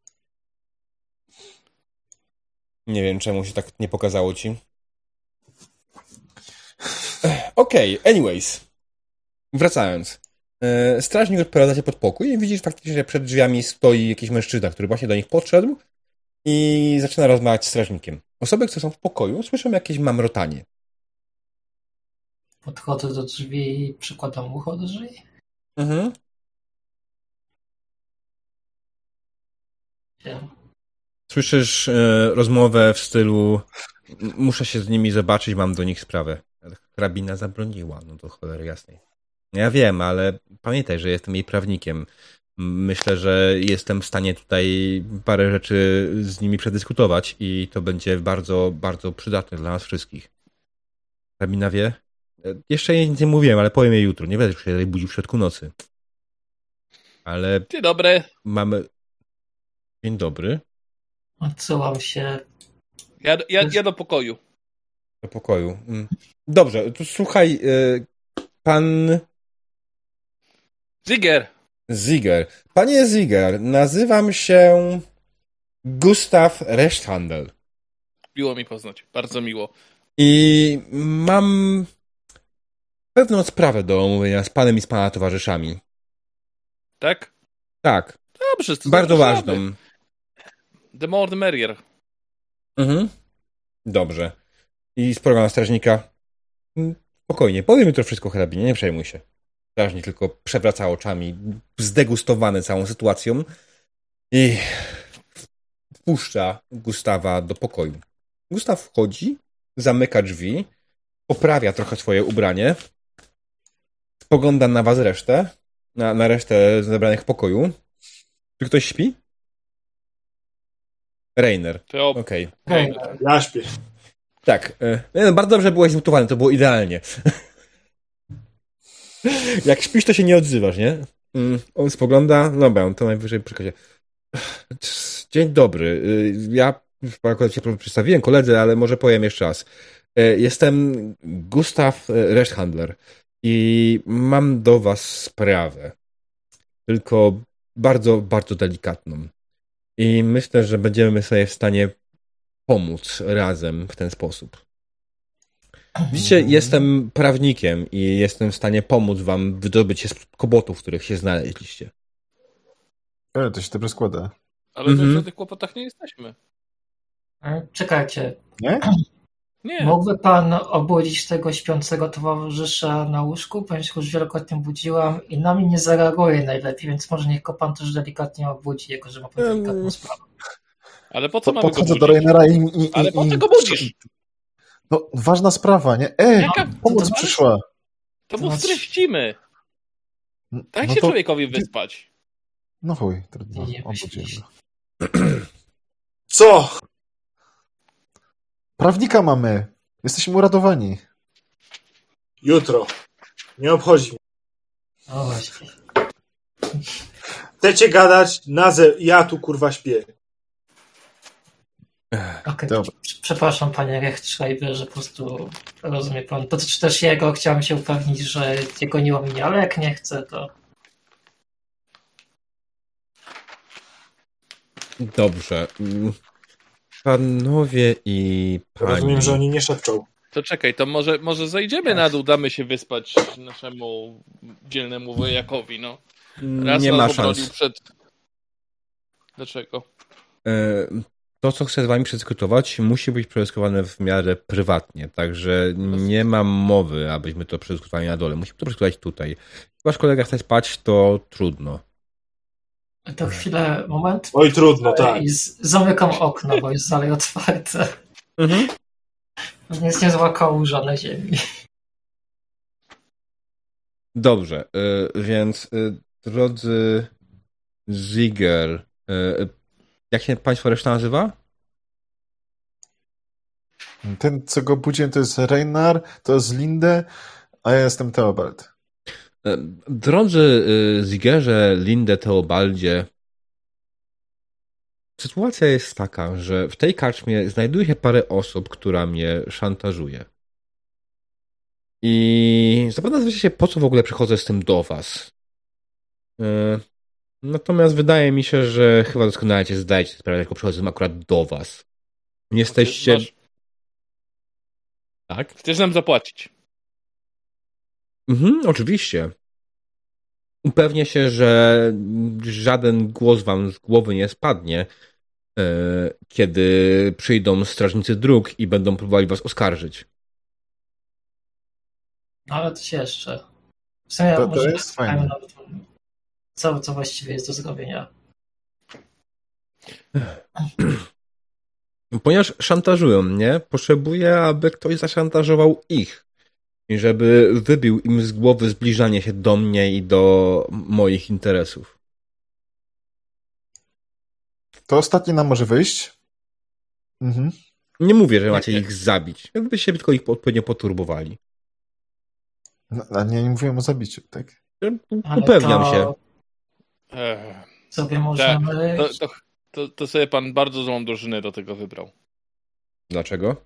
Nie wiem, czemu się tak nie pokazało ci. Okej, okay, anyways. Wracając. E, strażnik odprowadza cię pod pokój i widzisz faktycznie, że przed drzwiami stoi jakiś mężczyzna, który właśnie do nich podszedł i zaczyna rozmawiać z strażnikiem. Osoby, które są w pokoju, słyszą jakieś mamrotanie. Podchodzę do drzwi i przykładam ucho do drzwi. Mhm. Wiem. Słyszysz e, rozmowę w stylu muszę się z nimi zobaczyć, mam do nich sprawę. Hrabina zabroniła, no to cholery jasnej. Ja wiem, ale pamiętaj, że jestem jej prawnikiem. Myślę, że jestem w stanie tutaj parę rzeczy z nimi przedyskutować i to będzie bardzo, bardzo przydatne dla nas wszystkich. Hrabina wie? Jeszcze jej nic nie mówiłem, ale powiem jej jutro. Nie będę się tutaj budził w środku nocy. Ale... Dzień dobry. Mamy... Dzień dobry. Odsyłam się. Ja, ja, ja do pokoju. Do pokoju. Dobrze, to słuchaj, pan... Ziger. Ziger. Panie Ziger, nazywam się Gustav Rechthandel. Miło mi poznać, bardzo miło. I mam pewną sprawę do omówienia z panem i z pana towarzyszami. Tak? Tak. Dobrze, to bardzo zapraszamy. ważną. The more the merrier. Mhm. Dobrze. I spogląda na strażnika. Spokojnie, powiem mi to wszystko, hrabinie, nie przejmuj się. Strażnik tylko przewraca oczami, zdegustowany całą sytuacją i wpuszcza Gustawa do pokoju. Gustaw wchodzi, zamyka drzwi, poprawia trochę swoje ubranie, spogląda na was resztę, na, na resztę zebranych w pokoju. Czy ktoś śpi? Rainer. Okej. Okay. Ja śpię. Tak. No, bardzo dobrze byłeś zmutowany, to było idealnie. Jak śpisz, to się nie odzywasz, nie? On spogląda, no dobra, to najwyżej przekazie. Dzień dobry. Ja akurat się przedstawiłem koledze, ale może powiem jeszcze raz. Jestem Gustav Rechthandler i mam do was sprawę. Tylko bardzo, bardzo delikatną. I myślę, że będziemy sobie w stanie pomóc razem w ten sposób. Widzicie, jestem prawnikiem i jestem w stanie pomóc wam wydobyć się z kłopotów, w których się znaleźliście. E, to się dobrze składa. Ale my Mhm. w tych kłopotach nie jesteśmy. Czekajcie. Nie? Nie. Mógłby pan obudzić tego śpiącego towarzysza na łóżku, ponieważ już wielokrotnie budziłam i na mnie nie zareaguje najlepiej, więc może niech go pan też delikatnie obudzi, jako że ma pan delikatną sprawę. Ale po co mamy go Podchodzę budzić? do Rainera i, i, Ale i, po co i- go budzisz? No, ważna sprawa, nie? E, Jaka- pomoc to- przyszła. To mu No, streścimy. Daj no się to- człowiekowi wyspać. No chuj, trudno, Nie obudziłem myślisz. go. Co? Prawnika mamy. Jesteśmy uradowani. Jutro. Nie obchodzi mnie. No właśnie. Chcecie gadać? Na ze... Ja tu kurwa śpię. Okay. Dobra. Przepraszam panie Rechtschreiber, że po prostu rozumie pan. Dotyczy też jego, chciałem się upewnić, że nie goniło mnie, ale jak nie chce, to Dobrze. Panowie i pani... Rozumiem, że oni nie szepczą. To czekaj, to może, może zejdziemy na dół, damy się wyspać naszemu dzielnemu wojakowi, no. Raz Nie nas ma obronił szans. przed... Dlaczego? E, To, co chcę z wami przedyskutować, musi być przedyskutowane w miarę prywatnie, także nie mam mowy, abyśmy to przedyskutowali na dole. Musimy to przedyskutować tutaj. Jak wasz kolega chce spać, to trudno. to chwilę, moment. Oj, trudno, tak. I z- zamykam okno, bo jest dalej otwarte. Mhm. Jest niezła kałuża na ziemi. Dobrze, e, więc e, drodzy Ziger, e, jak się państwo reszta nazywa? Ten, co go budziłem, to jest Reinar, to jest Linde, a ja jestem Theobald. Drodzy Zigerze, Linde, Teobaldzie, sytuacja jest taka, że w tej karczmie znajduje się parę osób, która mnie szantażuje. I zapewne zastanawiacie się, po co w ogóle przychodzę z tym do was. Natomiast wydaje mi się, że chyba doskonale cię zdajecie sprawę, tylko przychodzę akurat do was. Nie jesteście... Masz... Tak? Chcesz nam zapłacić? Mhm, oczywiście. Upewnię się, że żaden głos wam z głowy nie spadnie, kiedy przyjdą strażnicy dróg i będą próbowali was oskarżyć. Ale to się jeszcze. W sumie To, to może jest fajne. nawet co, co właściwie jest do zrobienia. Ponieważ szantażują mnie, potrzebuję, aby ktoś zaszantażował ich. I żeby wybił im z głowy zbliżanie się do mnie i do moich interesów. To ostatnie nam może wyjść. Mhm. Nie mówię, że macie ich zabić. Jakbyście tylko ich odpowiednio poturbowali. No, a nie, nie mówiłem o zabiciu, tak? Upewniam to... się. Ech. Sobie możemy... To, to, to, to sobie pan bardzo złą drużynę do tego wybrał. Dlaczego?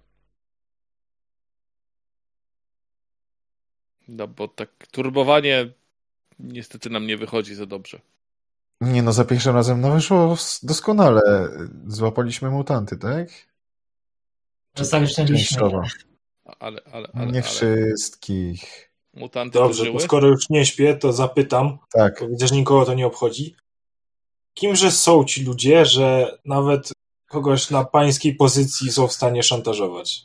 No bo tak turbowanie niestety nam nie wychodzi za dobrze. Nie no, za pierwszym razem no wyszło doskonale. Złapaliśmy mutanty, tak? Zależniliśmy. Ale, ale, ale, nie ale... wszystkich. Mutanty Dobrze, żyły? to skoro już nie śpię, to zapytam, tak. bo widzę, że nikogo to nie obchodzi. Kimże są ci ludzie, że nawet kogoś na pańskiej pozycji są w stanie szantażować?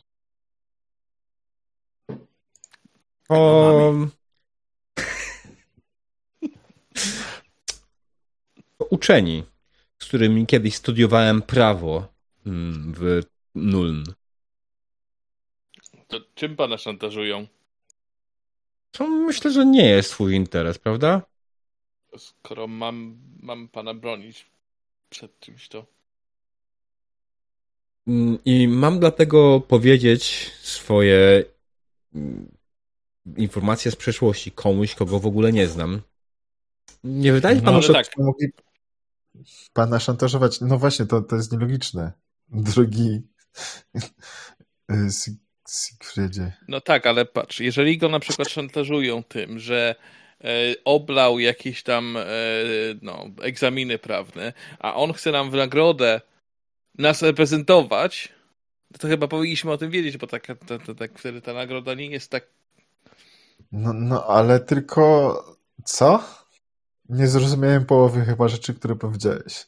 O... Uczeni, z którymi kiedyś studiowałem prawo w Nuln. To czym pana szantażują? To myślę, że nie jest twój interes, prawda? Skoro mam, mam pana bronić przed czymś, to... I mam dlatego powiedzieć swoje informacje z przeszłości komuś, kogo w ogóle nie znam. Nie wydaje No, panu, ale że... tak. Mogli pana szantażować. No właśnie, to, to jest nielogiczne. Drogi Siegfriedzie. No tak, ale patrz, jeżeli go na przykład szantażują tym, że e, oblał jakieś tam e, no, egzaminy prawne, a on chce nam w nagrodę nas reprezentować, to chyba powinniśmy o tym wiedzieć, bo tak, ta, ta, ta, wtedy ta nagroda nie jest tak... No, no ale tylko... Co? Nie zrozumiałem połowy chyba rzeczy, które powiedziałeś.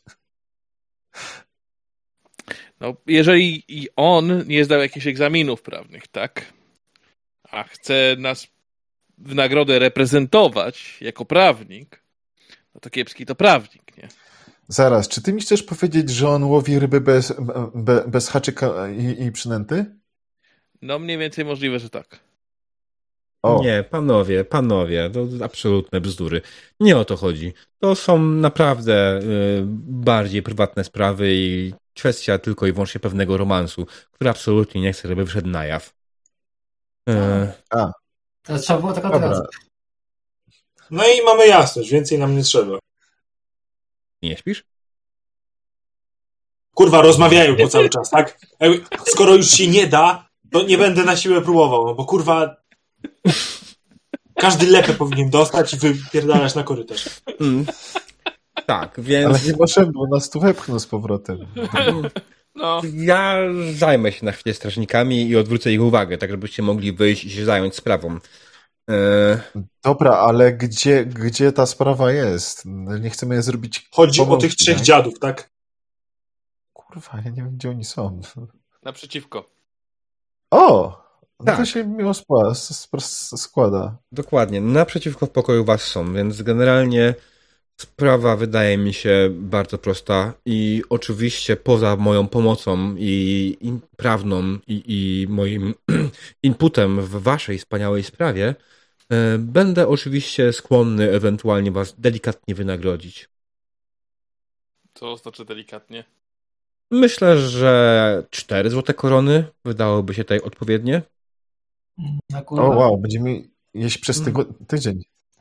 No, jeżeli i on nie zdał jakichś egzaminów prawnych, tak? A chce nas w nagrodę reprezentować jako prawnik, no to kiepski to prawnik, nie? Zaraz, czy ty mi chcesz powiedzieć, że on łowi ryby bez, be, bez haczyka i, i przynęty? No mniej więcej możliwe, że tak. O. Nie, panowie, panowie, to absolutne bzdury. Nie o to chodzi. To są naprawdę y, bardziej prywatne sprawy i kwestia tylko i wyłącznie pewnego romansu, który absolutnie nie chcę, żeby wszedł na jaw. Y, A. To trzeba było tak od razu. No i mamy jasność, więcej nam nie trzeba. nie śpisz? Kurwa, rozmawiają po cały czas, tak? Skoro już się nie da, to nie będę na siłę próbował, no bo kurwa każdy lepę powinien dostać i wypierdalać na korytarz. Mm. Tak, więc... Ale nie możemy, bo nas tu wepchną z powrotem. No. Ja zajmę się na chwilę strażnikami i odwrócę ich uwagę, tak żebyście mogli wyjść i się zająć sprawą. E... Dobra, ale gdzie, gdzie ta sprawa jest? Nie chcemy je zrobić... Chodzi pomocki, o tych trzech tak? dziadów, tak? Kurwa, ja nie wiem, gdzie oni są. Naprzeciwko. O! No Tak. to się miło składa, składa. Dokładnie. Naprzeciwko w pokoju was są, więc generalnie sprawa wydaje mi się bardzo prosta i oczywiście poza moją pomocą i, i prawną i, i moim inputem w waszej wspaniałej sprawie e, będę oczywiście skłonny ewentualnie was delikatnie wynagrodzić. Co znaczy delikatnie? Myślę, że cztery złote korony wydałoby się tutaj odpowiednie. Na O wow, będziemy jeść przez tygo- tydzień.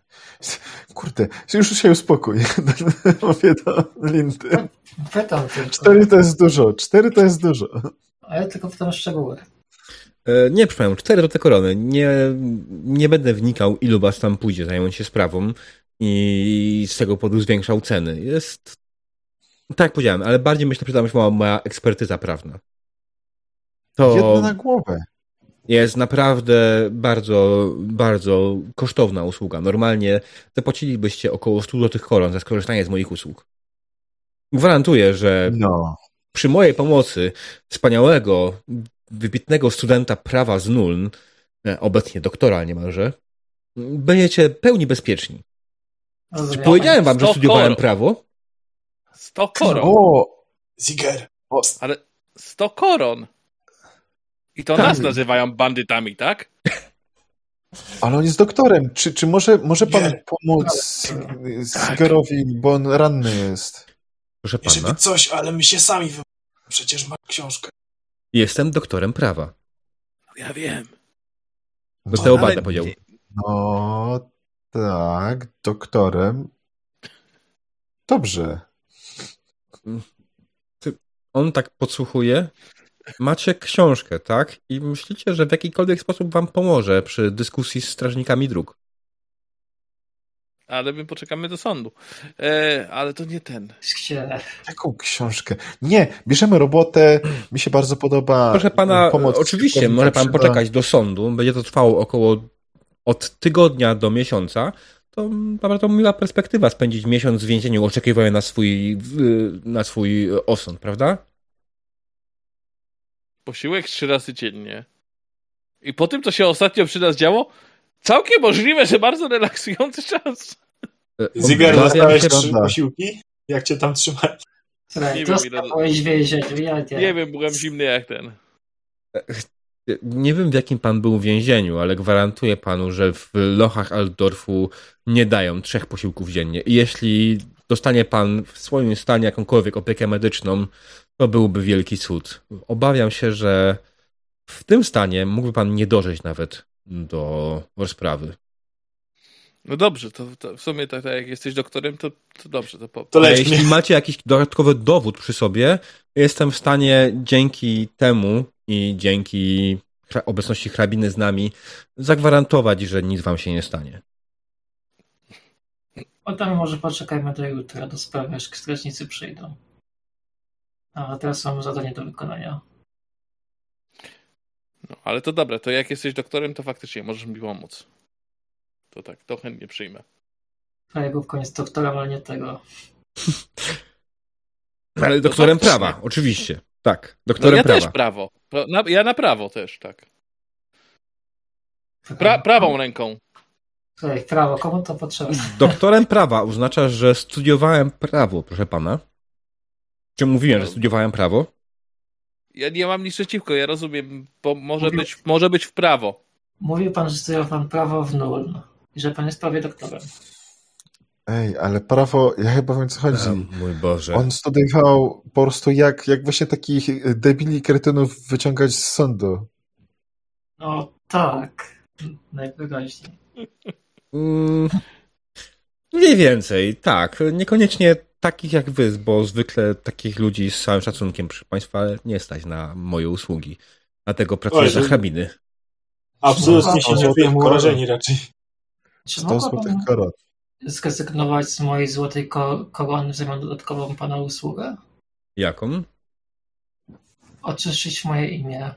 Kurde, już się uspokój. Mówię do Lindy. Pytam tylko. Cztery to jest dużo. Cztery to jest dużo. A ja tylko pytam szczegóły. Nie, przepraszam, cztery do te korony. Nie, nie będę wnikał, ilu was tam pójdzie zająć się sprawą i z tego powodu zwiększał ceny. Jest, tak jak powiedziałem, ale bardziej myślę, że przyda się moja ekspertyza prawna. To Jedno na głowę. Jest naprawdę bardzo, bardzo kosztowna usługa. Normalnie zapłacilibyście około sto złotych koron za skorzystanie z moich usług. Gwarantuję, że no. przy mojej pomocy wspaniałego, wybitnego studenta prawa z Nuln, obecnie doktora niemalże, będziecie pełni bezpieczni. Czy powiedziałem wam, że studiowałem prawo? sto koron. O, Ziger. O. Ale sto koron. I to tak. Nas nazywają bandytami, tak? Ale on jest doktorem. Czy, czy może, może pan nie. pomóc Zigerowi, tak. bo on ranny jest? Proszę pana. Żeby coś, ale my się sami wy... Przecież ma książkę. Jestem doktorem prawa. Ja wiem. Bo te obadę powiedział. No tak, doktorem. Dobrze. On tak podsłuchuje. Macie książkę, tak? I myślicie, że w jakikolwiek sposób wam pomoże przy dyskusji z strażnikami dróg. Ale my poczekamy do sądu. E, ale to nie ten. Jaką książkę? Nie, bierzemy robotę, mi się bardzo podoba. Proszę pana, pomoc oczywiście, może pan przyda. poczekać do sądu, będzie to trwało około od tygodnia do miesiąca. To naprawdę miła perspektywa spędzić miesiąc w więzieniu, oczekiwając na swój, na swój osąd, prawda? Posiłek trzy razy dziennie. I po tym, co się ostatnio przy nas działo, całkiem możliwe, że bardzo relaksujący czas. Ziger, dostałeś trzy posiłki? Jak cię tam trzymali? Słuchaj, nie dostałeś w więzieniu. Ja nie. nie wiem, byłem zimny jak ten. Nie wiem, w jakim pan był w więzieniu, ale gwarantuję panu, że w lochach Altdorfu nie dają trzech posiłków dziennie. I jeśli dostanie pan w swoim stanie jakąkolwiek opiekę medyczną, to byłby wielki cud. Obawiam się, że w tym stanie mógłby pan nie dożyć nawet do rozprawy. No dobrze, to, to w sumie tak, tak jak jesteś doktorem, to, to dobrze. To, po... to A jeśli macie jakiś dodatkowy dowód przy sobie, jestem w stanie dzięki temu i dzięki obecności hrabiny z nami zagwarantować, że nic wam się nie stanie. O tam może poczekajmy do jutra, do sprawy, aż strażnicy przyjdą. A teraz mam zadanie do wykonania. No, ale to dobra, to jak jesteś doktorem, to faktycznie możesz mi pomóc. To tak, to chętnie przyjmę. Krajówką jest doktorem, ale nie tego. Ale doktorem prawa, oczywiście. Tak, doktorem no ja prawa. Ja też prawo. Na, ja na prawo też, tak. Pra, prawą ręką. Słuchaj, prawo, komu to potrzeba? Doktorem prawa oznacza, że studiowałem prawo, proszę pana. Czy mówiłem, że studiowałem prawo? Ja nie mam nic przeciwko, ja rozumiem, bo może, Mówił... być, może być w prawo. Mówił pan, że studiował pan prawo w Nuln i że pan jest prawie doktorem. Ej, ale prawo, ja chyba wiem, co chodzi. O, mój Boże. On studiował po prostu jak, jak właśnie takich debili kretynów wyciągać z sądu. No tak, najwyraźniej. Mm, mniej więcej, tak. Niekoniecznie takich jak wy, bo zwykle takich ludzi z całym szacunkiem, proszę państwa, nie stać na moje usługi. Dlatego pracuję za hrabiny. Absolutnie się nie czujemy urażeni raczej. Czy mogła pan zrezygnować z mojej złotej korony w zamian dodatkową pana usługę? Jaką? Oczyścić moje imię.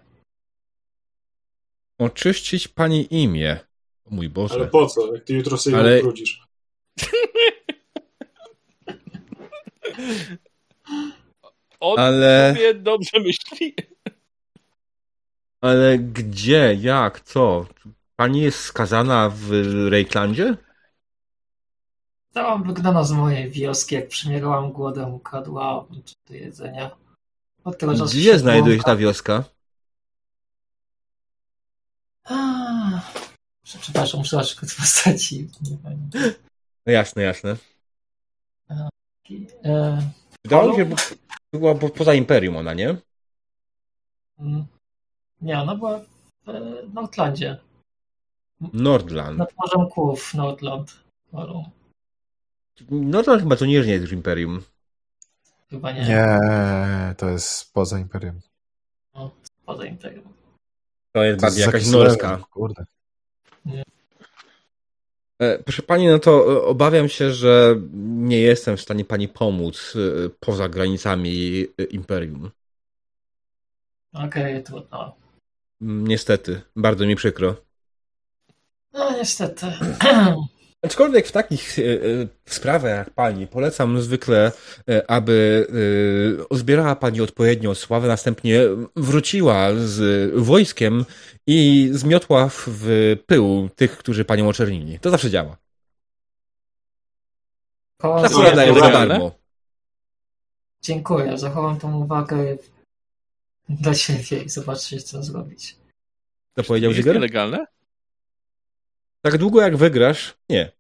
Oczyścić pani imię? O mój Boże. Ale po co? Jak ty jutro sobie Ale... odwrócisz. On Ale... sobie dobrze myśli. Ale gdzie? Jak? Co? Pani jest skazana w Reiklandzie? Całą wygnano z mojej wioski, jak przymierałam głodem, ukradła do jedzenia. Od tego czasu Gdzie znajduje się ta wioska? A, przepraszam, muszę szukać postaci. No jasne, jasne. E, Wydawało mi się, że była poza Imperium ona, nie? Nie, ona była w Nordlandzie. Nordland. Nad Morzem Kłów, Nordland. Walu. No to chyba to nie jest już Imperium. Chyba nie. Nie, to jest poza Imperium. No, poza Imperium. To jest To bardziej jest jakaś jakiś norska. level, kurde. E, Proszę pani, no to e, obawiam się, że nie jestem w stanie pani pomóc e, poza granicami e, Imperium. Okej, trudno. Mm, Niestety, bardzo mi przykro. No niestety. Aczkolwiek w takich e, e, sprawach jak pani polecam zwykle, e, aby e, uzbierała pani odpowiednią sławę, następnie wróciła z wojskiem i zmiotła w, w pył tych, którzy panią oczernili. To zawsze działa. Ko- Akurat daję za legalne? darmo. Dziękuję, zachowam tą uwagę dla siebie i zobaczcie, co zrobić. To powiedział Nie jest Ziger? nielegalne? Tak długo jak wygrasz, nie.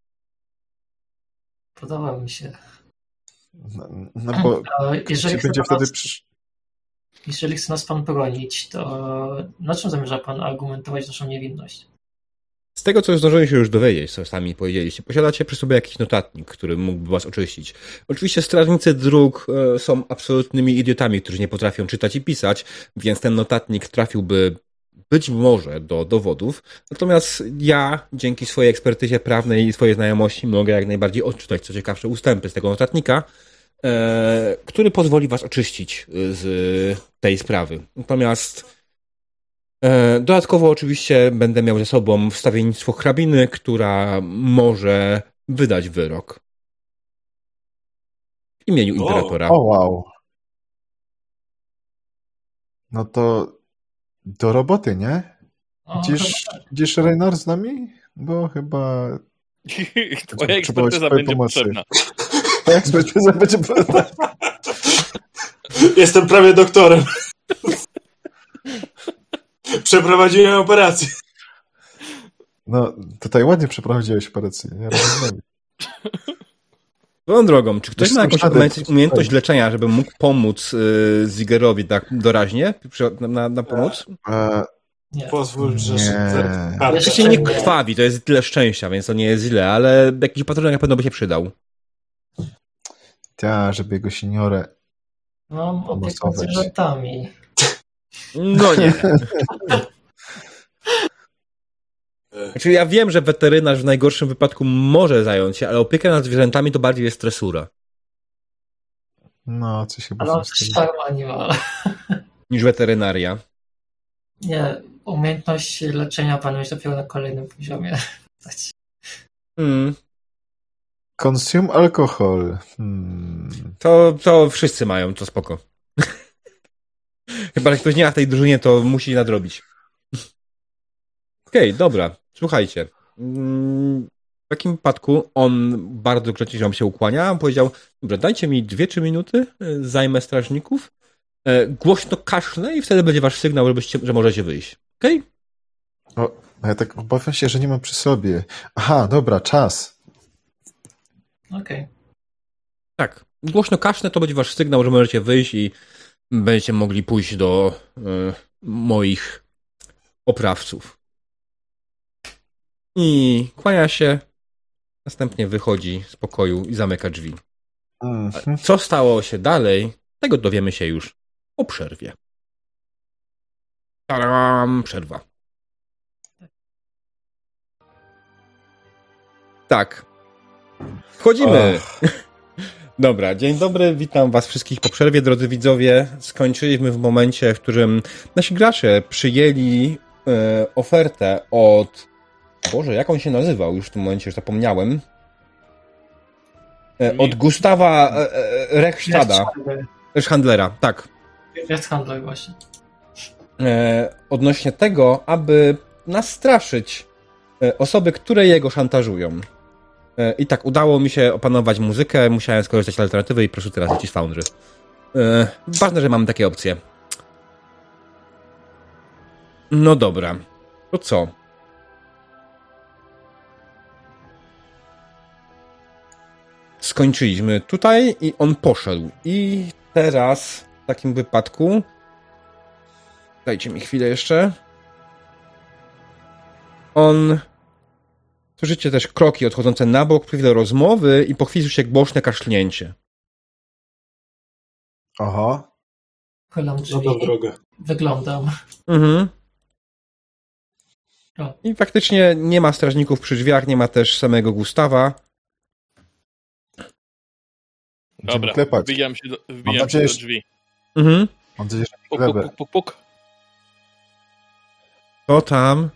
Podoba mi się. No, no bo A ci jeżeli chce, będzie pan wtedy... nas, Przy... jeżeli chce nas pan bronić, to na czym zamierza pan argumentować naszą niewinność? Z tego, co zdążyłem się już dowiedzieć, co sami powiedzieliście, posiadacie przy sobie jakiś notatnik, który mógłby was oczyścić. Oczywiście strażnicy dróg e, są absolutnymi idiotami, którzy nie potrafią czytać i pisać, więc ten notatnik trafiłby być może do dowodów. Natomiast ja, dzięki swojej ekspertyzie prawnej i swojej znajomości, mogę jak najbardziej odczytać co ciekawsze ustępy z tego notatnika, e, który pozwoli was oczyścić z tej sprawy. Natomiast dodatkowo oczywiście będę miał ze sobą wstawiennictwo hrabiny, która może wydać wyrok w imieniu O, imperatora. O, wow. No to do roboty, nie? O, Widzisz, widzisz Reynard z nami? Bo chyba... Twoja ekspertyza Twojej będzie pomocy. potrzebna. Ta ekspertyza będzie... Jestem prawie doktorem. Przeprowadziłem operację. No, tutaj ładnie przeprowadziłeś operację. Ja rozumiem. Swoją drogą, czy ktoś Wiesz ma co, jakąś Szadek, umiejętność, umiejętność słuchaj. leczenia, żeby mógł pomóc y, Zigerowi tak doraźnie przy- na, na, na pomoc? E, nie. Pozwól, że Nie. zerknę. Jeszcze nie krwawi, to jest tyle szczęścia, więc to nie jest źle, ale jakiś patrunek na pewno by się przydał. ta, żeby jego seniorę... Mam opiekę Głosować. zwierzętami. No nie. Znaczy ja wiem, że weterynarz w najgorszym wypadku może zająć się, ale opieka nad zwierzętami to bardziej jest stresura No, coś chyba Ale w on tym też stylu. farm animal. niż weterynaria. Nie, umiejętność leczenia pan jest dopiero na kolejnym poziomie. Hmm. Consume alkohol. Hmm. To, to wszyscy mają, to spoko. Chyba, że ktoś nie ma w tej drużynie, to musi nadrobić. Okej, okay, dobra. Słuchajcie. Mm, W takim wypadku on bardzo grzecznie wam się ukłania. On powiedział, dobrze, dajcie mi dwie, trzy minuty, y, zajmę strażników, e, głośno kaszlę i wtedy będzie wasz sygnał, żebyście, że możecie wyjść. Okej? Okay? O, a ja tak obawiam się, że nie mam przy sobie. Aha, dobra, czas. Okej. Okay. Tak. Głośno kaszlę, to będzie wasz sygnał, że możecie wyjść i będziecie mogli pójść do y, moich oprawców. I kłania się, następnie wychodzi z pokoju i zamyka drzwi. Mhm. Co stało się dalej, tego dowiemy się już po przerwie. Tadam, przerwa. Tak. Wchodzimy. Dobra, dzień dobry, witam was wszystkich po przerwie, drodzy widzowie. Skończyliśmy w momencie, w którym nasi gracze przyjęli e, ofertę od... Boże, jak on się nazywał? Już w tym momencie już zapomniałem. E, od Gustawa e, e, Rechstada. Rechhandlera, tak. Jest handler właśnie. E, odnośnie tego, aby nastraszyć e, osoby, które jego szantażują. E, I tak udało mi się opanować muzykę, musiałem skorzystać z alternatywy i proszę teraz lecieć z Foundry. E, ważne, że mamy takie opcje. No dobra. To co? Skończyliśmy tutaj i on poszedł. I teraz w takim wypadku dajcie mi chwilę jeszcze. On Słyszycie też kroki odchodzące na bok, chwilę rozmowy i po chwili słyszycie głośne kaszlnięcie. Aha. Chylam drzwi. Dobrą drogę. Wyglądam. Mhm. O. I faktycznie nie ma strażników przy drzwiach, nie ma też samego Gustawa. Dobra, klepać. wbijam się do, Mam wbijam się nadzieję, do że- drzwi. Mhm. Mam nadzieję, że Puk, mi puk, glebę. puk, puk, puk. To tam.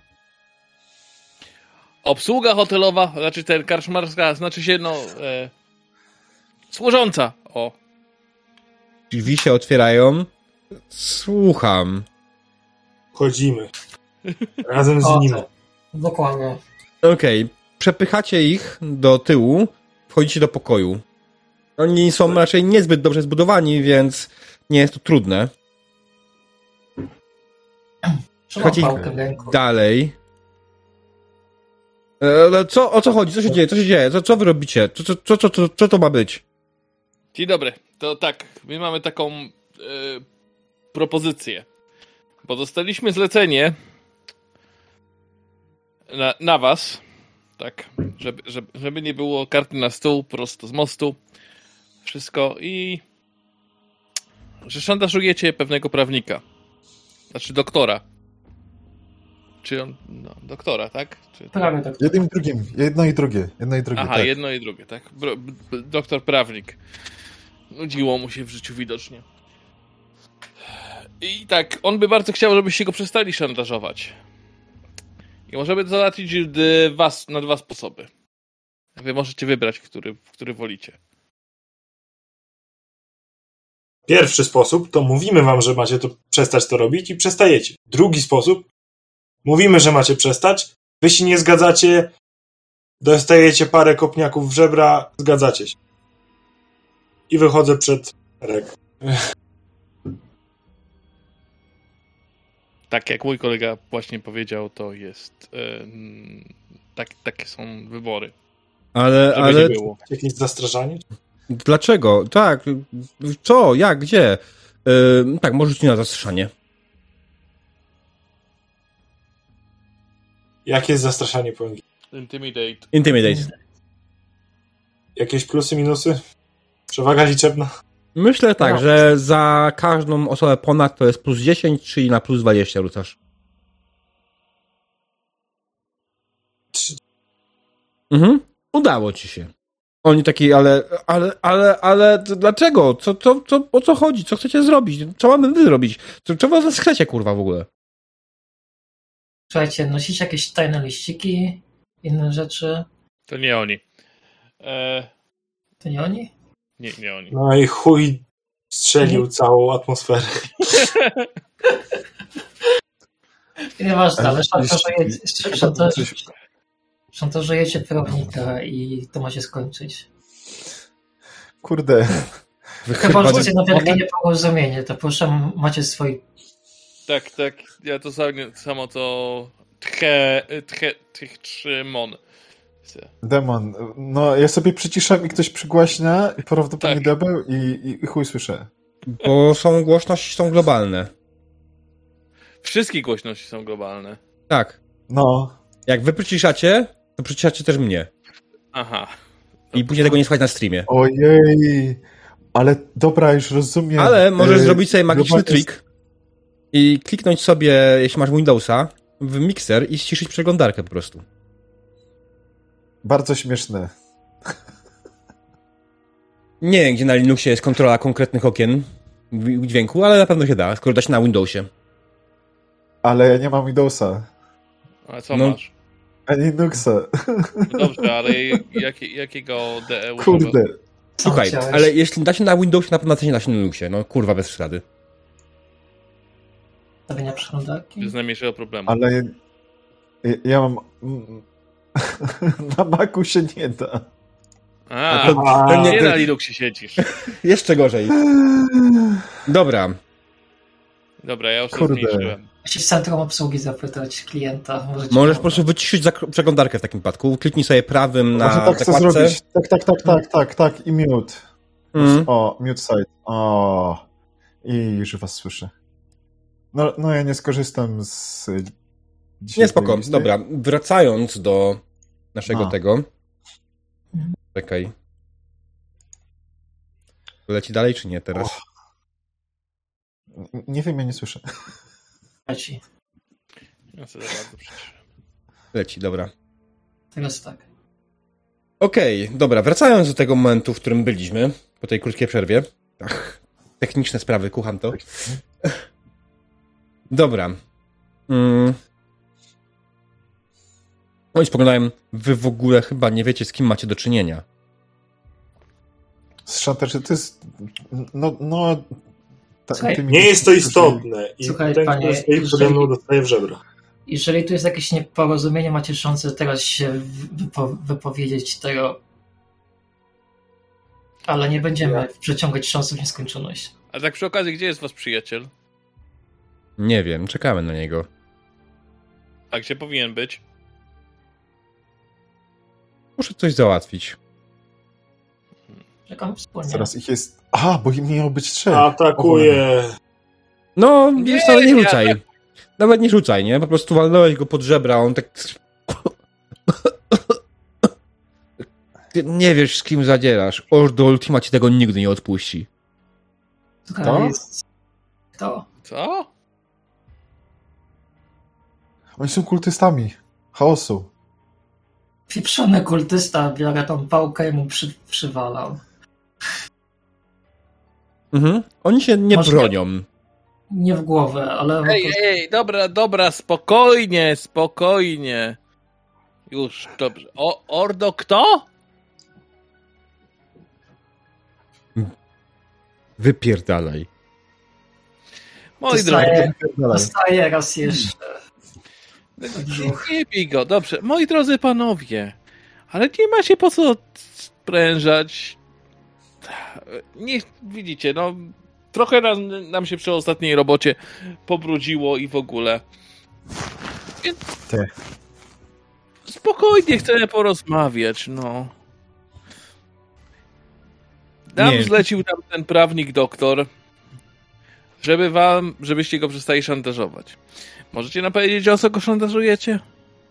Obsługa hotelowa, znaczy ten karczmarska, znaczy się no... E, służąca. O, Drzwi się otwierają. Słucham. Wchodzimy. Razem z O, nim. to. Dokładnie. Okej. Przepychacie ich do tyłu. Wchodzicie do pokoju. Oni są raczej niezbyt dobrze zbudowani, więc nie jest to trudne. Trzymam Chodzi- pałkę w ręku. Dalej. E, Ale co, o co chodzi? Co się dzieje? Co się dzieje? Co, co wy robicie? Co, co, co, co, co, co to ma być? dzień dobry. To tak, my mamy taką e, propozycję. Bo dostaliśmy zlecenie na, na was, tak, żeby, żeby, żeby nie było karty na stół, prosto z mostu, wszystko i że szantażujecie pewnego prawnika. Znaczy doktora. Czy on, no, doktora, tak? Czy... Prawie tak. Jednym i drugim. Jedno i drugie. Jedno i drugie, Aha, tak. jedno i drugie, tak. Bro, b, b, doktor prawnik. Nudziło mu się w życiu widocznie. I tak, on by bardzo chciał, żebyście go przestali szantażować. I możemy to załatwić dwa, na dwa sposoby. Wy możecie wybrać, który, który wolicie. Pierwszy sposób to mówimy wam, że macie to przestać to robić i przestajecie. Drugi sposób, mówimy, że macie przestać, wy się nie zgadzacie, dostajecie parę kopniaków w żebra, zgadzacie się. I wychodzę przed szereg. Tak jak mój kolega właśnie powiedział, to jest... Yy, tak, takie są wybory. Ale, Żeby ale nie było. Jakieś zastraszanie? dlaczego? Tak. Co? Jak? Gdzie? Yy, tak, może rzucić na zastraszanie. Jakie jest zastraszanie po angielsku? Intimidate. Intimidate. Jakieś plusy, minusy? Przewaga liczebna? Myślę tak, No. że za każdą osobę ponad to jest plus dziesięć, czyli na plus dwadzieścia rzucasz. Trzy. Mhm. Udało ci się. Oni taki, ale, ale, ale, ale dlaczego? Co, co, co, o co chodzi? Co chcecie zrobić? Co mamy wy zrobić? Co, czego was chcecie, kurwa, w ogóle? Słuchajcie, nosicie jakieś tajne liściki, inne rzeczy. To nie oni. E, To nie oni? nie, nie oni. No i chuj strzelił całą atmosferę. Nieważne, ale Ale szantażujecie, szantaż, Coś- szantażujecie prawnika i to ma się skończyć. Kurde. Wy Chyba, że chyba- jest jedno wielkie nieporozumienie, to proszę, macie swój... Tak, tak. Ja to samo, samo to tche, tche, tych trzymon. Demon. No, ja sobie przyciszam i ktoś przygłaśnia i prawdopodobnie Tak. diabeł i, i, i chuj słyszę. Bo są głośności, są globalne. Wszystkie głośności są globalne. Tak. No. Jak wy przyciszacie, to przyciszacie też mnie. Aha. I później tego nie słuchać na streamie. Ojej. Ale dobra, już rozumiem. Ale możesz Yy, zrobić sobie magiczny globalnie- trik i kliknąć sobie, jeśli masz Windowsa, w mikser i ściszyć przeglądarkę po prostu. Bardzo śmieszne. Nie wiem, gdzie na Linuxie jest kontrola konkretnych okien w- dźwięku, ale na pewno się da, skoro da się na Windowsie. Ale ja nie mam Windowsa. A co No. masz? Ani Linuxa. Dobrze, ale jak, jakiego D E używasz? Kurde. Słuchaj, chciałeś? ale jeśli da się na Windowsie, na pewno też nie da się na Linuxie. No kurwa, bez przesady. Stawienia przeglądarki? Bez najmniejszego problemu. Ale ja, ja, ja mam... Na Macu się nie da. A, to- to nie, nie- na Linuxie siedzisz. Jeszcze gorzej. Dobra. Dobra, ja już to Kurde. zmniejszyłem. Musisz w centrum obsługi zapytać klienta. Może ci Możesz po pomogą. prostu wyciszyć zak- przeglądarkę w takim przypadku. Kliknij sobie prawym Można na tak chcę zakładce. zrobić. Tak, tak, tak, tak, tak, tak. I mute. Mm. O, mute side. O. I już was słyszę. No, no ja nie skorzystam z... Nie, spoko. listy. Dobra, wracając do naszego no. tego. Czekaj. Leci dalej, czy nie teraz? Och. Nie wiem, ja nie słyszę. Leci. Ja sobie bardzo przeczytam. Leci, dobra. Teraz tak. Okej, okay, dobra, wracając do tego momentu, w którym byliśmy, po tej krótkiej przerwie. Ach, techniczne sprawy, kucham to. Dobra. Mm. Oni spoglądają, wy w ogóle chyba nie wiecie, z kim macie do czynienia. Z szantaży to jest... No, no... Ta, Słuchaj, tymi- Nie jest to istotne. I Słuchaj, ten, panie, który stoi przede jeżeli- mną, dostaje w żebra. Jeżeli tu jest jakieś nieporozumienie, macie szansę teraz się wypo- wypowiedzieć tego. Ale nie będziemy przeciągać szansy w nieskończoność. A tak przy okazji, gdzie jest wasz przyjaciel? Nie wiem, czekamy na niego. A gdzie powinien być? Muszę coś załatwić. Czekam wspólnie. Teraz ich jest... A, bo im miało być trzech. Atakuje. No, Nie, wiesz co, nie nie, rzucaj. ale- Nawet nie rzucaj, nie? Po prostu walnąłeś go pod żebra, on tak... Ty nie wiesz, z kim zadzierasz. Ordo Ultima ci tego nigdy nie odpuści. Słuchaj, To? jest... Kto? Co? Oni są kultystami. Chaosu. Pieprzony kultysta, biorę tą pałkę i mu przy, przywalał. Mhm. Oni się nie Może- bronią. Nie w głowę, ale... po Ej, prostu- ej, dobra, dobra, spokojnie, spokojnie. Już, dobrze. O, Ordo kto? Wypierdalaj. Moi Dostaję, drodzy, dostaję raz jeszcze. nie, nie bij go, dobrze. Moi drodzy panowie, ale nie ma się po co sprężać. Nie, widzicie, no, trochę nam, nam się przy ostatniej robocie pobrudziło i w ogóle. Więc Ty. spokojnie chcemy porozmawiać, no. Nam Nie. zlecił nam ten prawnik doktor, żeby wam, żebyście go przestali szantażować. Możecie nam powiedzieć, o co go szantażujecie?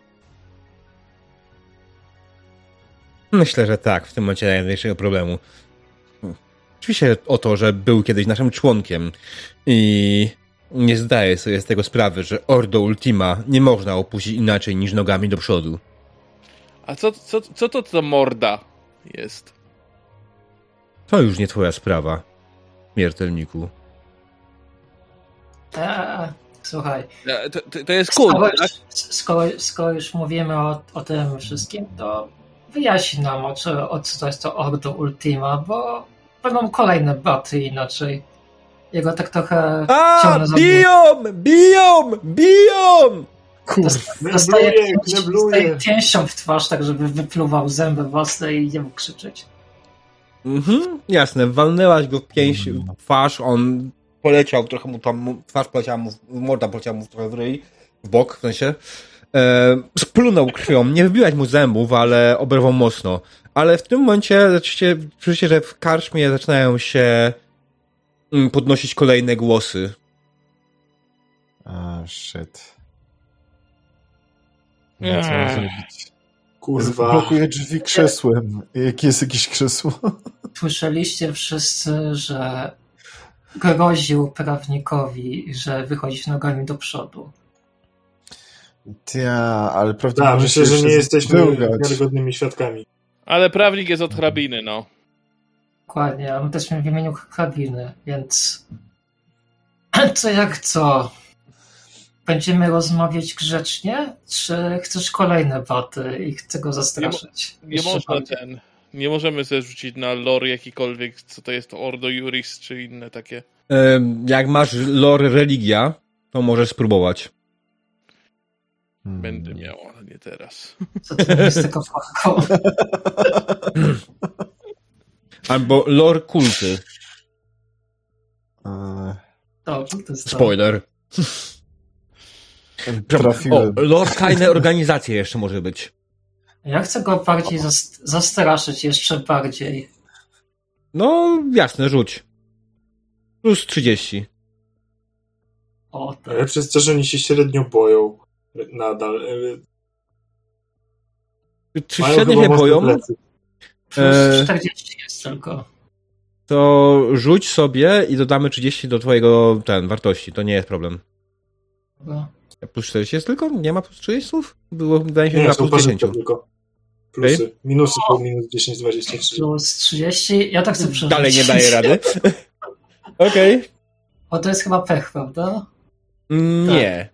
Myślę, że tak, w tym momencie najmniejszego problemu. Oczywiście o to, że był kiedyś naszym członkiem i nie zdaje sobie z tego sprawy, że Ordo Ultima nie można opuścić inaczej niż nogami do przodu. A co, co, co to to morda jest? To już nie twoja sprawa, śmiertelniku. Eee, słuchaj, E, To, to, to jest kult, skoro, tak? już, skoro, skoro już mówimy o, o tym wszystkim, to wyjaśnij nam, o co, o co to jest to Ordo Ultima, bo będą kolejne baty inaczej. Jego tak trochę A, ciągnę za biją! Biją! Biją! Kurwa. Dostaje Knebluje, pięść- knebluje. dostaje pięścią w twarz, tak żeby wypluwał zęby własne i nie mógł krzyczeć. Mhm, jasne, walnęłaś go w pięść, w twarz, on poleciał, trochę mu tam, mu- twarz poleciała mu, morda poleciała mu trochę w ryj, w bok w sensie. E, splunął krwią, nie wybiłaś mu zębów, ale oberwał mocno. Ale w tym momencie zaczęcie, słyszycie, że w karczmie zaczynają się mm, podnosić kolejne głosy. A, shit. Nie. Nie, co mam zrobić? Kurwa. Blokuję drzwi krzesłem. Jak jest jakieś krzesło? Słyszeliście wszyscy, że groził prawnikowi, że wychodzić nogami do przodu. Ja, ale Tak, prawdopodobnie myślę, że nie jesteśmy wyłgać. wiarygodnymi świadkami. Ale prawnik jest od hrabiny, no. Dokładnie, a my też w imieniu hrabiny, więc co jak co? Będziemy rozmawiać grzecznie, czy chcesz kolejne baty i chcę go zastraszyć? Nie Jeszcze można bardziej. ten... Nie możemy sobie rzucić na lore jakikolwiek, co to jest to Ordo Juris, czy inne takie. E, jak masz lore religia, to możesz spróbować. Hmm. Będę miał, ale nie teraz. Co ty mówisz z tego fachą? Albo lore kulty. Eee, Dobrze, to jest to. Spoiler. O, Trafiłem. lore tajne organizacje jeszcze może być. Ja chcę go bardziej zas- zastraszyć, jeszcze bardziej. No, jasne, rzuć. Plus trzydzieści. O, tak. Ale przez to, że oni się średnio boją nadal. e, Czy średnio się boją? Plus czterdzieści jest tylko. To rzuć sobie i dodamy trzydzieści do twojego ten wartości. To nie jest problem. No. Plus czterdzieści jest tylko? Nie ma plus trzydzieści? Było, wydaje mi się, nie, na plus dziesięć. Tylko. Plusy. Okay. Minusy po minus dziesięć, dwadzieścia trzy. Plus trzydzieści. Ja tak chcę przerzucić. Dalej nie daje rady. Okej. Okay. O, to jest chyba pech, prawda? Nie.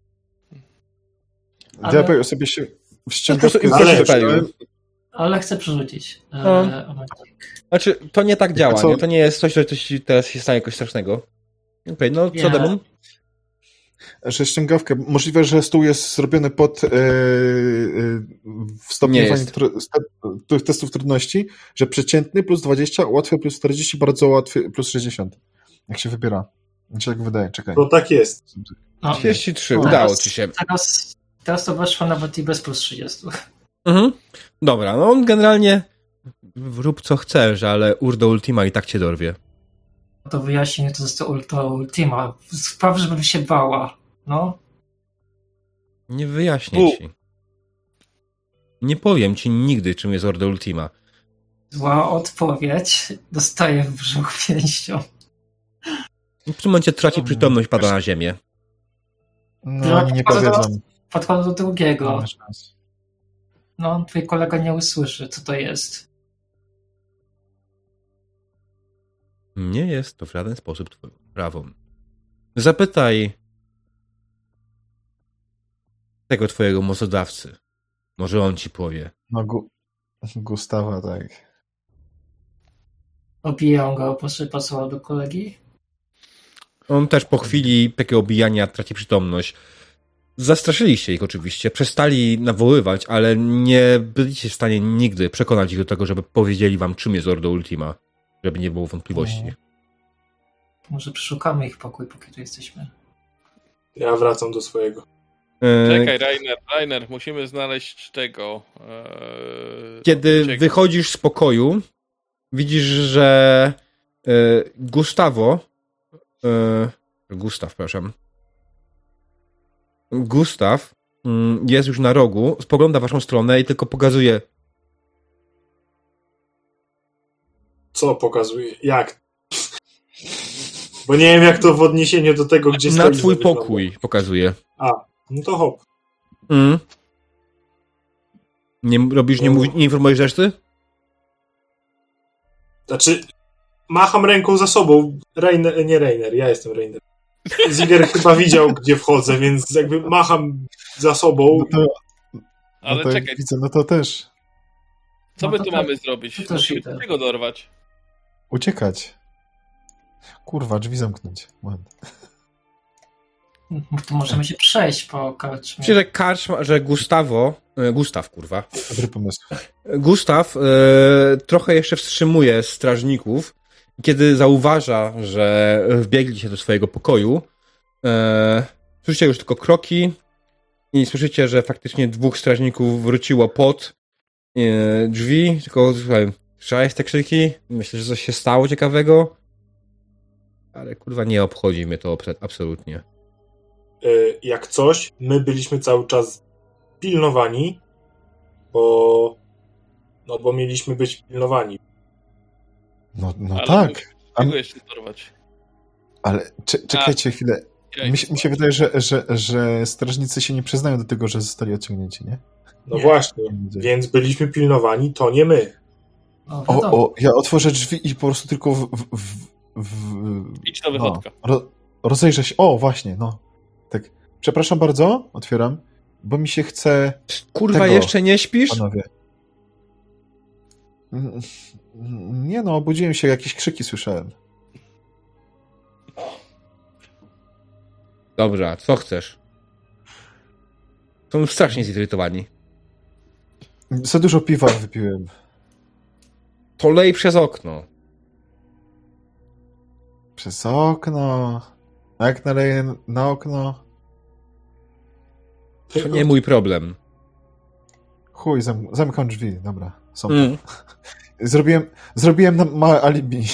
Ale... Ja sobie się wściągam. Ale, ale chcę przerzucić. No. E, znaczy, to nie tak działa. Nie? To nie jest coś, że coś teraz się stanie jakoś strasznego. Okej, okay, no co yeah. demon? Że ściągawkę. Możliwe, że stół jest zrobiony pod yy, yy, w stopniowaniu tych testów trudności, że przeciętny plus dwadzieścia, łatwy plus czterdzieści, bardzo łatwy plus sześćdziesiąt. Jak się wybiera. Mi się tak wydaje, czekaj. To tak jest. No. trzydzieści trzy, no, udało teraz, ci się. Teraz, teraz to weszło nawet i bez plus trzydzieści. Mhm. Dobra, no generalnie rób co chcesz, ale Urdo Ultima i tak cię dorwie. To wyjaśnię, to jest to Urdo Ultima. Spraw, żebym się bała. No. Nie wyjaśnię U. ci. Nie powiem ci nigdy, czym jest Urdo Ultima. Zła odpowiedź. Dostaję w brzuch pięścią. W tym momencie traci przytomność, pada na ziemię. No, oni nie powiedzą. Podchodzę do drugiego. No, twój kolega nie usłyszy, co to jest. Nie jest to w żaden sposób twoją sprawą. Zapytaj tego twojego mocodawcy. Może on ci powie. No, Gu- Gustawa, tak. Obijam go, posypał do kolegi. On też po chwili takiego obijania traci przytomność. Zastraszyliście ich oczywiście, przestali nawoływać, ale nie byliście w stanie nigdy przekonać ich do tego, żeby powiedzieli wam, czym jest Urdo Ultima. Żeby nie było wątpliwości. No. Może przeszukamy ich pokój, póki tu jesteśmy. Ja wracam do swojego. Czekaj, Rainer, Rainer, musimy znaleźć tego. Ee, Kiedy uciek. wychodzisz z pokoju, widzisz, że e, Gustavo e, Gustaw, przepraszam. Gustaw mm, jest już na rogu, spogląda w waszą stronę i tylko pokazuje. Co pokazuje? Jak? Bo nie wiem, jak to w odniesieniu do tego, gdzie Na twój pokój wygląda. Pokazuje. A, no to hop. Mm. Nie robisz, nie, mów, nie informujesz reszty? Znaczy, macham ręką za sobą. Reiner, nie Reiner, ja jestem Reiner. Ziger chyba widział, gdzie wchodzę, więc jakby macham za sobą. No to, Ale no to czekaj. Widzę, no to też. Co no my to tu tak, mamy zrobić? to Musimy tego dorwać. Uciekać. Kurwa, drzwi zamknąć. Ładnie. To możemy się przejść po karczmie. Myślę, że karczma, że Gustavo, e, Gustaw, kurwa. Dobry pomysł. Gustaw e, trochę jeszcze wstrzymuje strażników. Kiedy zauważa, że wbiegli się do swojego pokoju, e, słyszycie już tylko kroki i słyszycie, że faktycznie dwóch strażników wróciło pod e, drzwi. Tylko słuchaj, słyszałeś te krzyki? Myślę, że coś się stało ciekawego? Ale kurwa nie obchodzi mnie to absolutnie. Jak coś, my byliśmy cały czas pilnowani, bo no bo mieliśmy być pilnowani. No, no ale tak. Czego jeszcze dorwać? Ale cze- czekajcie A, chwilę. Ja mi, się, mi się wydaje, że, że, że strażnicy się nie przyznają do tego, że zostali odciągnięci, nie? No nie. właśnie, więc byliśmy pilnowani, to nie my. O, o, o, ja otworzę drzwi i po prostu tylko w... w, w, w Idź do wychodka. No, ro, rozejrzę się. O, właśnie, no. Tak. Przepraszam bardzo, otwieram, bo mi się chce... Kurwa, tego, jeszcze nie śpisz? Panowie. Nie no, obudziłem się, jakieś krzyki słyszałem. Dobra, co chcesz? Są strasznie zirytowani. Za dużo piwa wypiłem. To lej przez okno. Przez okno. Jak naleję na okno? To nie mój problem. Chuj, zam- zamykam drzwi. Dobra, są. Mm. Zrobiłem, zrobiłem na małe alibi.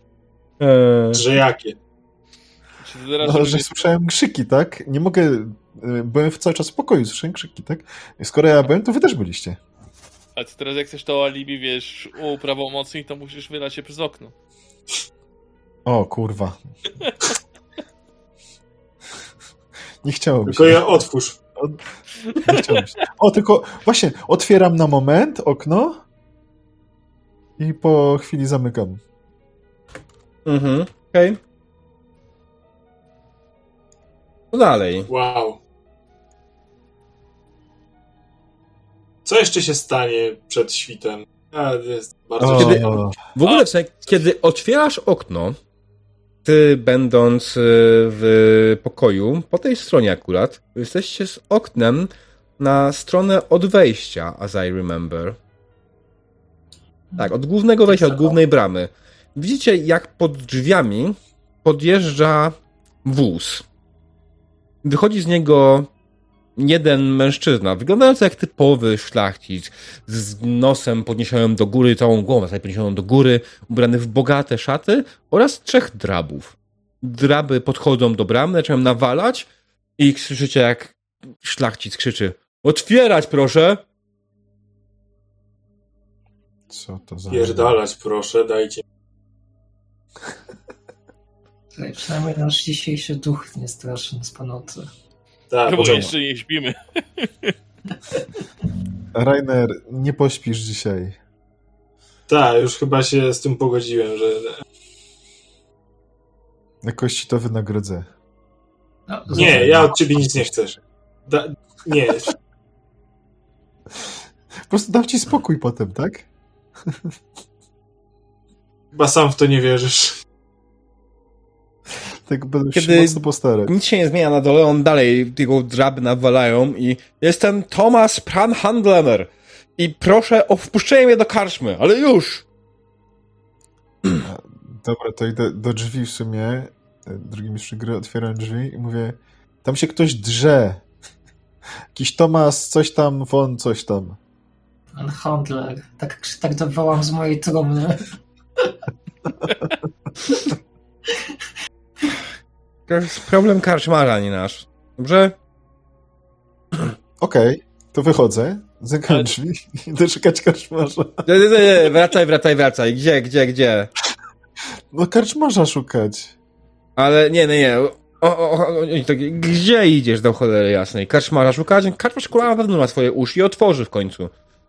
Eee. Że jakie? No, że słyszałem krzyki, tak? Nie mogę byłem w cały czas w pokoju, słyszałem krzyki, tak? I skoro ja byłem, to wy też byliście. A ty teraz jak chcesz to alibi, wiesz, u prawomocnych, to musisz wylać się przez okno. O, kurwa. Nie chciałoby tylko się. Tylko je otwórz. Nie chciałoby się. O, tylko właśnie otwieram na moment okno i po chwili zamykam. Mhm, okej. Okay. No dalej. Wow. Co jeszcze się stanie przed świtem? A, jest bardzo... Kiedy, w ogóle, kiedy otwierasz okno, ty będąc w pokoju, po tej stronie akurat, jesteście z oknem na stronę od wejścia, as I remember. Tak, od głównego wejścia, od głównej bramy. Widzicie, jak pod drzwiami podjeżdża wóz. Wychodzi z niego jeden mężczyzna, wyglądający jak typowy szlachcic, z nosem podniesionym do góry, całą głową sobie podniesioną do góry, ubrany w bogate szaty oraz trzech drabów. Draby podchodzą do bramy, zaczynają nawalać i słyszycie, jak szlachcic krzyczy: otwierać, proszę! Co to za... Pierdalać, proszę, dajcie. Przynajmniej nasz dzisiejszy duch nie straszy nas po nocy. Tak, bo jeszcze nie śpimy. Rainer, nie pośpisz dzisiaj. Tak, już chyba się z tym pogodziłem, że... Jakoś ci to wynagrodzę. No, nie, ja od ciebie nic nie chcę. Da... Nie. Po prostu dam ci spokój potem, tak? Chyba sam w to nie wierzysz. Tak będę Kiedy się mocno postarać. Nic się nie zmienia na dole, on dalej jego draby nawalają i jestem Thomas Pranhandlemer i proszę o wpuszczenie mnie do karczmy, ale już! Dobra, to idę do drzwi w sumie. Drugim jeszcze gry otwieram drzwi i mówię: tam się ktoś drze. Jakiś Tomas, coś tam, won, coś tam. Pan Handler. Tak, tak dowołam z mojej trumny. To jest problem karczmarza, nie nasz. Dobrze? Okej, okay, to wychodzę, zamykam drzwi i idę szukać karczmarza. Nie, nie, nie, wracaj, wracaj, wracaj. Gdzie, gdzie, gdzie? No karczmarza szukać. Ale nie, nie, nie. O, o, o, o, gdzie idziesz do cholery jasnej? Karczmarza szukać? Karczmarz kurwa na pewno ma swoje uszy i otworzy w końcu.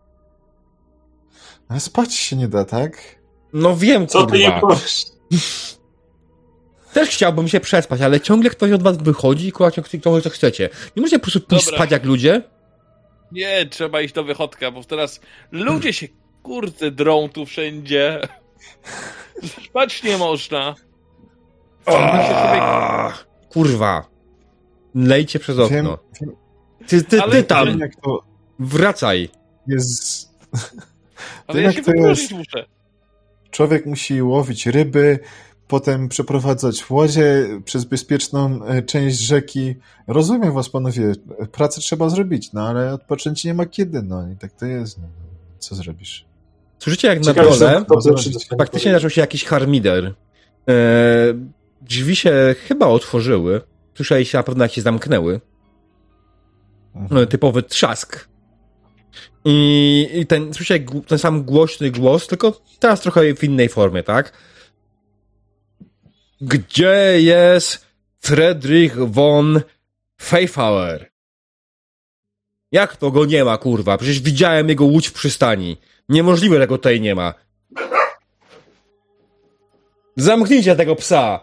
Ale spać się nie da, tak? No wiem, co kurwa. ty nie powiesz? Też chciałbym się przespać, ale ciągle ktoś od was wychodzi i kurwa ciągle co chcecie. Nie możecie po prostu pójść Dobra. spać jak ludzie? Nie, trzeba iść do wychodka, bo teraz ludzie się kurde drą tu wszędzie. Spać nie można. Aaaa, kurwa. Lejcie przez okno. Wiem, wiem, Ty, ty, ale ty tam. wiem, jak to Wracaj. jest... Ale wiem, ja jak się to wyprowadzić jest. muszę. Człowiek musi łowić ryby, potem przeprowadzać łodzie przez bezpieczną część rzeki. Rozumiem was, panowie, pracę trzeba zrobić, no ale odpocząć nie ma kiedy, no i tak to jest. No. Co zrobisz? Słyszycie, jak Ciekawe, na dole co- co- co- co- faktycznie zaczął się jakiś harmider. Eee, drzwi się chyba otworzyły. Słyszeliście na pewno, jak się zamknęły. Mhm. Typowy trzask. I, i ten, słyszycie ten sam głośny głos, tylko teraz trochę w innej formie, tak? Gdzie jest Friedrich von Pfeiffer? Jak to go nie ma, kurwa? Przecież widziałem jego łódź w przystani. Niemożliwe, że go tutaj nie ma. Zamknijcie tego psa!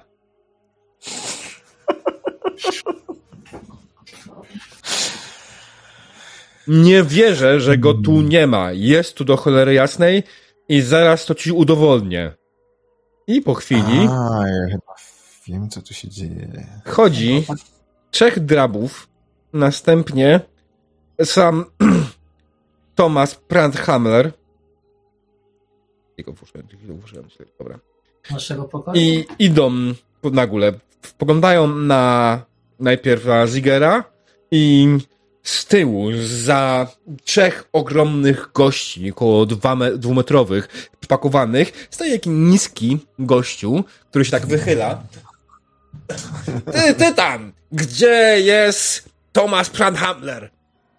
Nie wierzę, że go tu nie ma. Jest tu do cholery jasnej i zaraz to ci udowodnię. I po chwili A, ja chyba wiem, co tu się dzieje. chodzi trzech drabów, następnie sam Thomas Pranhandler. Jego włożyłem, włożyłem, dobra. Naszego pokoju? I idą na górę. Poglądają na najpierw na Zigera i z tyłu, za trzech ogromnych gości, około dwa me- dwumetrowych, spakowanych, stoi taki niski gościu, który się tak wychyla. Ty, ty tam! Gdzie jest Thomas Pranhamler.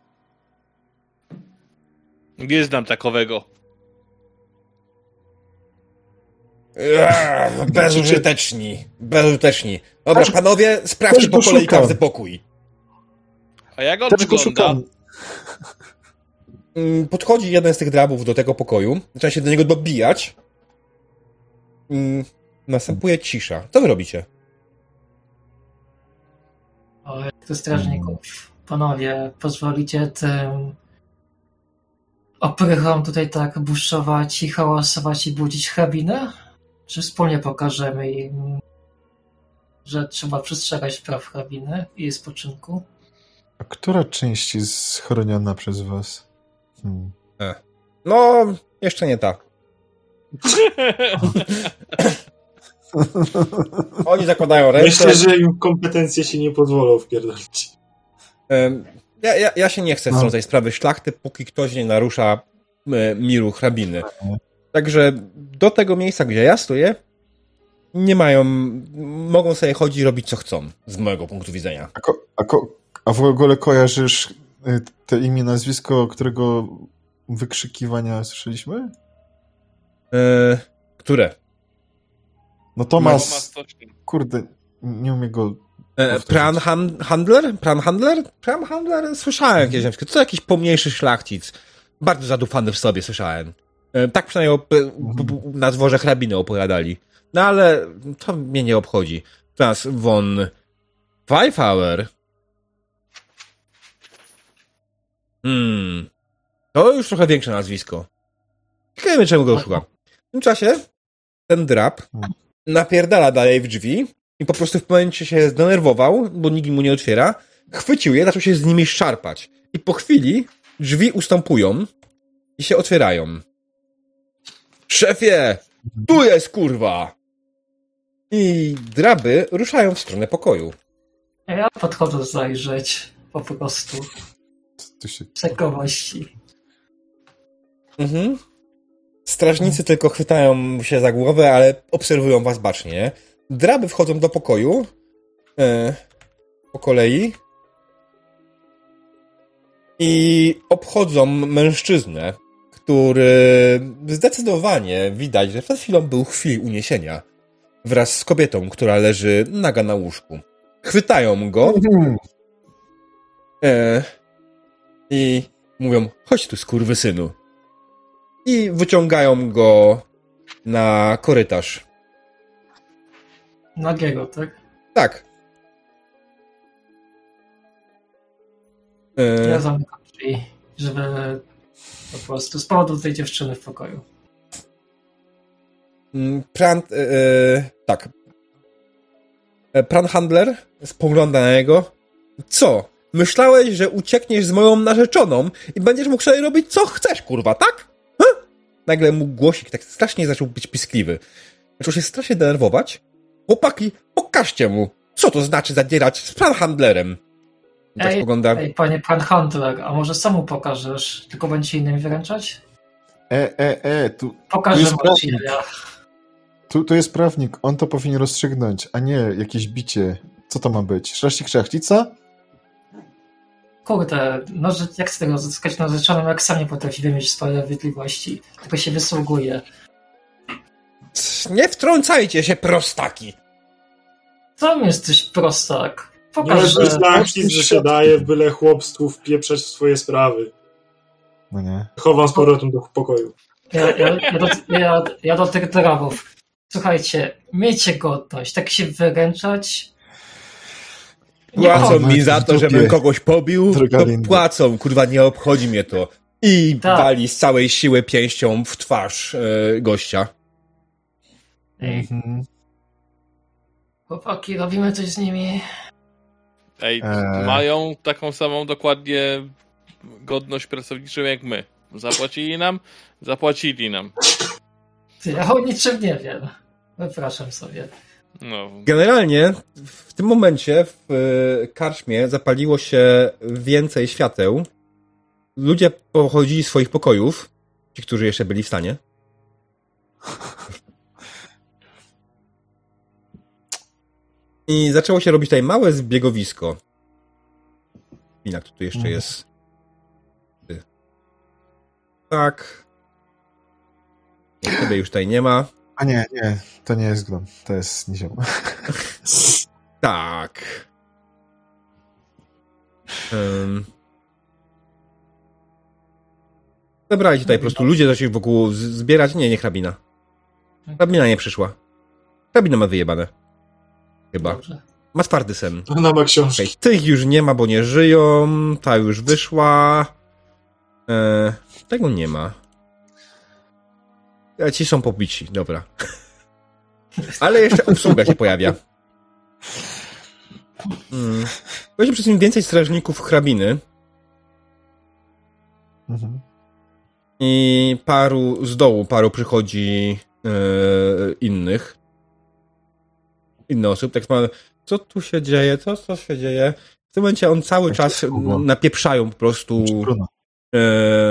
Nie znam takowego. Eee, bezużyteczni. Bezużyteczni. Dobra, panowie, sprawdźcie po kolei każdy pokój. A jak on Też wygląda? Podchodzi jeden z tych drabów do tego pokoju. Zaczyna się do niego dobijać. Następuje cisza. Co wy robicie? O, to strażników. Panowie, pozwolicie tym oprychom tutaj tak buszować i hałasować i budzić hrabinę? Czy wspólnie pokażemy im, że trzeba przestrzegać praw hrabiny i jej spoczynku? A która część jest schroniona przez was? Hmm. E. No, jeszcze nie ta. Oni zakładają ręce. Myślę, że im kompetencje się nie pozwolą wpierdolić. Ja, ja, ja się nie chcę wtrącać sprawy szlachty, póki ktoś nie narusza e, miru hrabiny. Także do tego miejsca, gdzie ja stoję, nie mają, mogą sobie chodzić i robić co chcą, z mojego punktu widzenia. A, ko, a, ko, a w ogóle kojarzysz te imię, nazwisko, którego wykrzykiwania słyszeliśmy? E, które? No Tomas, kurde, nie umiem go... E, Pran Handler? Pran Handler? Pran Handler? Słyszałem jakieś nazwisko. To jakiś pomniejszy szlachcic. Bardzo zadufany w sobie, słyszałem. E, tak przynajmniej op- p- na dworze hrabiny opowiadali. No ale to mnie nie obchodzi. Teraz von Pfeiffer. Hmm. To już trochę większe nazwisko. Ciekawe, czemu go szuka. W tym czasie ten drab napierdala dalej w drzwi i po prostu w pewnym momencie się zdenerwował, bo nikt mu nie otwiera, chwycił je, zaczął się z nimi szarpać. I po chwili drzwi ustępują i się otwierają. Szefie! Tu jest, kurwa! I draby ruszają w stronę pokoju. Ja podchodzę zajrzeć po prostu. To się... Przekomości. Mhm. Strażnicy tylko chwytają się za głowę, ale obserwują was bacznie. Draby wchodzą do pokoju e, po kolei i obchodzą mężczyznę, który zdecydowanie widać, że przed chwilą był w chwili uniesienia wraz z kobietą, która leży naga na łóżku. Chwytają go e, i mówią: chodź tu, skurwysynu. I wyciągają go na korytarz. Nagiego, tak? Tak. E... Ja zamykam drzwi, żeby po prostu z powodu tej dziewczyny w pokoju. Pran... E, e, tak. Pran Handler spogląda na niego. Co? Myślałeś, że uciekniesz z moją narzeczoną i będziesz mógł sobie robić co chcesz, kurwa, tak? Nagle mu głosik tak strasznie zaczął być piskliwy. Zaczął się strasznie denerwować. Chłopaki, pokażcie mu, co to znaczy zadzierać z Pranhandlerem. Tak ej, spogląda. ej, panie Pranhandler, a może samu pokażesz, tylko będzie innym wyręczać? E, e, e, tu... Pokażę tu Marcinia. Tu, tu jest prawnik, on to powinien rozstrzygnąć, a nie jakieś bicie. Co to ma być? Szlachcik szlachcica? Kurde, no że jak z tego zyskać narzeczoną, jak sam nie potrafi wymierzyć sprawiedliwości, tylko się wysługuje. Nie wtrącajcie się, prostaki! Sam jesteś prostak. Nie Pokaż, jest że... szlachcic, że się daje w byle chłopstwu wpieprzać w swoje sprawy. No nie. Chowam z powrotem do pokoju. Ja, ja, ja, do, ja, ja do tych drabów. Słuchajcie, miejcie godność, tak się wyręczać. Płacą o, mi za to, żebym kogoś pobił, to Drogalindy. płacą, kurwa, nie obchodzi mnie to. I Tak. wali z całej siły pięścią w twarz e, gościa. Ej, Mhm. chłopaki, robimy coś z nimi. Ej, Eee. mają taką samą dokładnie godność pracowniczą jak my. Zapłacili nam? Zapłacili nam. Ty, ja o niczym nie wiem. Wypraszam sobie. No. Generalnie w tym momencie w e, karczmie zapaliło się więcej świateł. Ludzie pochodzili z swoich pokojów, ci, którzy jeszcze byli w stanie. I zaczęło się robić tutaj małe zbiegowisko. Chwila, kto tu jeszcze Mhm. jest? Ty. Tak. Nie, ciebie już tutaj nie ma. A nie, nie, to nie jest Grom, to jest Nizioł. Tak. Um. Zebrali tutaj po prostu ludzie zaczęli wokół z- zbierać. Nie, nie hrabina. Hrabina nie przyszła. Hrabina ma wyjebane. Chyba. Dobrze. Ma twardy sen. Ona ma książki. Okay. Tych już nie ma, bo nie żyją. Ta już wyszła. E, tego nie ma. A ci są pobici, dobra. Ale jeszcze obsługa się pojawia. Hmm. Będzie przez nim więcej strażników hrabiny. Mhm. I paru z dołu, paru przychodzi e, innych. Inne osób. Tak zwane, co tu się dzieje? Co, co się dzieje? W tym momencie on cały Jak czas to było? napieprzają po prostu. Bruna. E,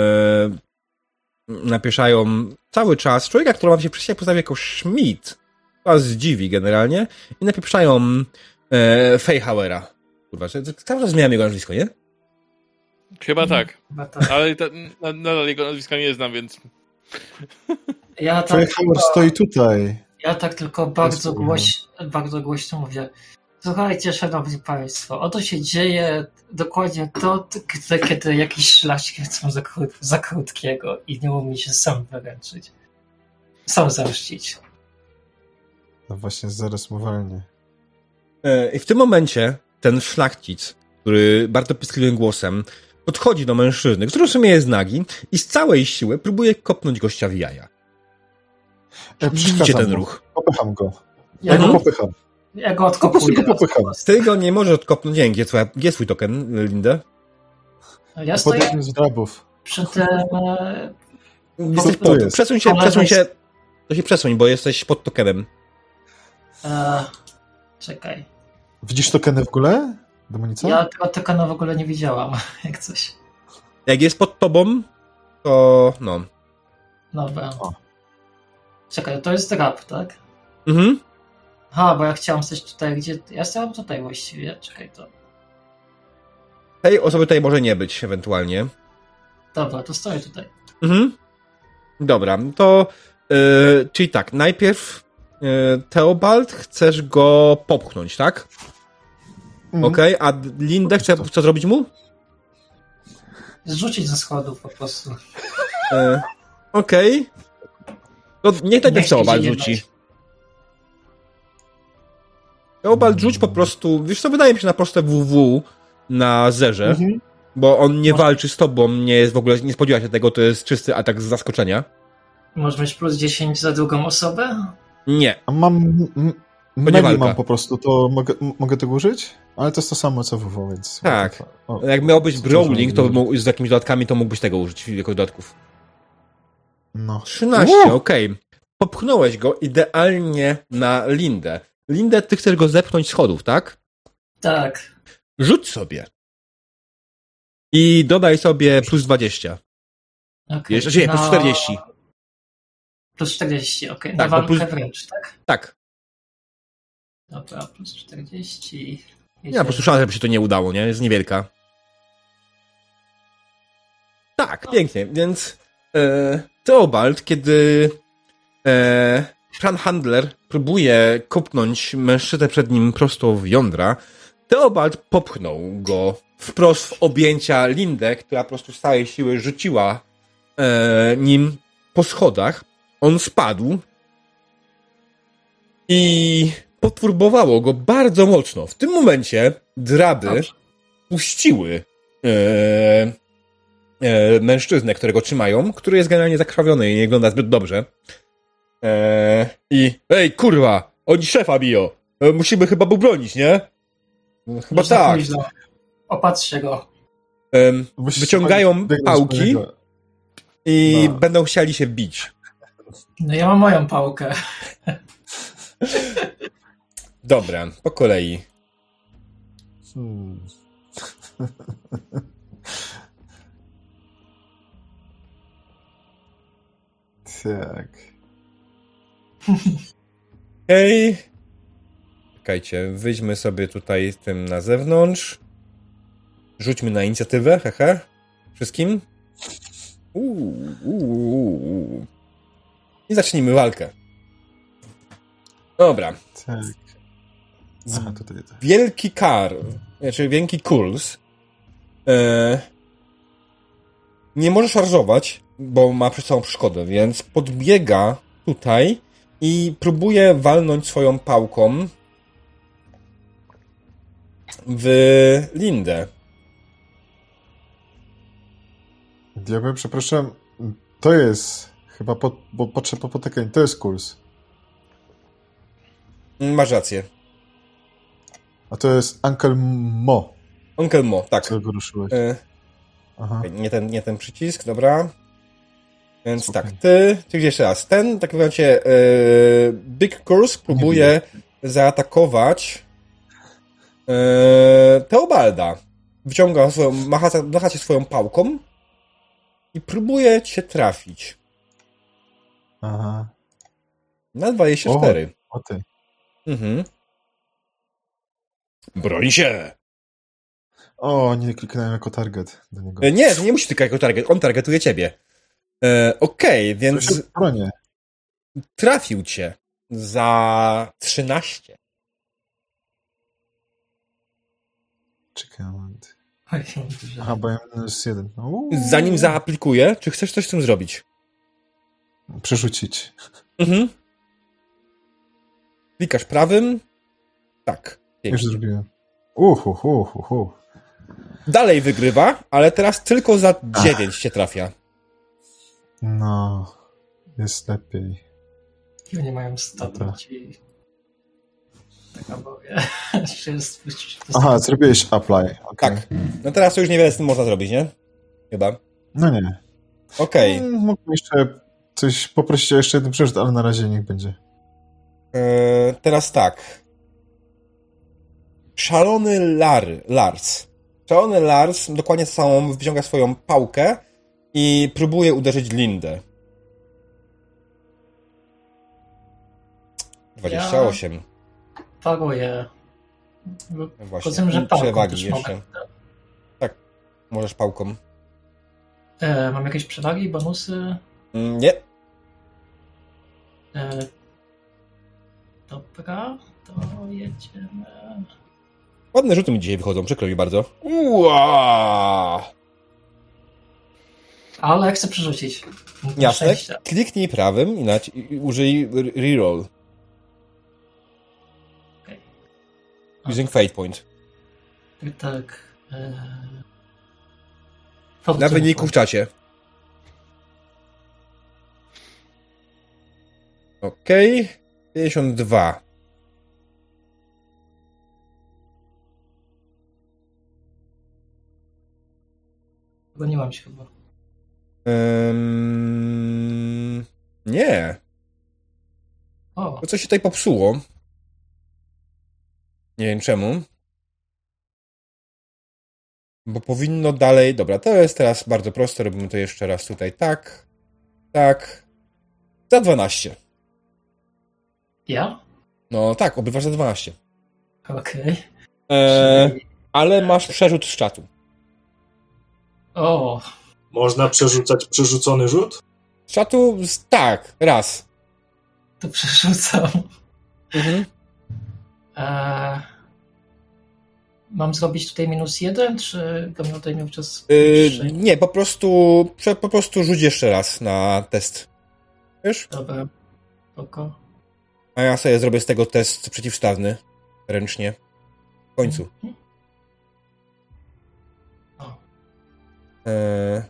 napieprzają cały czas. Człowieka, który ma się przecież postawi jako Schmidt. Was zdziwi generalnie. I napieprzają e, Feyhauera. Kurwa, cały czas zmieniam jego nazwisko, nie? Chyba tak. Chyba tak. Ale ta, na- nadal jego nazwiska nie znam, więc... Ja tak, Feyhauer stoi tutaj. ja tak tylko bardzo, Jest- głoś, bardzo głośno mówię. Słuchajcie, szanowni państwo, oto się dzieje dokładnie to, kiedy, kiedy jakiś szlachcic chcą za, kró- za krótkiego i nie umie się sam wyręczyć. Sam zemścić. No właśnie, zaraz mu walnie. E, I w tym momencie ten szlachcic, który bardzo pyskliwym głosem podchodzi do mężczyzny, który w sumie jest nagi i z całej siły próbuje kopnąć gościa w jaja. Ja Widzicie przeszkadzam ten mu. ruch. Popycham go. Ja, Ja go go, popycham. ja go Po prostu odkopuję. go popycham. Ty go nie możesz odkopnąć. Nie wiem, gdzie, twoja, gdzie jest twój token, Lindę? Ja stoję Podejdę z drabów. przy tym... e, Jesteś to pod, jest? przesuń się, Po przesuń lewej się. To się przesuń, bo jesteś pod tokenem. e, czekaj. Widzisz tokeny w ogóle, Dominica? Ja tego tokena w ogóle nie widziałam, jak coś. Jak jest pod tobą, to no. Dobra. O. Czekaj, to jest drap, tak? Mhm. Aha, bo ja chciałam coś tutaj, gdzie... Ja stałam tutaj właściwie, czekaj, to... Tej osoby tutaj może nie być ewentualnie. Dobra, to stoję tutaj. Mhm. Dobra, to yy, czyli tak, najpierw yy, Theobald, chcesz go popchnąć, tak? Mhm. Okej, a Lindę chce co zrobić mu? Zrzucić ze schodów po prostu. Yy, Okej. To niech najpierw Weźcie Theobald się rzuci. jebać. Theobald rzuć po prostu, wiesz co, wydaje mi się na proste W W na zerze, Mhm. bo on nie Może- walczy z tobą, nie jest w ogóle, nie spodziewa się tego, to jest czysty atak z zaskoczenia. Może mieć plus dziesięć za drugą osobę? Nie. A mam... m- nie Meli walka. mam po prostu, to mogę, m- mogę tego użyć? Ale to jest to samo co W W, więc... Tak. O, Jak miał być brawling, to użyć. mógł, z jakimiś dodatkami, to mógłbyś tego użyć jako dodatków. No. trzynaście, Uuu! okej. Popchnąłeś go idealnie na Lindę. Lindę, ty chcesz go zepchnąć z schodów, tak? Tak. Rzuć sobie. I dodaj sobie plus dwadzieścia. Okay. Jeszcze, nie, plus czterdzieści. Plus czterdzieści, okej. Tak, Na bo walkę plus- wręcz, tak? Tak. Dobra, plus czterdzieści. Nie ma po prostu szans, żeby się to nie udało, nie? Jest niewielka. Tak, pięknie. Więc e, Theobald, kiedy e, Pan Handler próbuje kopnąć mężczyznę przed nim prosto w jądra, Theobald popchnął go wprost w objęcia Lindę, która po prostu z całej siły rzuciła e, nim po schodach. On spadł i poturbowało go bardzo mocno. W tym momencie draby Dobrze. puściły e, e, mężczyznę, którego trzymają, który jest generalnie zakrwawiony i nie wygląda zbyt dobrze. E, I ej, kurwa, oni szefa biją. E, musimy chyba mu bronić, nie? No, chyba Już za tak. późno. Opatrzcie go. Em, Musisz wyciągają biegnąć pałki po niego. i No. będą chcieli się bić. No ja mam moją pałkę. Dobra, po kolei. Hmm. Tak. Hej. Czekajcie, wyjdźmy sobie tutaj tym na zewnątrz. Rzućmy na inicjatywę, hehe. Wszystkim. Uuu, uuu. I zacznijmy walkę. Dobra. Tak. Aha, tutaj, tak. Wielki Kar, znaczy wielki Kuls. E, nie może szarżować, bo ma przed sobą przeszkodę, więc podbiega tutaj i próbuje walnąć swoją pałką w Lindę. Diabeł, przepraszam, to jest chyba po, bo potrzeba potykać, to jest Kuls. Masz rację. A to jest Uncle Mo. Uncle Mo, tak. Co go ruszyłeś. E, Aha. nie, ten, nie ten przycisk, dobra. Więc Super. tak, ty, ty gdzieś jeszcze raz. Ten, tak naprawdę, e, Big Curse próbuje zaatakować e, Teobalda. Wyciąga swoją, macha, macha się swoją pałką i próbuje cię trafić. Aha. Na dwadzieścia cztery. O, o ty. Mhm. Broń się! O, nie kliknąłem jako target do niego. E, nie, nie musi tylko jako target, on targetuje ciebie. E, Okej, okay, więc Bronię. trafił cię za trzynaście. Czekaj, moment. Oj, Aha, bo ja mam minus jeden. Uuu. Zanim zaaplikuję, czy chcesz coś z tym zrobić? Przerzucić. Mhm. Klikasz prawym. Tak. Już Pięknie. zrobiłem. Uhu, hu, hu, hu. Dalej wygrywa, ale teraz tylko za dziewięć cię trafia. No, jest lepiej. I oni mają statut i... Taka boję. jest... Aha, zrobiłeś apply. Okay. Tak. No teraz to już niewiele z tym można zrobić, nie? Chyba. No nie. Okej. Okay. Hmm, mógłbym jeszcze coś poprosić o jeszcze jeden przerzut, ale na razie niech będzie. Eee, teraz tak. Szalony Lar, Lars. Szalony Lars dokładnie to samo wyciąga swoją pałkę i próbuje uderzyć Lindę. dwadzieścia osiem. Ja paruję. Właśnie. Poza tym, że pałką Przewagi też jeszcze. mogę. Tak, możesz pałką. E, mam jakieś przewagi, bonusy? Mm, nie. E, dobra, to jedziemy. Ładne rzuty mi dzisiaj wychodzą, przykro mi bardzo. Uaa! Ale chcę przerzucić. Jasne. Szczęścia. Kliknij prawym i, naci- i użyj reroll. Okay. Using fate point. Tak. E... Na wyniku w czacie. Okej. Okay. pięćdziesiąt dwa. Goniłam się chyba. Um, nie. O. To coś się tutaj popsuło. Nie wiem czemu. Bo powinno dalej... Dobra, to jest teraz bardzo proste. Robimy to jeszcze raz tutaj. Tak. Tak. Za dwanaście. Ja? No tak, obywasz za dwanaście. Okej. Okay. Eee, ale masz przerzut z czatu. O. Można przerzucać przerzucony rzut? Z czatu? Tak, raz. To przerzucam. Mhm. Eee, mam zrobić tutaj minus jeden, czy będę tutaj miał czas? Yy, nie, po prostu po prostu rzuć jeszcze raz na test. Wiesz? Dobra. Spoko. A ja sobie zrobię z tego test przeciwstawny. Ręcznie. W końcu. Mhm. O. Eee...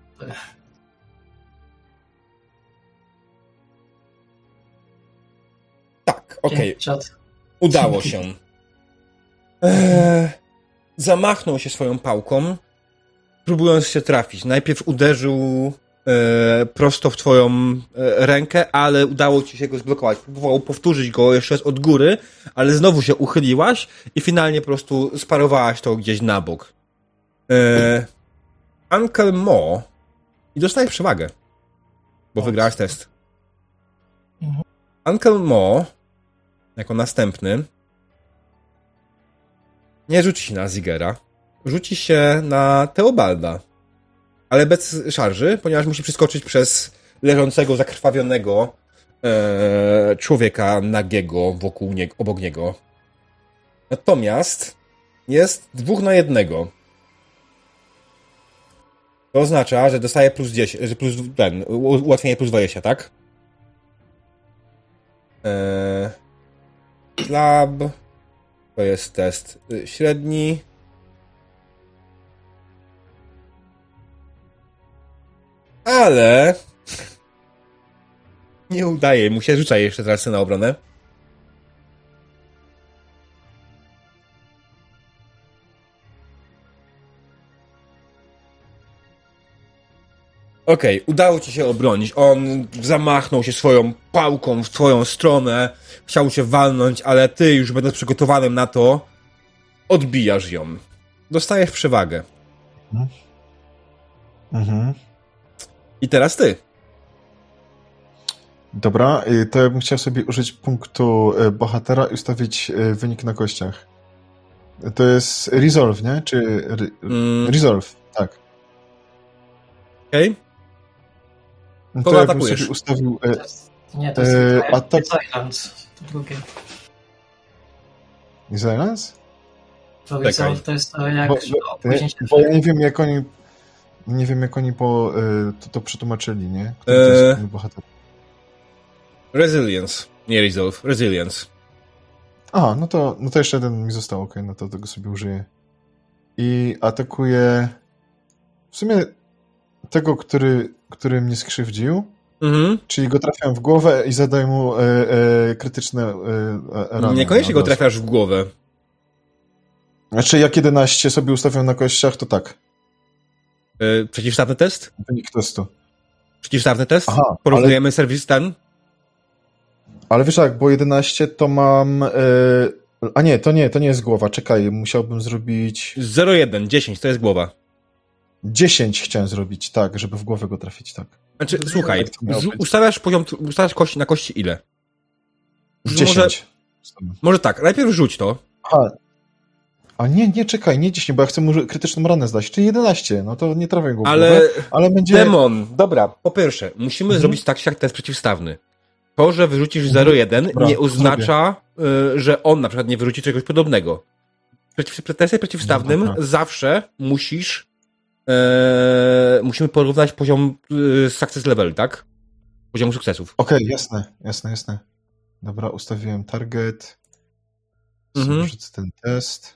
Tak, okej. Okay. Udało się. Eee, zamachnął się swoją pałką, próbując się trafić. Najpierw uderzył e, prosto w twoją e, rękę, ale udało ci się go zblokować. Próbował powtórzyć go jeszcze raz od góry, ale znowu się uchyliłaś i finalnie po prostu sparowałaś to gdzieś na bok. E, Uncle Mo i dostajesz przewagę, bo wygrałaś test. Mhm. Uncle Mo jako następny nie rzuci na Zigera, rzuci się na Teobalda. Ale bez szarży, ponieważ musi przeskoczyć przez leżącego, zakrwawionego e, człowieka nagiego wokół niego, obok niego. Natomiast jest dwóch na jednego. To oznacza, że dostaje plus dziesięć, że plus ten, ułatwienie plus dwadzieścia, tak? Eee, Club. To jest test średni. Ale nie udaje mu się. Rzucaj jeszcze teraz na obronę. Okej, okay, udało ci się obronić. On zamachnął się swoją pałką w twoją stronę, chciał cię walnąć, ale ty, już będąc przygotowanym na to, odbijasz ją. Dostajesz przewagę. Mhm. I teraz ty. Dobra, to ja bym chciał sobie użyć punktu bohatera i ustawić wynik na kościach. To jest resolve, nie? Czy re... mm. resolve, tak. Okej. Okay. No to ja bym sobie ustawił... To jest, nie, to jest e, atak... Silence, to drugie. Silence? To resolve to jest to, jak... Bo, bo, ja, bo ja nie wiem, jak oni... Nie wiem, jak oni po, to, to przetłumaczyli, nie? Który to jest bohater? Resilience. Nie resolve. Resilience. A, no to, no to jeszcze jeden mi został, okej, okay, no to tego sobie użyję. I atakuję w sumie tego, który, który mnie skrzywdził, mhm. czyli go trafiam w głowę i zadaję mu e, e, krytyczne e, rany. Niekoniecznie go trafiasz w głowę. Znaczy, jak jedenaście sobie ustawiam na kościach, to tak. E, przeciwstawny test? Wynik testu. Przeciwstawny test? Aha, porównujemy ale... serwis ten? Ale wiesz jak, bo jedenaście to mam... Yy... A nie, to nie, to nie jest głowa. Czekaj, musiałbym zrobić... zero jeden, dziesięć, to jest głowa. dziesięć chciałem zrobić, tak, żeby w głowę go trafić, tak. Znaczy, słuchaj, ustawiasz poziom, ustawiasz kości na kości ile? dziesięć. Może, może tak, najpierw rzuć to. Aha. A nie, nie, czekaj, nie dziesięć, bo ja chcę mu krytyczną ranę zdać, czyli jedenaście, no to nie trafię go w ale, głowę, ale będzie... Demon, dobra, po pierwsze, musimy mhm. zrobić tak, jak test przeciwstawny. To, że wyrzucisz zero jeden dobra, nie oznacza, y, że on na przykład nie wyrzuci czegoś podobnego. Przeciw, w testie przeciwstawnym no, zawsze musisz y, musimy porównać poziom y, success level, tak? Poziomu sukcesów. Okej, okay, jasne, jasne, jasne. Dobra, ustawiłem target. Mhm. Rzucę ten test.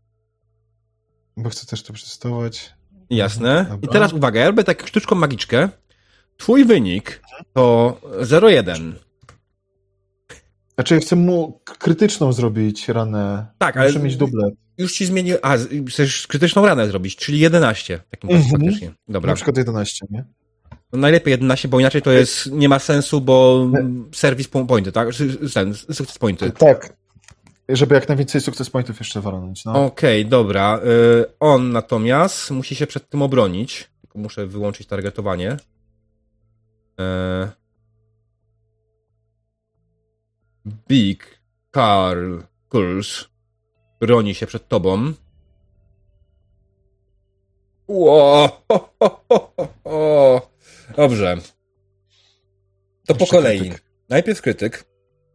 Bo chcę też to przetestować. Jasne. Dobra. I teraz uwaga, ja robię taką sztuczką magiczkę. Twój wynik to zero jeden. Znaczy, ja chcę mu krytyczną zrobić ranę. Tak, muszę ale mieć dublet. Już ci zmienił. A, chcesz krytyczną ranę zrobić, czyli jedenaście. Takim mm-hmm. faktycznie. Dobra. Na przykład jedenaście, nie? No najlepiej jedenaście, bo inaczej to jest, nie ma sensu, bo serwis pointy, tak? Ten, sukces pointy. Tak. Żeby jak najwięcej sukces pointów jeszcze walnąć. No. Okej, okay, dobra. Y, on natomiast musi się przed tym obronić. Tylko muszę wyłączyć targetowanie. Y, Big Carl Kurz broni się przed tobą. Ło, ho, ho, ho, ho. Dobrze. To po kolei. Krytyk. Najpierw krytyk.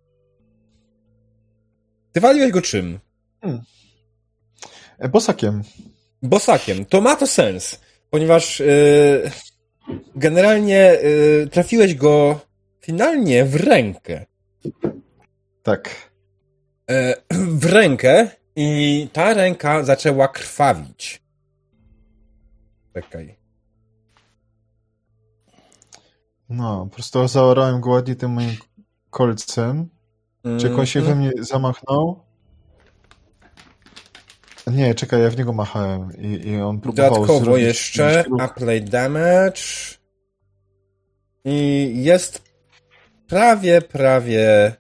Ty waliłeś go czym? Hmm. Bosakiem. Bosakiem. To ma to sens, ponieważ yy, generalnie yy, trafiłeś go finalnie w rękę. Tak. Yy, w rękę i ta ręka zaczęła krwawić. Czekaj. No, po prostu zaorałem go ładnie tym moim kolcem. Mm-hmm. Czy on się we mnie zamachnął? Nie, czekaj, ja w niego machałem i, i on próbował dodatkowo zrobić... jeszcze apply damage i jest prawie, prawie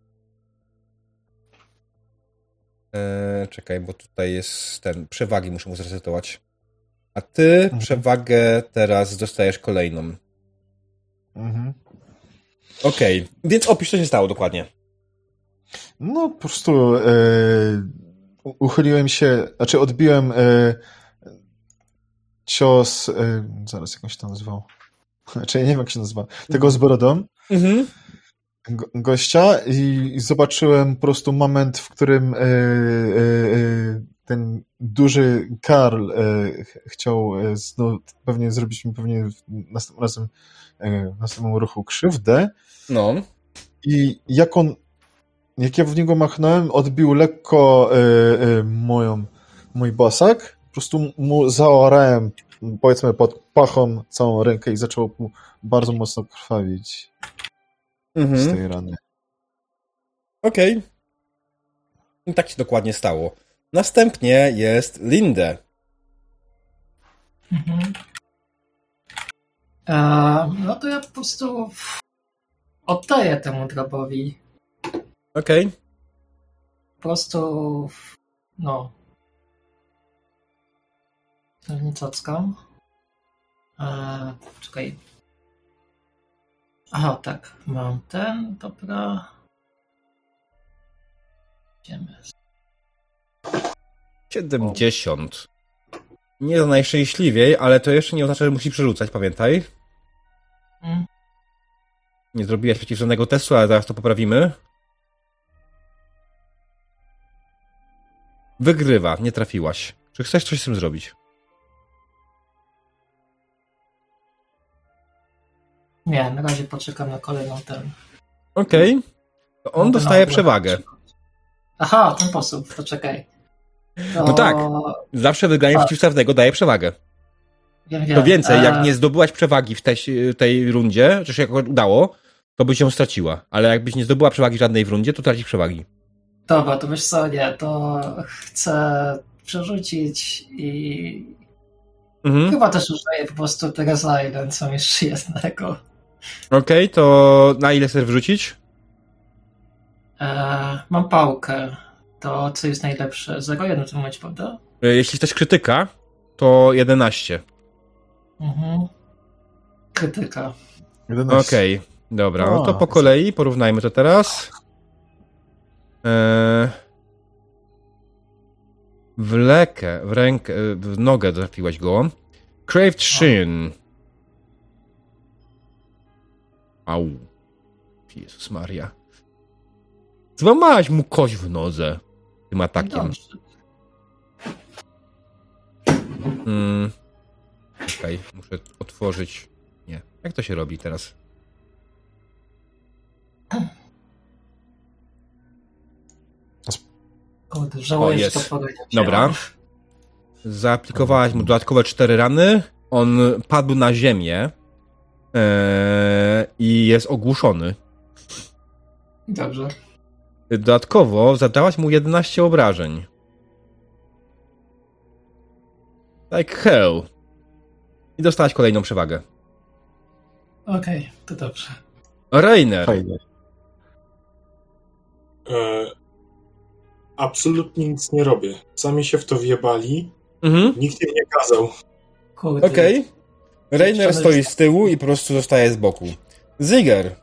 eee, czekaj, bo tutaj jest ten, przewagi muszę mu zresetować. A ty mhm. przewagę teraz dostajesz kolejną. Mhm. Okej, okay. Więc opisz, co się stało dokładnie. No, po prostu e, uchyliłem się, znaczy odbiłem e, cios, y, zaraz jak on się tam nazywał, znaczy ja nie wiem jak się nazywa, tego z borodą, mhm. go, gościa i, i zobaczyłem po prostu moment, w którym y, y, y, ten duży Karl y, chciał y, no, pewnie zrobić mi pewnie następnym razem y, w następnym ruchu krzywdę. No. I jak on, jak ja w niego machnąłem, odbił lekko y, y, moją, mój bosak, po prostu mu zaorałem, powiedzmy, pod pachą całą rękę i zaczął mu bardzo mocno krwawić mhm. z tej rany. Okej. Okay. I tak się dokładnie stało. Następnie jest Linde. Mhm. A, no to ja po prostu oddaję temu drobowi. Okej. Okay. Po prostu no nie cockam. Eee, czekaj. Aha, tak. Mam ten, dobra. Idziemy. siedemdziesiąt. Nie to najszczęśliwiej, ale to jeszcze nie oznacza, że musi przerzucać, pamiętaj. Hmm. Nie zrobiłaś przeciw żadnego testu, ale zaraz to poprawimy. Wygrywa, nie trafiłaś. Czy chcesz coś z tym zrobić? Nie, na razie poczekam na kolejną ten. Okej. Okay. To on no, dostaje no, przewagę. Aha, w ten sposób, to czekaj. To... No tak, zawsze wygranie przeciwstawnego daje przewagę. Wiem, wiem. To więcej, e... jak nie zdobyłaś przewagi w tej, tej rundzie, czy się jakoś udało, to byś ją straciła. Ale jakbyś nie zdobyła przewagi żadnej w rundzie, to tracisz przewagi. Dobra, to wiesz co, nie, to chcę przerzucić i mhm. chyba też użyję po prostu teraz Island, co jeszcze jest na tego. Okej, okay, to na ile chcesz wrzucić? E, mam pałkę. To co jest najlepsze? zero jeden w tym momencie, prawda? Jeśli chcesz krytyka, to jedenaście. Mhm. Krytyka. Okej, okay, dobra. No to po kolei porównajmy to teraz. Eee, w lekę, w rękę, w nogę trafiłaś go. Craved Shin. Au. Jezus Maria. Złamałaś mu kość w nodze tym atakiem. Hmm. Okej, okay, muszę otworzyć. Nie. Jak to się robi teraz? Kurde, żałuję, że to powiedzieć. Dobra. Zaaplikowałaś mu dodatkowe cztery rany. On padł na ziemię ee, i jest ogłuszony. Dobrze. Dodatkowo zadałaś mu jedenaście obrażeń. Like hell. I dostałaś kolejną przewagę. Okej, okay, to dobrze. Reiner. Fajnie. E, absolutnie nic nie robię. Sami się w to wjebali. Mhm. Nikt im nie kazał. Okej. Okay. Reiner stoi z tyłu i po prostu zostaje z boku. Ziger.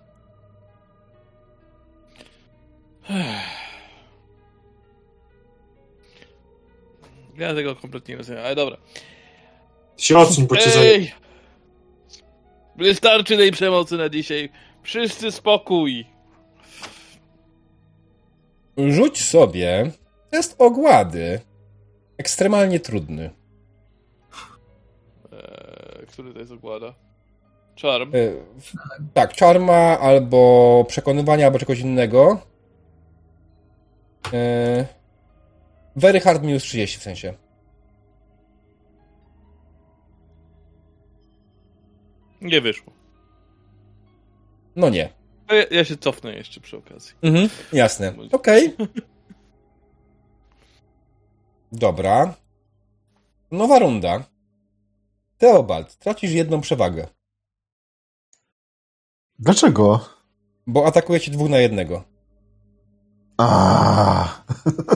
Ja tego kompletnie nie rozumiem, ale dobra. Się odsuń, bo cię zaję. Wystarczy tej przemocy na dzisiaj. Wszyscy spokój. Rzuć sobie test ogłady. Ekstremalnie trudny. Eee, który to jest ogłada? Charm? Eee, tak, czarma albo przekonywania, albo czegoś innego. Eee, very hard minus trzydzieści w sensie. Nie wyszło. No nie. Ja, ja się cofnę jeszcze przy okazji. Mhm, jasne. Okej. Okay. Dobra. Nowa runda. Theobald, tracisz jedną przewagę. Dlaczego? Bo atakuje cię dwóch na jednego. A.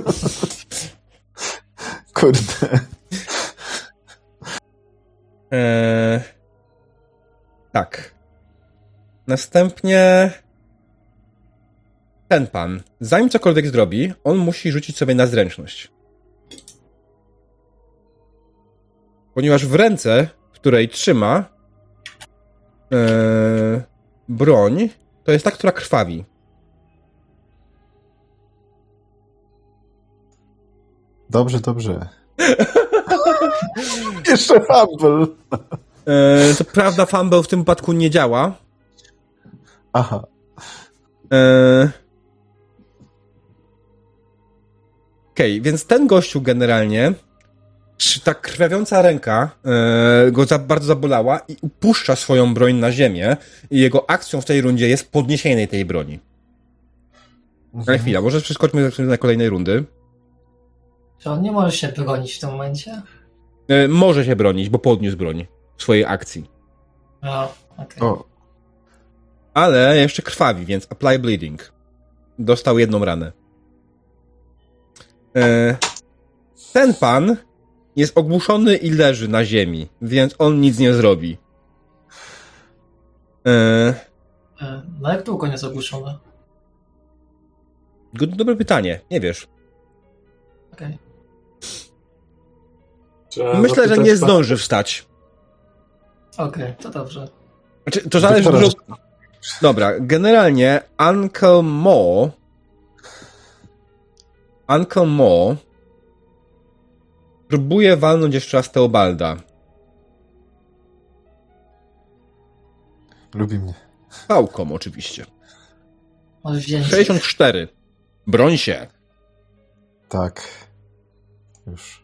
Kurde. Eee, tak. Następnie ten pan. Zanim cokolwiek zrobi, on musi rzucić sobie na zręczność. Ponieważ w ręce, w której trzyma e, broń, to jest ta, która krwawi. Dobrze, dobrze. Jeszcze fumble. E, to prawda, fumble w tym wypadku nie działa. Aha. E, Okej, okay, więc ten gościu generalnie, ta krwawiąca ręka e, go za, bardzo zabolała i upuszcza swoją broń na ziemię i jego akcją w tej rundzie jest podniesienie tej broni. Mhm. Ale chwila, może przeskoczmy na kolejnej rundy. Czy on nie może się bronić w tym momencie? E, może się bronić, bo podniósł broń w swojej akcji. O, okej. Okay. Ale jeszcze krwawi, więc apply bleeding. Dostał jedną ranę. E, ten pan jest ogłuszony i leży na ziemi, więc on nic nie zrobi. E, e, no jak długo nie jest ogłuszony? Dobre pytanie, nie wiesz. Okej. Okay. Myślę, że nie zdąży wstać. Okej, okay, to dobrze. Znaczy, to zależy dużo... Dobra, generalnie Uncle Mo Uncle Mo próbuje walnąć jeszcze raz Teobalda. Lubi mnie. Pałką oczywiście. Może sześćdziesiąt cztery. Broń się. Tak. Już.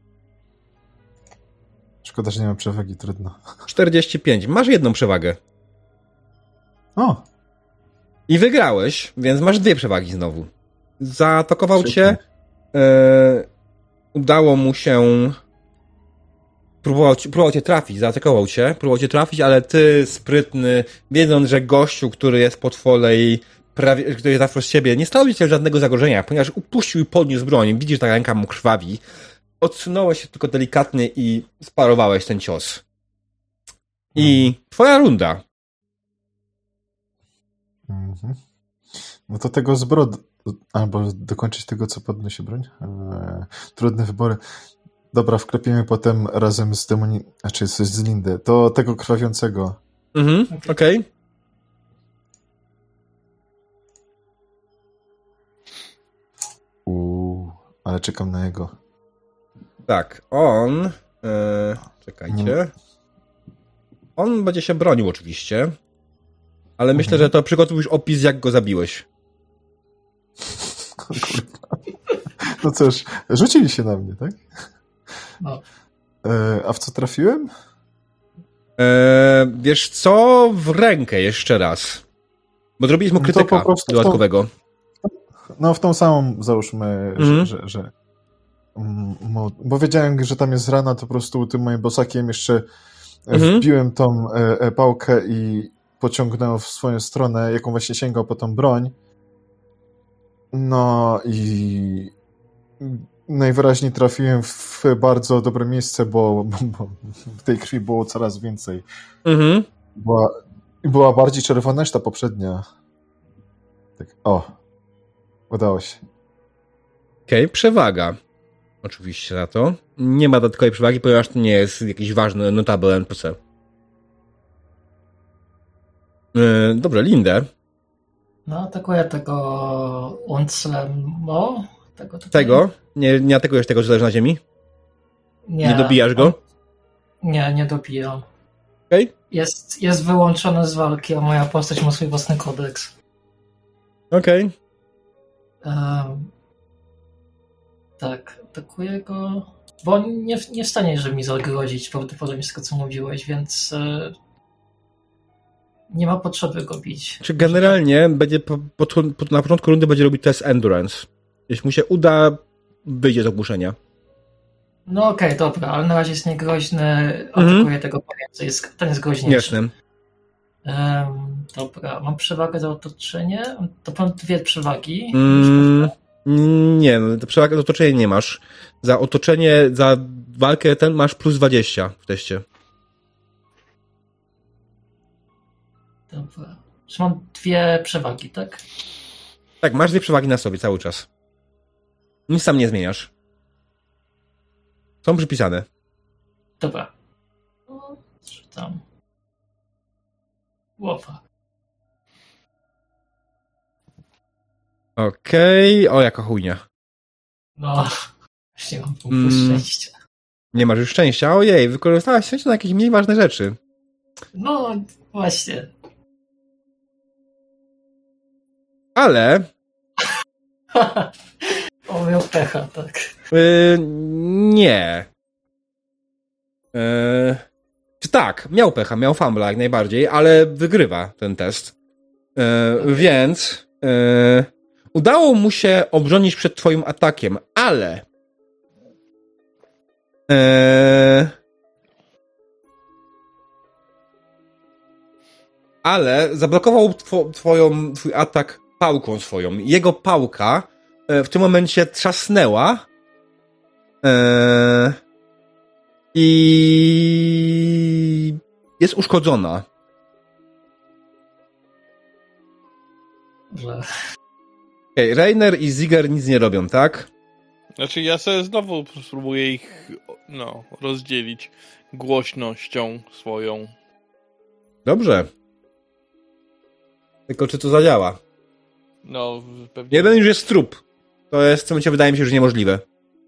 Szkoda, że nie mam przewagi, trudno. czterdzieści pięć. Masz jedną przewagę. O! I wygrałeś, więc masz dwie przewagi znowu. Zaatakował cię. E, udało mu się... Próbował, próbował cię trafić, zaatakował cię. Próbował cię trafić, ale ty, sprytny, wiedząc, że gościu, który jest po twojej... Prawie, który jest zawsze z siebie, nie stało się żadnego zagrożenia, ponieważ upuścił i podniósł broń. Widzisz, że ta ręka mu krwawi. Odsunąłeś się tylko delikatnie i sparowałeś ten cios. I twoja runda. Mhm. No to tego zbrod... Albo dokończyć tego, co podnosi broń? Eee, trudne wybory. Dobra, wklepimy potem razem z demoni... Znaczy coś z Lindy. To tego krwawiącego. Mhm, okej. Okay. Uuu, ale czekam na jego. Tak, on... E, czekajcie. On będzie się bronił oczywiście. Ale myślę, mhm. że to przygotuj już opis, jak go zabiłeś. No cóż, rzucili się na mnie, tak? No. E, a w co trafiłem? E, wiesz co? W rękę jeszcze raz. Bo zrobiliśmy krytyka no dodatkowego. W tą, no w tą samą załóżmy, mhm. że... że, że bo wiedziałem, że tam jest rana, to po prostu tym moim bosakiem jeszcze mhm. wbiłem tą e, pałkę i pociągnął w swoją stronę, jaką właśnie sięgał po tą broń. No i najwyraźniej trafiłem w bardzo dobre miejsce, bo, bo, bo w tej krwi było coraz więcej. Mhm. Była, była bardziej czerwona niż ta poprzednia. Tak, o. Udało się. Okej, okay, przewaga. Oczywiście za to. Nie ma dodatkowej przewagi, ponieważ to nie jest jakiś ważny notable N P C. Yy, dobrze, Lindę. No, atakuję tego Unslemo. Tego? Tutaj. Tego? Nie, nie atakujesz tego, że leży na ziemi? Nie. Nie dobijasz go? Nie, nie dobijam. Okay. Jest, jest wyłączony z walki, a moja postać ma swój własny kodeks. Okej. Okay. Um, tak, atakuję go, bo on nie, nie w stanie, żeby mi zagrozić, prawdopodobnie z tego, co mówiłeś, więc e, nie ma potrzeby go bić. Czy generalnie będzie po, po, po, na początku rundy będzie robić test endurance. Jeśli mu się uda, wyjdzie z ogłuszenia. No okej, okay, dobra, ale na razie jest niegroźny, atakuję mhm. tego pomiędzy, jest, ten jest groźniejszy. Jasne. Um, dobra, mam przewagę za otoczenie, to mam dwie przewagi. Mm, nie, no, to przewagę za otoczenie nie masz. Za otoczenie, za walkę ten masz plus dwadzieścia w teście. Dobra. Czy mam dwie przewagi, tak? Tak, masz dwie przewagi na sobie cały czas. Nic tam nie zmieniasz. Są przypisane. Dobra. No, co tam? Łowa. Okej, okay. O, jaka chujnia. No, właśnie mam punkt Mm. szczęścia. Nie masz już szczęścia. Ojej, wykorzystałaś szczęście na jakieś mniej ważne rzeczy. No, właśnie. Ale... O, miał pecha, tak. Yy, nie. Yy, czy tak, miał pecha, miał fumbla jak najbardziej, ale wygrywa ten test. Yy, więc yy, udało mu się obronić przed twoim atakiem, ale yy, ale zablokował two, twoją, twój atak pałką swoją. Jego pałka yy, w tym momencie trzasnęła yy, i jest uszkodzona. Że... Okay, Reiner i Ziger nic nie robią, tak? Znaczy ja sobie znowu spróbuję ich no, rozdzielić głośnością swoją. Dobrze. Tylko czy to zadziała? No, pewnie. Jeden już jest trup. To jest, co mi się wydaje mi się, że niemożliwe.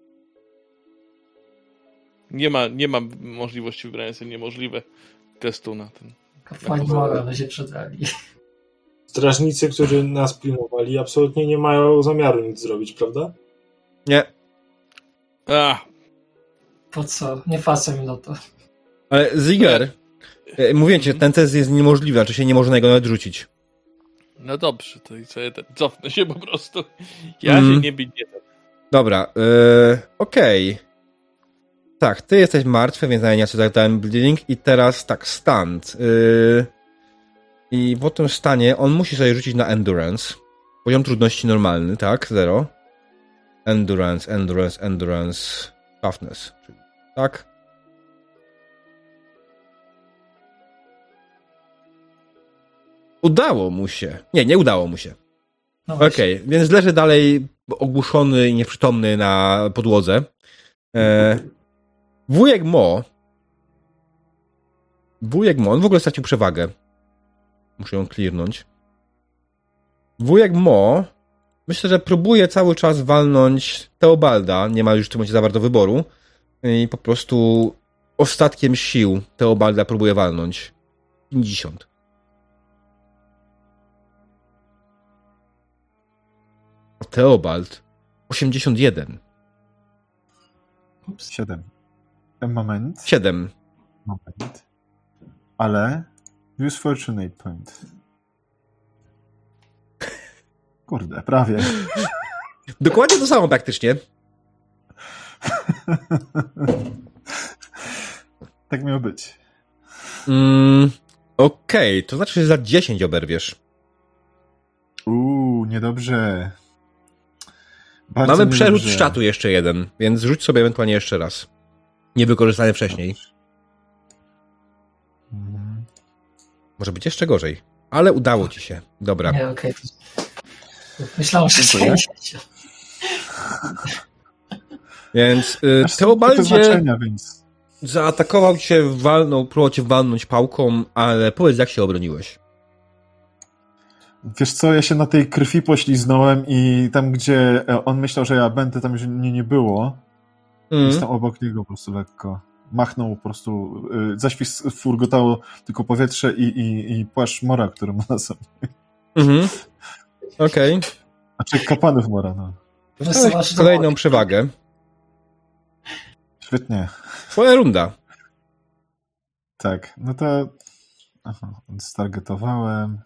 Nie ma, nie ma możliwości wybrania sobie niemożliwe testu na ten. Kapłani Mora by się przydali. Strażnicy, którzy nas pilnowali, absolutnie nie mają zamiaru nic zrobić, prawda? Nie. A, Po co? Nie pasuje mi na to. Ale Ziger, e, mówię ci, ten test jest niemożliwy, znaczy się nie można jego nawet rzucić. no dobrze, to i sobie ten, cofnę się po prostu. Ja Mm. się nie biję. Dobra, e, okej. Okay. Tak, ty jesteś martwy, więc ja nie dałem bleeding i teraz tak, stand. Yy, I po tym stanie on musi sobie rzucić na endurance. Poziom trudności normalny, tak? Zero. Endurance, endurance, endurance, toughness. Czyli, tak? Udało mu się. Nie, nie udało mu się. No Okej, właśnie. okay, więc leży dalej ogłuszony i nieprzytomny na podłodze. E, wujek Mo Wujek Mo, on w ogóle stracił przewagę. Muszę ją clearnąć. Wujek Mo myślę, że próbuje cały czas walnąć Teobalda. Nie ma już w tym momencie za bardzo wyboru. I po prostu ostatkiem sił Teobalda próbuje walnąć. pięćdziesiąt. Teobald osiemdziesiąt jeden. Ups. siedem. Moment. siedem. Moment. Ale use fortunate point. Kurde, prawie. Dokładnie to samo praktycznie. Tak miało być. Mm, Okej, okay. To znaczy, że za dziesięć oberwiesz. Uuu, niedobrze. Bardzo Mamy przerzut niedobrze. szczatu jeszcze jeden, więc rzuć sobie ewentualnie jeszcze raz. Niewykorzystany wcześniej. Mhm. Może być jeszcze gorzej. Ale udało ci się. Dobra. Nie, okej. Okay. Myślałem, że Dziękuję. się. Więc y, Aż są Teobaldzie znaczenia, więc... zaatakował cię, walnął, próbował cię walnąć pałką, ale powiedz, jak się obroniłeś. Wiesz co, ja się na tej krwi pośliznąłem i tam, gdzie on myślał, że ja będę, tam już mnie nie było. Mm. Jestem obok niego po prostu lekko. Machnął po prostu, y, zaświst furgotało tylko powietrze i, i, i płaszcz Mora, który ma na sobie. Mhm. Okej. Okay. Znaczy kapłanów Mora, no. Dostałeś kolejną przewagę. Świetnie. Twoja runda. Tak, no to... Aha, stargetowałem.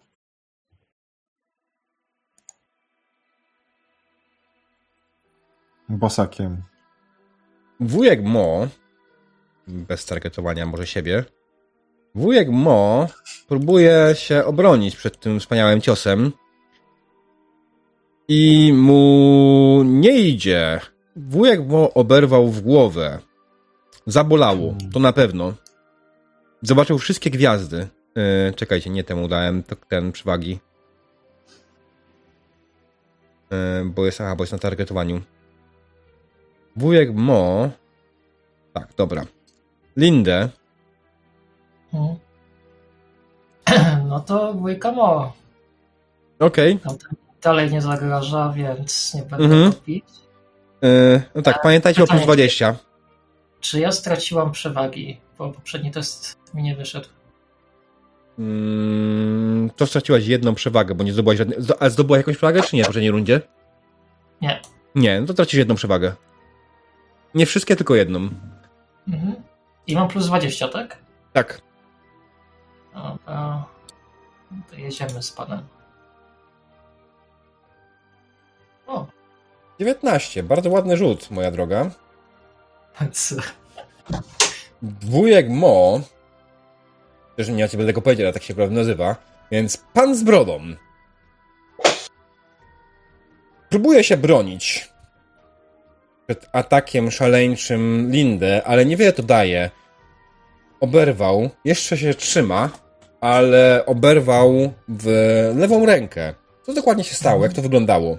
Bosakiem. Wujek Mo, bez targetowania może siebie, wujek Mo próbuje się obronić przed tym wspaniałym ciosem i mu nie idzie. Wujek Mo oberwał w głowę. Zabolało, to na pewno. Zobaczył wszystkie gwiazdy. Yy, czekajcie, nie temu dałem to, ten przewagi. Yy, bo jest, aha, bo jest na targetowaniu. Wujek Mo... Tak, dobra. Lindę. Hmm. No to dwójka mo. Okej. Okay. Dalej nie zagraża, więc nie będę Mhm. robić. Yy, no tak, pamiętajcie o plus dwadzieścia. Czy ja straciłam przewagi? Bo poprzedni test mi nie wyszedł. Mm, to straciłaś jedną przewagę, bo nie zdobyłaś żadnej... A zdobyłaś jakąś przewagę, czy nie w poprzedniej rundzie? Nie. Nie, no to tracisz jedną przewagę. Nie wszystkie, tylko jedną. Mhm. I mam plus dwadzieścia, tak? Tak. Dobra. To jedziemy z panem. O. dziewiętnaście. Bardzo ładny rzut, moja droga. Co? Wujek Mo... Też nie będę tego powiedział, ale tak się prawda nazywa. Więc pan z brodą. Próbuje się bronić przed atakiem szaleńczym Lindę, ale niewiele to daje. Oberwał, jeszcze się trzyma, ale oberwał w lewą rękę. Co dokładnie się stało? Jak to wyglądało?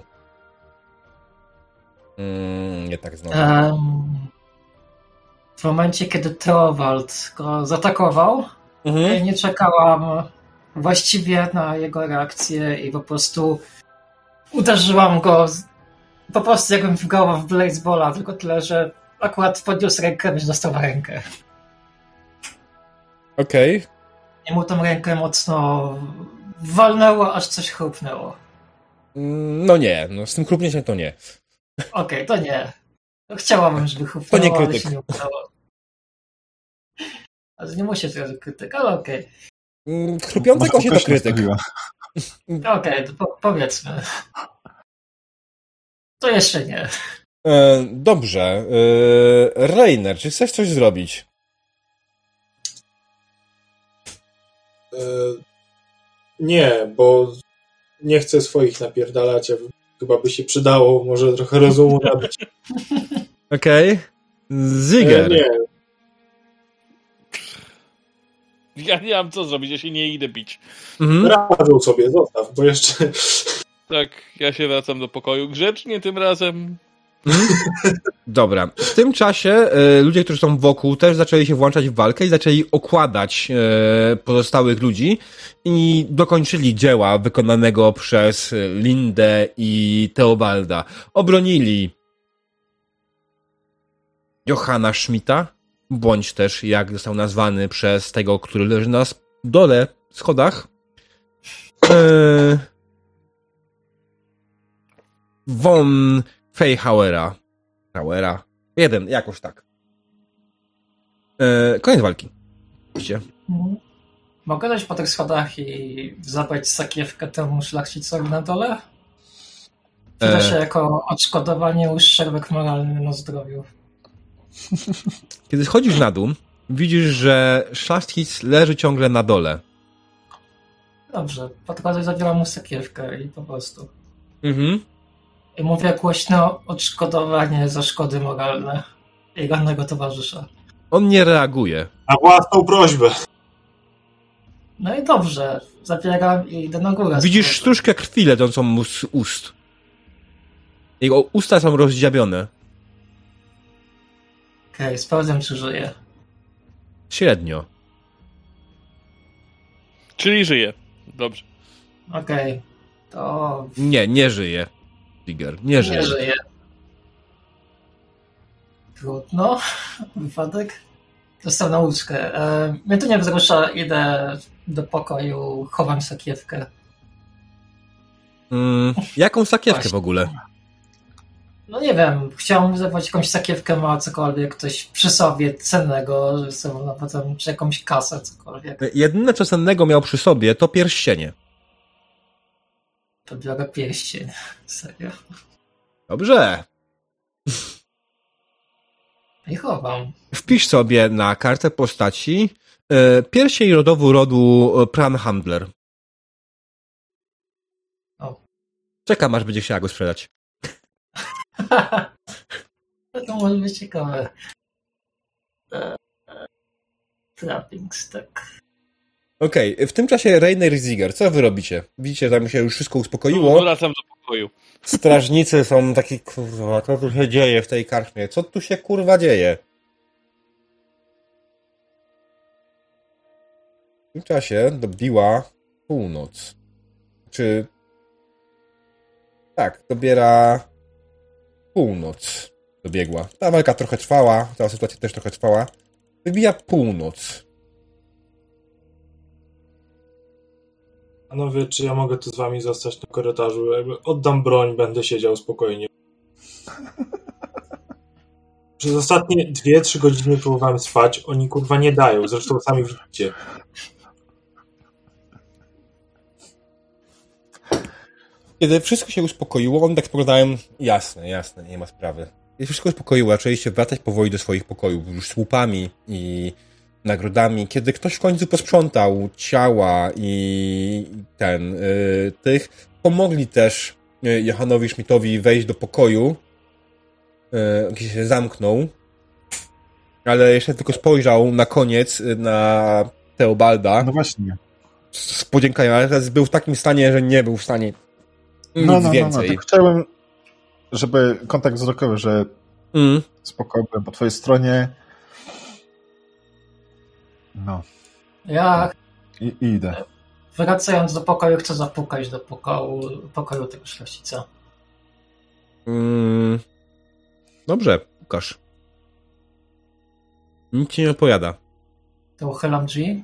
Mm, nie tak znowu. Um, w momencie, kiedy Theobald go zaatakował, Mhm. nie czekałam właściwie na jego reakcję i po prostu uderzyłam go z, po prostu jakbym wgrała w baseballa, tylko tyle, że akurat podniósł rękę, byś dostał w rękę. Okej. Okay. I mu tą rękę mocno walnęło, aż coś chrupnęło. No nie, no z tym chrupnięciem to nie. Okej, okay, to nie. Chciałabym, żeby chrupnęło, to nie krytyk. ale się nie udało. Ale nie musi teraz krytyk, ale okej. Okay. Chrupiącego się to krytyk. Okej, okay, to po- powiedzmy. To jeszcze nie. E, dobrze. E, Reiner, czy chcesz coś zrobić? E, nie, bo nie chcę swoich napierdalać, a chyba by się przydało może trochę rozumu nabyć. Okej. Okay. Ziger. E, nie. Ja nie mam co zrobić, ja się nie idę bić. Mhm. Radzą sobie, zostaw, bo jeszcze... Tak, ja się wracam do pokoju. Grzecznie tym razem. Dobra. W tym czasie e, ludzie, którzy są wokół, też zaczęli się włączać w walkę i zaczęli okładać e, pozostałych ludzi i dokończyli dzieła wykonanego przez Lindę i Theobalda. Obronili Johanna Schmidta, bądź też, jak został nazwany przez tego, który leży na dole schodach, e, von Feyhauera. Hauera. Jeden, jakoś tak. E, koniec walki. Widzicie? Mhm. Mogę dojść po tych schodach i zabrać sakiewkę temu szlachcicowi na dole? Przyda się e... jako odszkodowanie uszczerbek moralny na zdrowiu. Kiedy schodzisz na dół, widzisz, że szlachcic leży ciągle na dole. Dobrze, podchodzę i zabieram mu sakiewkę i po prostu. Mhm. I mówię głośno odszkodowanie za szkody moralne i rannego towarzysza. On nie reaguje. Na własną prośbę. No i dobrze, zabieram i idę na górę. Widzisz sztuczkę krwi lecącą mu z ust. Jego usta są rozdziabione. Okej, okay, sprawdzam, czy żyje. Średnio. Czyli żyje. Dobrze. Okej, okay. To... Nie, nie żyje. Tiger, nie żyje. Nie żyje. Trudno. Wypadek. Dostał nauczkę. E, mnie to nie wzrusza, idę do pokoju, chowam sakiewkę. Mm, jaką sakiewkę Właśnie. w ogóle? No nie wiem, chciałem zabrać jakąś sakiewkę, ma cokolwiek, coś przy sobie cennego, żeby sobie na potem, czy jakąś kasę, cokolwiek. Jedyne, co cennego miał przy sobie, to pierścienie. To biorę pierścień. Serio. Dobrze. I chowam. Wpisz sobie na kartę postaci e, pierścień rodowu rodu Pranhandler. O. Czekam, aż będzie chciała go sprzedać. To może być ciekawe. E, e, trappings, tak. Okej, okay. W tym czasie Reiner i Ziger, co wy robicie? Widzicie, tam się już wszystko uspokoiło. Wracam do pokoju. Strażnicy są taki, kurwa, co tu się dzieje w tej karczmie? Co tu się kurwa dzieje? tym czasie dobiła północ. Czy... Tak, dobiera północ. Dobiegła. Ta walka trochę trwała, ta sytuacja też trochę trwała. Wybija północ. Panowie, czy ja mogę tu z wami zostać na korytarzu? Jakby oddam broń, będę siedział spokojnie. Przez ostatnie dwie, trzy godziny próbowałem spać, oni kurwa nie dają, zresztą sami widzicie. Kiedy wszystko się uspokoiło, oni tak spoglądają, jasne, jasne, nie ma sprawy. Kiedy wszystko uspokoiło, zaczęliście wracać powoli do swoich pokojów, już słupami i nagrodami. Kiedy ktoś w końcu posprzątał ciała i ten, y, tych, pomogli też y, Johanowi Schmidtowi wejść do pokoju, y, gdzie się zamknął, ale jeszcze tylko spojrzał na koniec y, na Teobalda. No właśnie. Z podziękowaniem, ale teraz był w takim stanie, że nie był w stanie nic no, no, więcej. No, no, tak chciałem, żeby kontakt wzrokowy, że mm. spoko, byłem po twojej stronie. No. Ja I, i idę. Wracając do pokoju, chcę zapukać do pokoju, pokoju tego szlachcica. Mm. Dobrze, pukasz. Nic ci nie odpowiada. To uchylam drzwi.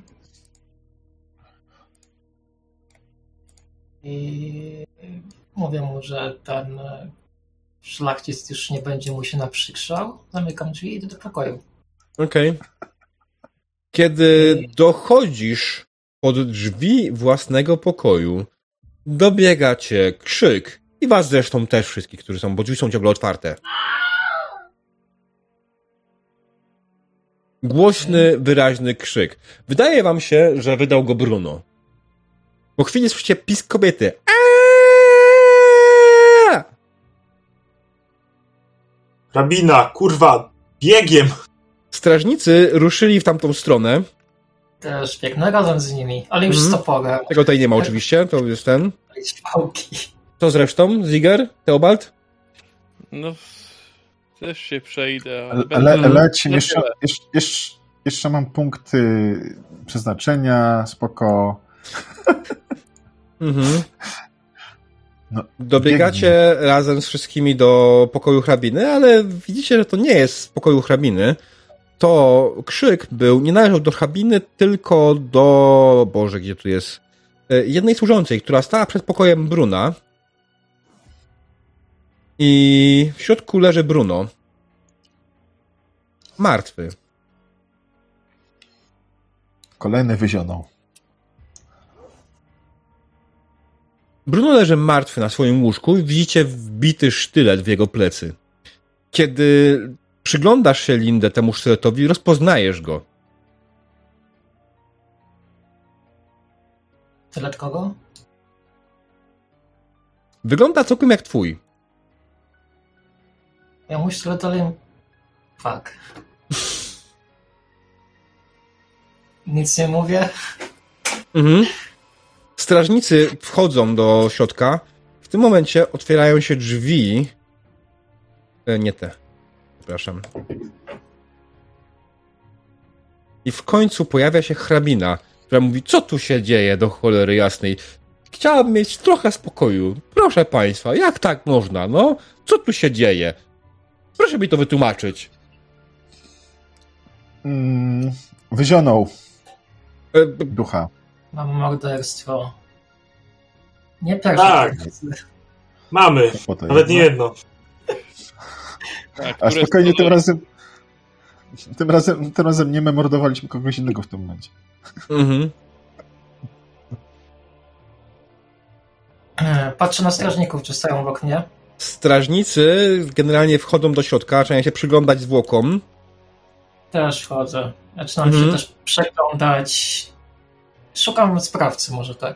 I mówię mu, że ten szlachcic już nie będzie mu się naprzykrzał. Zamykam drzwi i idę do pokoju. Okej. Okay. Kiedy dochodzisz pod drzwi własnego pokoju, dobiega cię krzyk i was zresztą też wszystkich, którzy są, bo drzwi są ciągle otwarte. Głośny, wyraźny krzyk. Wydaje wam się, że wydał go Bruno. Po chwili słyszycie pisk kobiety. Aaaa! Rabina, kurwa, biegiem! Strażnicy ruszyli w tamtą stronę. Też biegnę razem z nimi, ale już mm. z toporem. Tego tutaj nie ma oczywiście, to jest ten. Pałki. Co zresztą? Ziger? Teobald? No, też się przejdę. Ale, ale, ale leci, jeszcze, jeszcze, jeszcze, jeszcze mam punkty przeznaczenia, spoko. Mhm. No, dobiegacie biegnie. razem z wszystkimi do pokoju hrabiny, ale widzicie, że to nie jest z pokoju hrabiny. To krzyk był, nie należał do hrabiny, tylko do... Boże, gdzie tu jest? Jednej służącej, która stała przed pokojem Bruna. I w środku leży Bruno. Martwy. Kolejny wyzionął. Bruno leży martwy na swoim łóżku i widzicie wbity sztylet w jego plecy. Kiedy przyglądasz się, Lindę, temu sztyletowi, rozpoznajesz go. Sztylet kogo? Wygląda całkiem jak twój. Ja mój sztylet, ale... Fuck. Nic nie mówię. Mhm. Strażnicy wchodzą do środka. W tym momencie otwierają się drzwi. E, nie te. Przepraszam. I w końcu pojawia się hrabina, która mówi, co tu się dzieje do cholery jasnej. Chciałabym mieć trochę spokoju. Proszę państwa, jak tak można, no? Co tu się dzieje? Proszę mi to wytłumaczyć. Mm, wyzionął. E, ducha. Mam morderstwo. Nie pierwsze. Tak. Mamy. Nawet nie jedno. Tak, A spokojnie, tym razem, tym razem tym razem nie mordowaliśmy kogoś innego w tym momencie. Mhm. Patrzę na strażników, czy stoją obok mnie. Strażnicy generalnie wchodzą do środka, zaczynają się przyglądać zwłokom. Też wchodzę. Zaczynam mhm. się też przeglądać. Szukam sprawcy, może tak.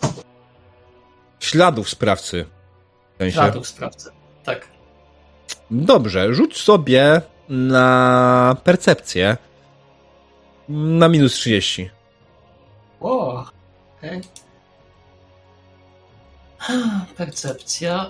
Śladów sprawcy. W sensie. Śladów sprawcy, tak. Dobrze, rzuć sobie na percepcję na minus trzydzieści. Wow, okej. Okay. Percepcja.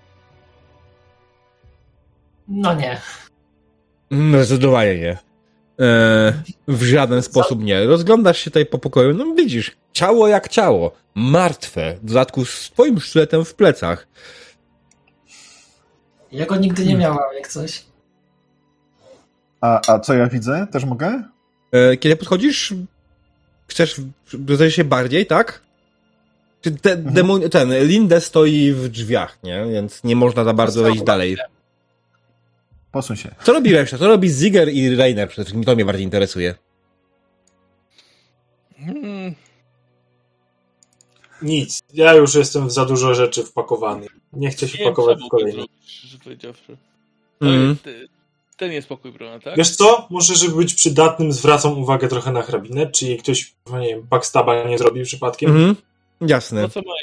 No nie. No, zdecydowanie nie. E, w żaden sposób nie. Rozglądasz się tutaj po pokoju, no widzisz, ciało jak ciało, martwe, w dodatku z twoim sztyletem w plecach. Ja go nigdy nie miałam, jak coś. A, a co ja widzę? Też mogę? E, kiedy podchodzisz, chcesz dozwiedzieć się bardziej, tak? Czy te, mhm. demon, ten, Linde stoi w drzwiach, nie? Więc nie można za bardzo wejść dalej. Posuń się. Co robi reszta? Co robi Ziger i Rainer? Przede wszystkim to mnie bardziej interesuje. Hmm. Nic. Ja już jestem w za dużo rzeczy wpakowany. Nie chcę się nie pakować w kolejny. Mm. Ten jest spokój, Bruno, tak? Wiesz co? Może, żeby być przydatnym, zwracam uwagę trochę na hrabinę. Czy jej ktoś, nie wiem, backstaba nie zrobił przypadkiem? Mhm. Jasne. No co ma...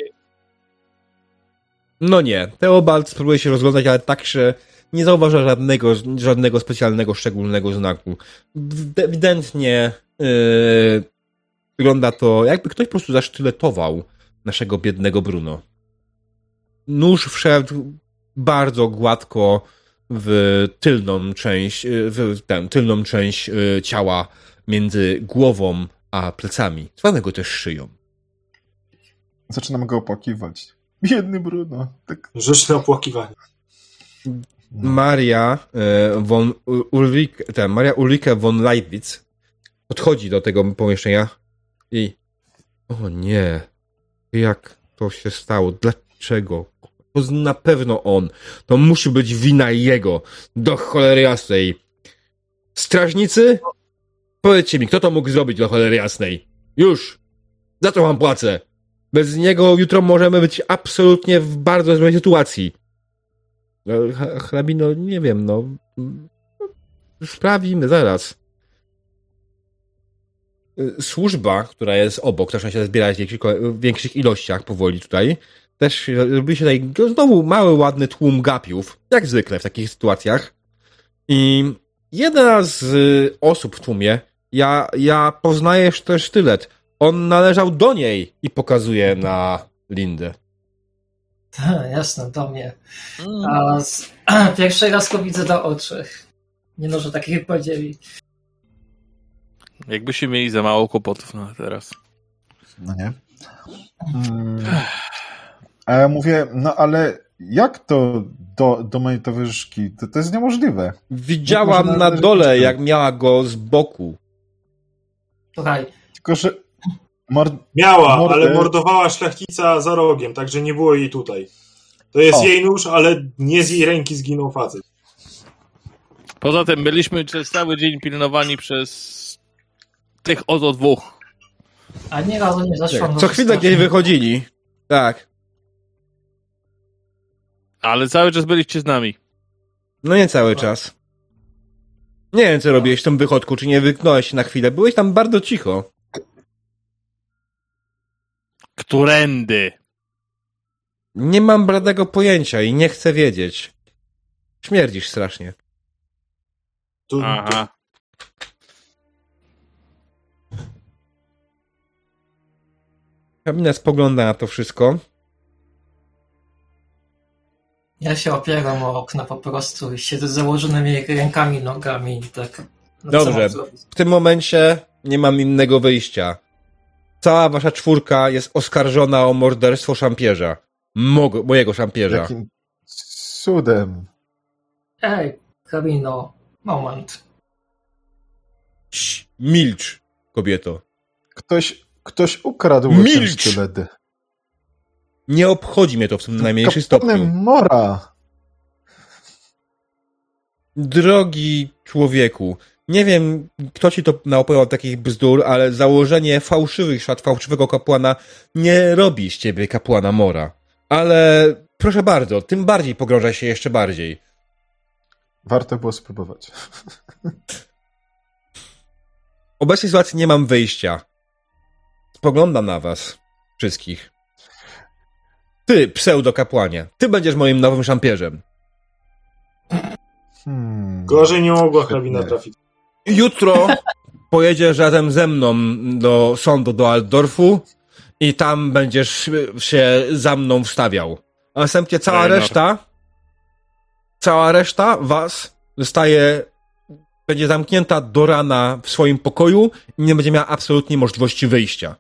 No nie. Theobald spróbuje się rozglądać, ale tak, że nie zauważa żadnego, żadnego specjalnego, szczególnego znaku. Ewidentnie yy, wygląda to, jakby ktoś po prostu zasztyletował naszego biednego Bruno. Nóż wszedł bardzo gładko w tylną część, w tę tylną część ciała między głową a plecami, zwanego też szyją. Zaczynam go opłakiwać. Biedny Bruno. Tak. Rzuć na opłakiwanie. Maria von Ulrike, ta, Maria Ulrike von Leibwitz podchodzi do tego pomieszczenia i o nie, jak to się stało? Dlaczego? To na pewno on. To musi być wina jego. Do cholery jasnej. Strażnicy? Powiedzcie mi, kto to mógł zrobić do cholery jasnej? Już! Za to wam płacę. Bez niego jutro możemy być absolutnie w bardzo złej sytuacji. Hrabino, nie wiem, no. Sprawimy zaraz. Służba, która jest obok, zaczyna się zbierać w większych, w większych ilościach powoli tutaj. Też robi się tutaj znowu mały, ładny tłum gapiów, jak zwykle w takich sytuacjach. I jedna z osób w tłumie, ja, ja poznaję też sztylet. On należał do niej i pokazuje na Lindę. Tak, jasne, do mnie. A z, pierwszy raz go widzę do oczy. Nie może takich podzieli. Jakbyśmy mieli za mało kłopotów na teraz. No nie. Hmm. A ja mówię, no ale jak to do, do mojej towarzyszki? To, to jest niemożliwe. Widziałam na dole, jak miała go z boku. Słuchaj. Tylko, że mord... Miała, mordę... ale mordowała szlachcica za rogiem, także nie było jej tutaj. To jest o. jej nóż, ale nie z jej ręki zginął facet. Poza tym byliśmy przez cały dzień pilnowani przez tych oto dwóch. A nie razu nie zaszłam. Co chwilę gdzieś wychodzili. Tak. Ale cały czas byliście z nami. No nie cały czas. Nie wiem, co robiłeś w tym wychodku, czy nie wyknąłeś się na chwilę. Byłeś tam bardzo cicho. Którędy? Nie mam bladego pojęcia i nie chcę wiedzieć. Śmierdzisz strasznie. Tu, Aha. Hrabina spogląda na to wszystko. Ja się opieram o okno po prostu i siedzę z założonymi rękami, nogami. Tak. No dobrze. W tym momencie nie mam innego wyjścia. Cała wasza czwórka jest oskarżona o morderstwo szampierza. Mo- mojego szampierza. Jakim cudem. Ej, hrabino, moment. Cii, milcz, kobieto. Ktoś, ktoś ukradł ten sztylet. Nie obchodzi mnie to w tym najmniejszym stopniu. Mora. Drogi człowieku, nie wiem, kto ci to naopowiadał takich bzdur, ale założenie fałszywych szat, fałszywego kapłana nie robi z ciebie kapłana Mora. Ale proszę bardzo, tym bardziej pogrążaj się jeszcze bardziej. Warto było spróbować. W obecnej sytuacji nie mam wyjścia. Spoglądam na was wszystkich. Ty, pseudokapłanie, ty będziesz moim nowym szampierzem. Hmm. Gorzej nie mogła hrabina trafić. Jutro pojedziesz razem ze mną do sądu do Altdorfu i tam będziesz się za mną wstawiał. A następnie cała Rainer. reszta cała reszta was zostaje będzie zamknięta do rana w swoim pokoju i nie będzie miała absolutnie możliwości wyjścia.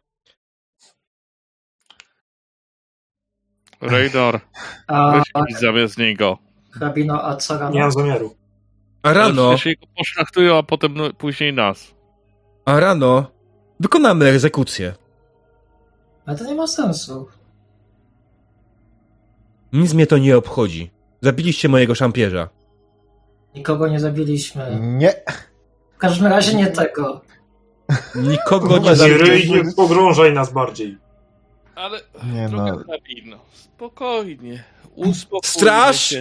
Raynor, weź zamiast niego. Hrabino, a co rano? Nie mam zamiaru. A rano... Przecież jego poszlachtują, a potem no, później nas. A rano wykonamy egzekucję. Ale to nie ma sensu. Nic mnie to nie obchodzi. Zabiliście mojego szampierza. Nikogo nie zabiliśmy. Nie. W każdym razie nie tego. Nikogo nie Nie, zabiliście. nie pogrążaj nas bardziej. Ale, Nie droga no. hrabino, spokojnie. Uspokójmy Straż! się.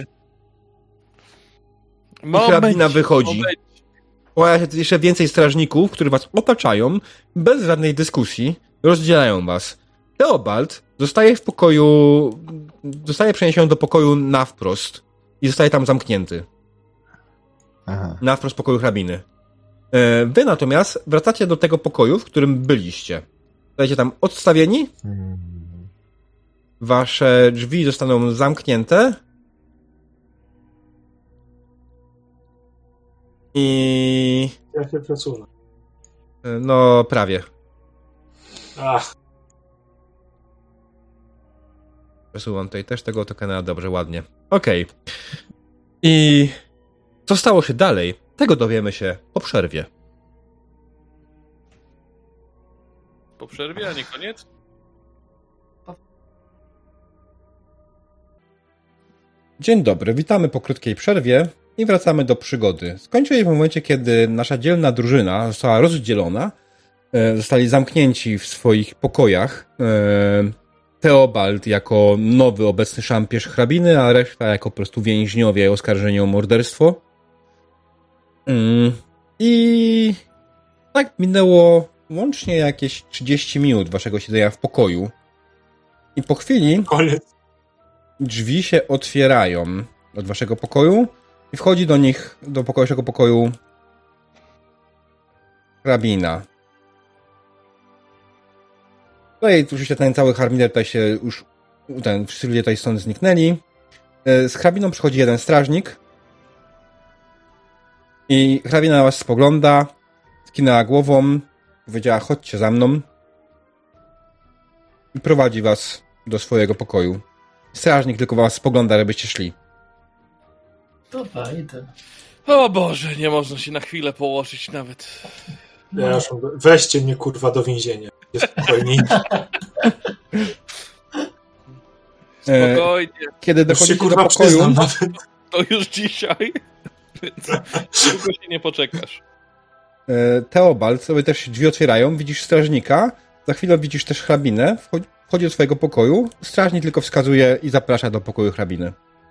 I hrabina wychodzi. Moment. Pojawia się jeszcze więcej strażników, którzy was otaczają, bez żadnej dyskusji, rozdzielają was. Teobald zostaje w pokoju, zostaje przeniesiony do pokoju na wprost i zostaje tam zamknięty. Aha. Na wprost pokoju hrabiny. Wy natomiast wracacie do tego pokoju, w którym byliście. Zostajecie tam odstawieni, Hmm. wasze drzwi zostaną zamknięte i... Ja się przesunę. no, prawie. Ach, Przesuwam tutaj też tego tokena, dobrze, ładnie. Okej. Okay. I co stało się dalej? Tego dowiemy się po przerwie. Po przerwie, a nie koniec? Dzień dobry, witamy po krótkiej przerwie i wracamy do przygody. Skończyli w momencie, kiedy nasza dzielna drużyna została rozdzielona. E, zostali zamknięci w swoich pokojach. E, Teobald jako nowy, obecny szampierz hrabiny, a reszta jako po prostu więźniowie oskarżeni o morderstwo. Mm. I tak minęło łącznie jakieś trzydzieści minut waszego siedzenia w pokoju. I po chwili koniec. drzwi się otwierają od waszego pokoju i wchodzi do nich, do pokoju, waszego pokoju hrabina. Tutaj oczywiście ten cały harmider tutaj się już, ten, wszyscy ludzie tutaj stąd zniknęli. Z hrabiną przychodzi jeden strażnik i hrabina na was spogląda, skinęła głową, powiedziała: chodźcie za mną i prowadzi was do swojego pokoju. Strażnik tylko was spogląda, żebyście szli. Dobra, idę. O Boże, nie można się na chwilę położyć nawet. Ja już, weźcie mnie kurwa do więzienia. Jest spokojniej. Spokojnie. Kiedy Już się dochodzicie kurwa do pokoju, przyznam nawet. To już dzisiaj. Więc długo się nie poczekasz. Teobald, sobie też się drzwi otwierają, widzisz strażnika, za chwilę widzisz też hrabinę, wchodzi, wchodzi do swojego pokoju, strażnik tylko wskazuje i zaprasza do pokoju hrabiny.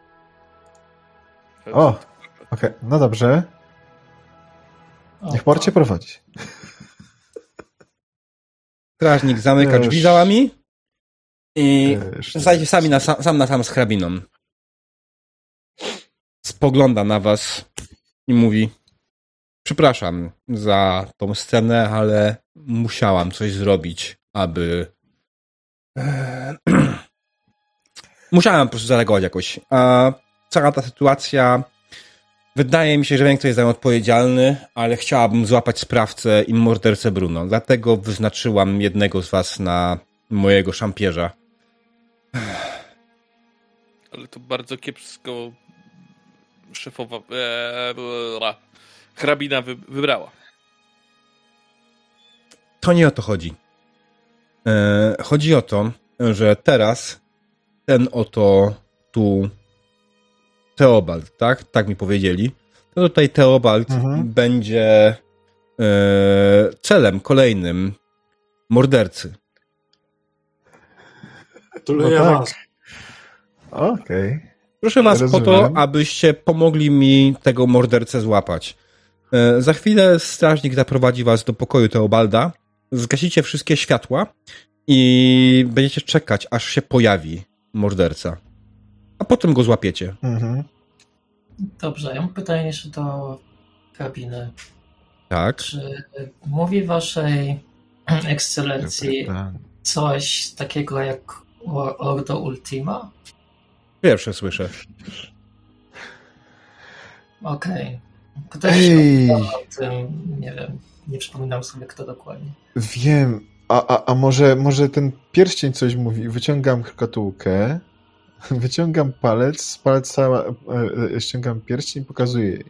O, okej, okay. No dobrze. Niech Mor cię prowadzi. Strażnik zamyka drzwi za wami i Też, zostajecie sami na, sam na sam z hrabiną. Spogląda na was i mówi: przepraszam za tą scenę, ale musiałam coś zrobić, aby... musiałam po prostu zareagować jakoś. A cała ta sytuacja... Wydaje mi się, że wiem, kto jest za nią odpowiedzialny, ale chciałabym złapać sprawcę i mordercę Bruno. Dlatego wyznaczyłam jednego z was na mojego szampierza. Ale to bardzo kiepsko szefowa... Eee, hrabina wy, wybrała. To nie o to chodzi. E, chodzi o to, że teraz ten oto tu Teobald, tak? Tak mi powiedzieli. To tutaj Teobald mhm. będzie e, celem kolejnym mordercy. Tyle ja was. Okej. Okay. Proszę was Rozumiem. po to, abyście pomogli mi tego mordercę złapać. E, za chwilę strażnik zaprowadzi was do pokoju Teobalda. Zgasicie wszystkie światła i będziecie czekać, aż się pojawi morderca. A potem go złapiecie. Mhm. Dobrze, ja mam pytanie jeszcze do hrabiny. Tak. Czy mówi waszej ekscelencji coś takiego jak Ordo Ultima? Pierwsze słyszę. Okej. Okay. Ktoś Ej. o tym, nie wiem, nie przypominam sobie kto dokładnie. Wiem, a, a, a może, może ten pierścień coś mówi? Wyciągam szkatułkę, wyciągam palec, z palca e, ściągam pierścień i pokazuję jej.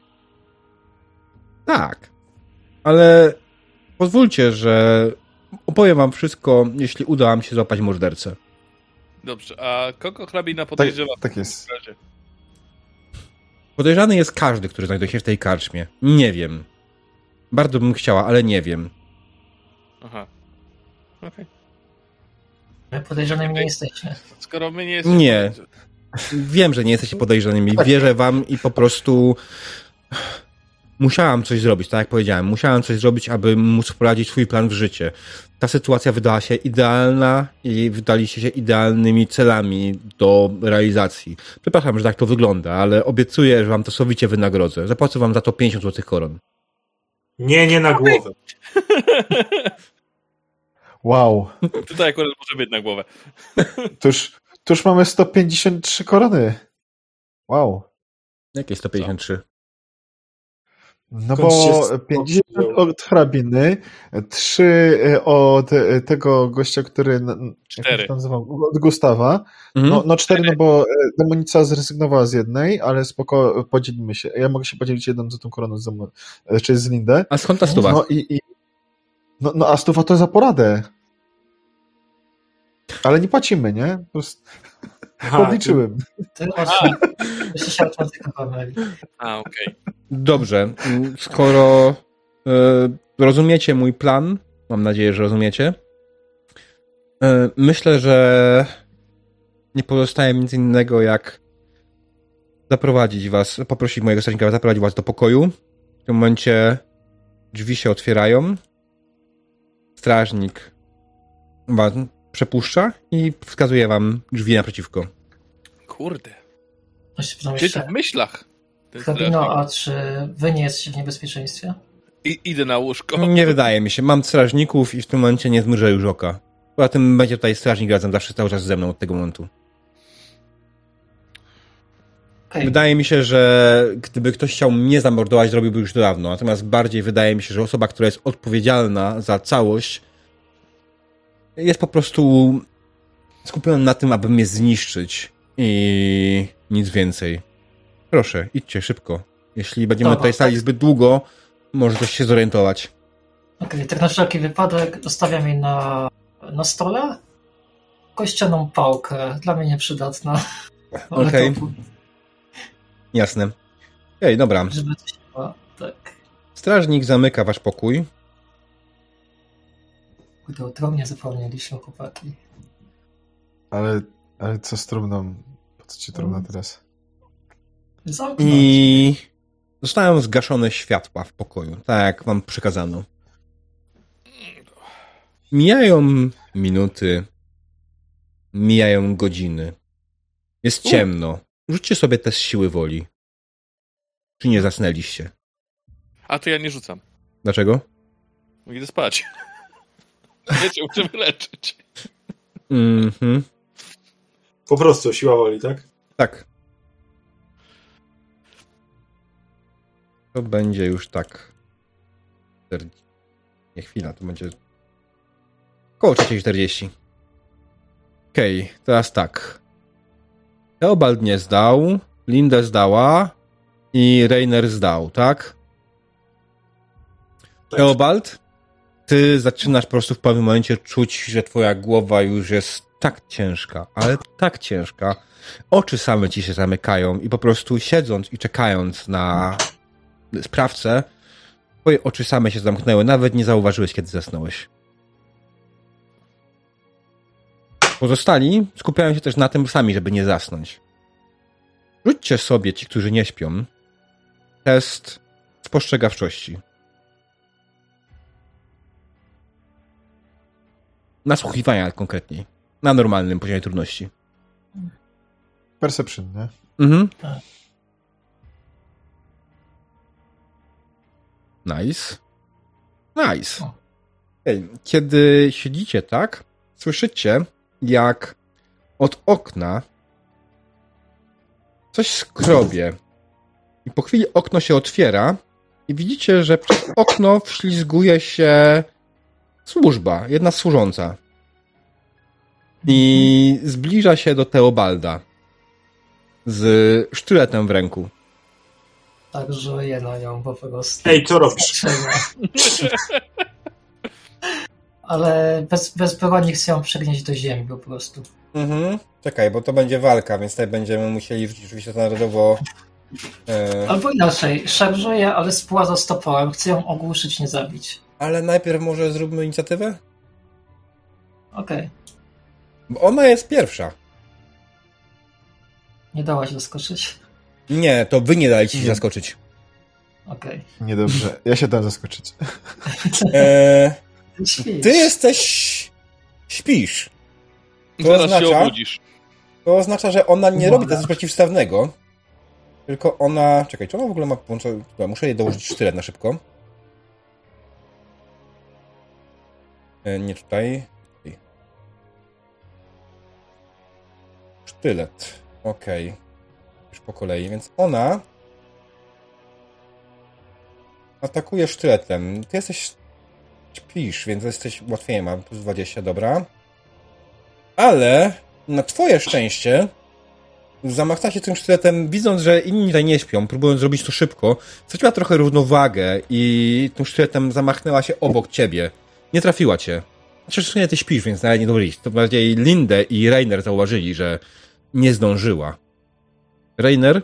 Tak, ale pozwólcie, że opowiem wam wszystko, jeśli uda wam się złapać mordercę. Dobrze, a kogo hrabina podejrzewa? Tak, tak jest. W razie? Podejrzany jest każdy, który znajduje się w tej karczmie. Nie wiem. Bardzo bym chciała, ale nie wiem. Aha. Okej. Okay. My podejrzanymi nie jesteśmy. Skoro my nie jesteśmy... Nie. Wiem, że nie jesteście podejrzanymi. Wierzę wam i po prostu musiałam coś zrobić, tak jak powiedziałem. Musiałam coś zrobić, aby móc wprowadzić swój plan w życie. Ta sytuacja wydała się idealna i wydaliście się idealnymi celami do realizacji. Przepraszam, że tak to wygląda, ale obiecuję, że wam to sowicie wynagrodzę. Zapłacę wam za to pięćdziesiąt złotych koron. Nie, nie na głowę. Wow. Tutaj akurat może być na głowę. Tuż, tuż mamy sto pięćdziesiąt trzy korony. Wow. Jakie sto pięćdziesiąt trzy? No bo pięćdziesiąt od hrabiny, trzy od tego gościa, który... Jak się nazywał? Od Gustawa. Mhm. No, no cztery, no bo demonica zrezygnowała z jednej, ale spoko, podzielimy się. Ja mogę się podzielić jedną za tą koroną, z, czy z Lindę. A skąd ta stuwa? No, i, i, no, no a stuwa to za poradę. Ale nie płacimy, nie? Po prostu podliczyłem. Ty właśnie, jeszcze się automatycznie pomyli. A, okej. Okay. Dobrze. Skoro y, rozumiecie mój plan, mam nadzieję, że rozumiecie, y, myślę, że nie pozostaje nic innego, jak zaprowadzić was, poprosić mojego strażnika, zaprowadzić was do pokoju. W tym momencie drzwi się otwierają. Strażnik was przepuszcza i wskazuje wam drzwi naprzeciwko. Kurde. Gdzie to w myślach? Hrabino, a czy wy nie jesteście w niebezpieczeństwie? I, idę na łóżko. Nie wydaje mi się. Mam strażników i w tym momencie nie zmrużę już oka. Poza tym będzie tutaj strażnik razem zawsze cały czas ze mną od tego momentu. Okay. Wydaje mi się, że gdyby ktoś chciał mnie zamordować, zrobiłby już dawno. Natomiast bardziej wydaje mi się, że osoba, która jest odpowiedzialna za całość, jest po prostu skupiona na tym, aby mnie zniszczyć. I nic więcej. Proszę, idźcie szybko. Jeśli będziemy Dobra, tutaj stali tak. zbyt długo, może coś się zorientować. Okej, okay, tak na wszelki wypadek zostawiam jej na, na stole kościaną pałkę, dla mnie nieprzydatna. Okej. Okay. Jasne. Okej, okay, dobra. Żeby coś było, tak. Strażnik zamyka wasz pokój. Kurde, o trumnie zapomnieliśmy, chłopaki. Ale, ale co z trumną? Po co ci trumna teraz? Zamknąć. I zostają zgaszone światła w pokoju, tak jak wam przykazano. Mijają minuty, mijają godziny. Jest ciemno. Rzućcie sobie test siły woli. Czy nie zasnęliście? A to ja nie rzucam. Dlaczego? Idę spać. Wiecie, muszę wyleczyć. Mhm. Po prostu siła woli, tak? Tak. To będzie już tak. Nie, chwila, to będzie około trzecia czterdzieści. Okej, okay, teraz tak. Teobald nie zdał, Linda zdała i Rainer zdał, tak? tak? Teobald, ty zaczynasz po prostu w pewnym momencie czuć, że twoja głowa już jest tak ciężka, ale tak ciężka. Oczy same ci się zamykają i po prostu siedząc i czekając na sprawcę, twoje oczy same się zamknęły, nawet nie zauważyłeś, kiedy zasnąłeś. Pozostali skupiają się też na tym sami, żeby nie zasnąć. Rzućcie sobie, ci, którzy nie śpią, test spostrzegawczości. Nasłuchiwania konkretniej. Na normalnym poziomie trudności. Perception, nie? Mhm. Nice. Nice. Ej, kiedy siedzicie tak, słyszycie, jak od okna coś skrobie. I po chwili okno się otwiera I widzicie, że przez okno wślizguje się służba, jedna służąca. I zbliża się do Teobalda z sztyletem w ręku. Tak, że je na nią po prostu. Ej, co robisz? Ale bez, bez broni chcę ją przegnieść do ziemi po prostu. Mhm. Czekaj, bo to będzie walka, więc tutaj będziemy musieli wrzucić oczywiście standardowo... E... Albo inaczej, szarżuję, ale spłaza z toporem. Chcę ją ogłuszyć, nie zabić. Ale najpierw może zróbmy inicjatywę? Okej. Okay. Bo ona jest pierwsza. Nie dałaś zaskoczyć? Nie, to wy nie daliście się zaskoczyć. Okej. Okay. Niedobrze. Ja się dam zaskoczyć. E... Ty jesteś... Śpisz. To Zaraz oznacza, się obudzisz. To oznacza, że ona nie Uwaga. robi nic przeciwstawnego, tylko ona... Czekaj, czy ona w ogóle ma połączone... Muszę jej dołożyć sztylet na szybko. E, nie tutaj. Sztylet. Okej. Okay. Już po kolei. Więc ona atakuje sztyletem. Ty jesteś... Śpisz, więc jesteś łatwiej, ma plus dwadzieścia, dobra. Ale na twoje szczęście zamachna się tym sztyletem, widząc, że inni tutaj nie śpią, próbując zrobić to szybko, straciła trochę równowagę i tym sztyletem zamachnęła się obok ciebie. Nie trafiła cię. Znaczy, nie, ty śpisz, więc nawet nie dobrze. To bardziej Lindę i Rainer zauważyli, że nie zdążyła. Rainer?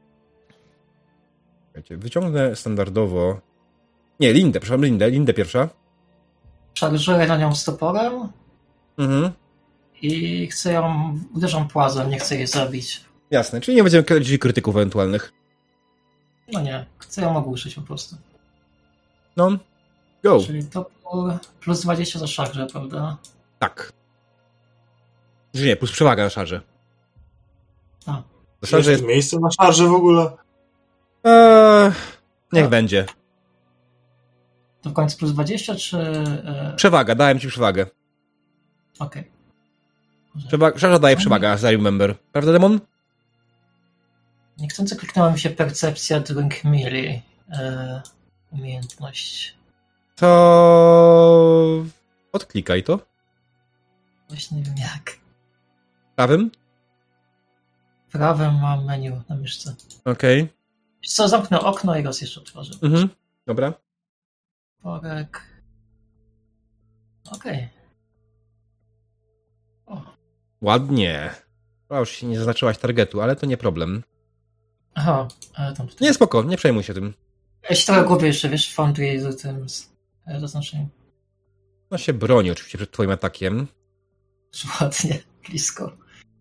Wyciągnę standardowo... Nie, Lindę, przepraszam, Lindę. Lindę pierwsza. Szarżuję na nią z toporem. Mhm. I chcę ją, uderzam płazem, nie chcę jej zabić. Jasne, czyli nie będziemy kręcić krytyków ewentualnych. No nie, chcę ją ogłuszyć po prostu. No, go. Czyli topór plus dwadzieścia za szarżę, prawda? Tak. Że nie, plus przewaga na szarze. A. Za szarze jest miejsce na szarże w ogóle? Eee, niech A. będzie. To w końcu plus dwadzieścia, czy... E... Przewaga, dałem ci przewagę. Okej. Okay. Przewa- szarza daje przewagę, as I remember. Prawda, Demon? Niechcący kliknęła mi się percepcja drink melee. E... Umiejętność. To... Odklikaj to. Właśnie nie wiem jak. Prawym? Prawym mam menu na myszce. Okej. Okay. Co, zamknę okno i raz jeszcze otworzę. Mhm. Dobra. Porek. Okej. Okay. Ładnie. O, już się nie zaznaczyłaś targetu, ale to nie problem. Aha, ale tam tutaj. Nie, spoko, nie przejmuj się tym. Ja się trochę gubię jeszcze, wiesz, foundry z tym zaznaczeniem. No się broni oczywiście przed twoim atakiem. Ładnie, blisko.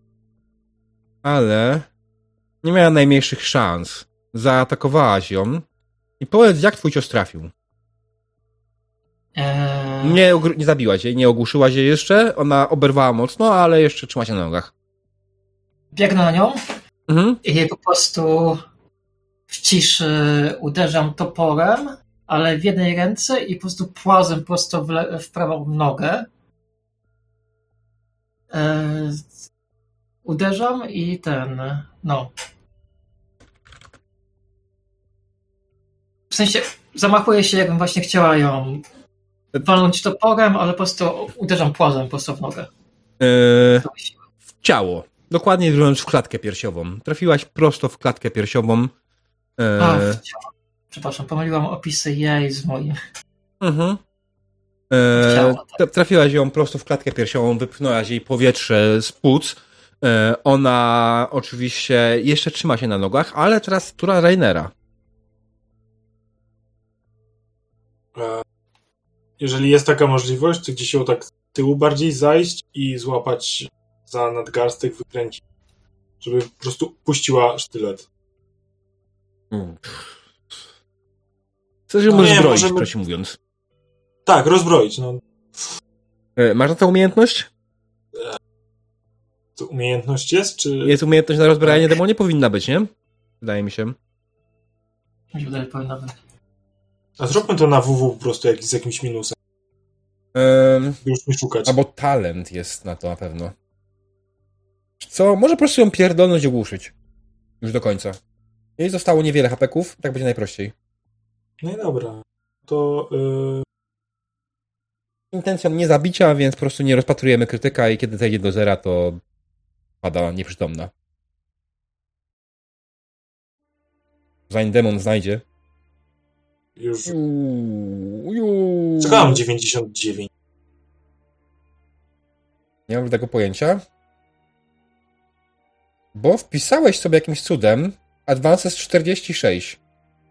Ale nie miała najmniejszych szans. Zaatakowałaś ją i powiedz, jak twój cios trafił. Eee... Nie, nie zabiłaś jej, nie ogłuszyłaś jej jeszcze. Ona oberwała mocno, ale jeszcze trzyma się na nogach. Biegnę na nią Mhm. i po prostu w ciszy uderzam toporem, ale w jednej ręce i po prostu płazem prosto w, le- w prawą nogę. Eee... Uderzam i ten, no. W sensie zamachuję się, jakbym właśnie chciała ją walnąć toporem, ale po prostu uderzam płazem prosto w nogę. Yy, w ciało. Dokładnie wrzucając w klatkę piersiową. Trafiłaś prosto w klatkę piersiową. Yy... A, w ciało. Przepraszam, pomyliłam opisy jej z moim. Mhm. Yy, Ciało, tak. Trafiłaś ją prosto w klatkę piersiową, wypchnęłaś jej powietrze z płuc. Yy, ona oczywiście jeszcze trzyma się na nogach, ale teraz tura Rainera. Jeżeli jest taka możliwość, to gdzieś ją tak z tyłu bardziej zajść i złapać za nadgarstek, wykręcić, żeby po prostu puściła sztylet. Hmm. Chcesz ją No nie, rozbroić, możemy... prosi mówiąc. Tak, rozbroić. No. Yy, masz na to umiejętność? To umiejętność jest, czy... Jest umiejętność na rozbrajanie tak. Demonie? Powinna być, nie? Wydaje mi się. Mi się wydaje, powinna być. A zróbmy to na W W po prostu jak, z jakimś minusem. Um, już nie szukać. Albo talent jest na to na pewno. Co? Może po prostu ją pierdolnąć i ogłuszyć. Już do końca. Jej zostało niewiele hapeków, tak będzie najprościej. No i dobra. To... Yy... Intencją nie zabicia, więc po prostu nie rozpatrujemy krytyka i kiedy zejdzie do zera, to pada nieprzytomna. Zanim demon znajdzie. Już... Juu, juu. Czekałem dziewięćdziesiąt dziewięć. Nie mam tego pojęcia. Bo wpisałeś sobie jakimś cudem Advances czterdzieści sześć.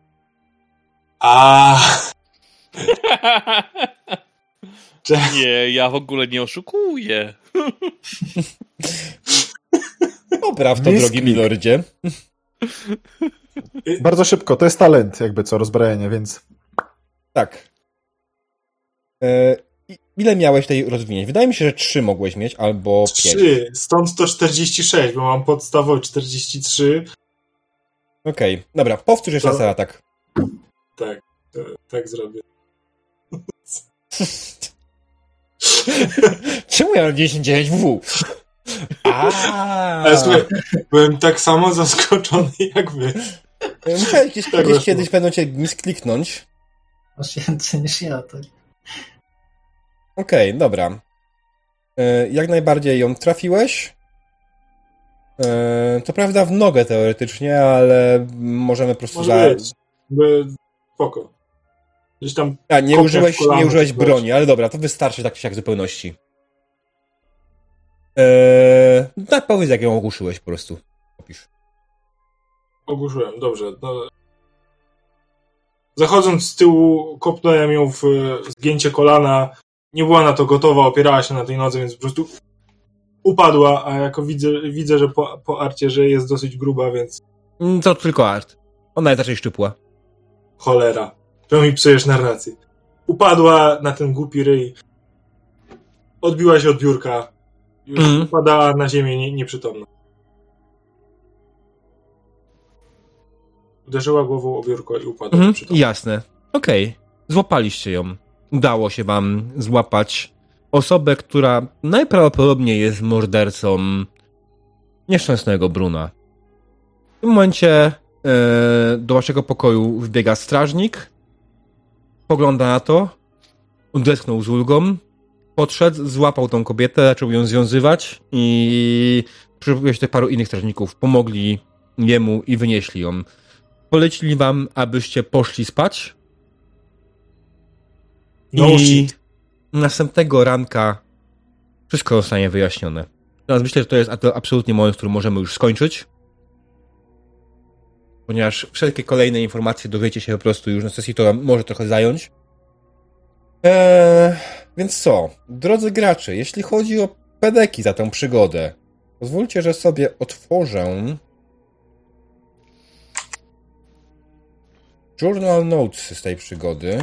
A. Nie, ja w ogóle nie oszukuję. Popraw to, Misklik. drogi milordzie. Bardzo szybko, to jest talent, jakby co, rozbrajanie, więc... Tak. E, ile miałeś tej rozwinięć? Wydaje mi się, że trzy mogłeś mieć, albo pięć. Trzy, stąd to czterdzieści sześć, bo mam podstawowy czterdzieści trzy. Okej, okay. Dobra, powtórz jeszcze raz atak. Tak, to, tak zrobię. Czemu ja mam dziesięć dziewięć W? Ale słuchaj, byłem tak samo zaskoczony jak wy. Musiałeś gdzieś, tak gdzieś kiedyś będą cię miskliknąć. Masz więcej niż ja, tak. Okej, okay, dobra. Jak najbardziej ją trafiłeś. To prawda w nogę teoretycznie, ale możemy po prostu... Może za... być. Spoko. Gdzieś tam... A, nie użyłeś, nie użyłeś broni, ale dobra, to wystarczy tak czy siak w zupełności. Eee, tak powiedz, jak ją ogłuszyłeś po prostu. Opisz. Ogłuszyłem, dobrze. No. Zachodząc z tyłu, kopnąłem ją w zgięcie kolana. Nie była na to gotowa, opierała się na tej nodze, więc po prostu upadła, a jako widzę, widzę że po, po arcie, że jest dosyć gruba, więc... To tylko art. Ona jest raczej szczupła. Cholera. Czemu mi psujesz narrację? Upadła na ten głupi ryj. Odbiła się od biurka. Już mm. upadała na ziemię nie, nieprzytomna. Uderzyła głową o biurko i upadła mm, nieprzytomna. Jasne. Okej. Okay. Złapaliście ją. Udało się wam złapać osobę, która najprawdopodobniej jest mordercą nieszczęsnego Bruna. W tym momencie yy, do waszego pokoju wbiega strażnik. Pogląda na to. Odetchnął z ulgą. Podszedł, złapał tą kobietę, zaczął ją związywać i przybyło się paru innych strażników. Pomogli jemu i wynieśli ją. Polecili wam, abyście poszli spać. No I shit. Następnego ranka wszystko zostanie wyjaśnione. Teraz myślę, że to jest absolutnie moment, w którym możemy już skończyć. Ponieważ wszelkie kolejne informacje dowiecie się po prostu już na sesji, to może trochę zająć. Eee, więc co? Drodzy gracze, jeśli chodzi o pedeki za tę przygodę, pozwólcie, że sobie otworzę Journal Notes z tej przygody.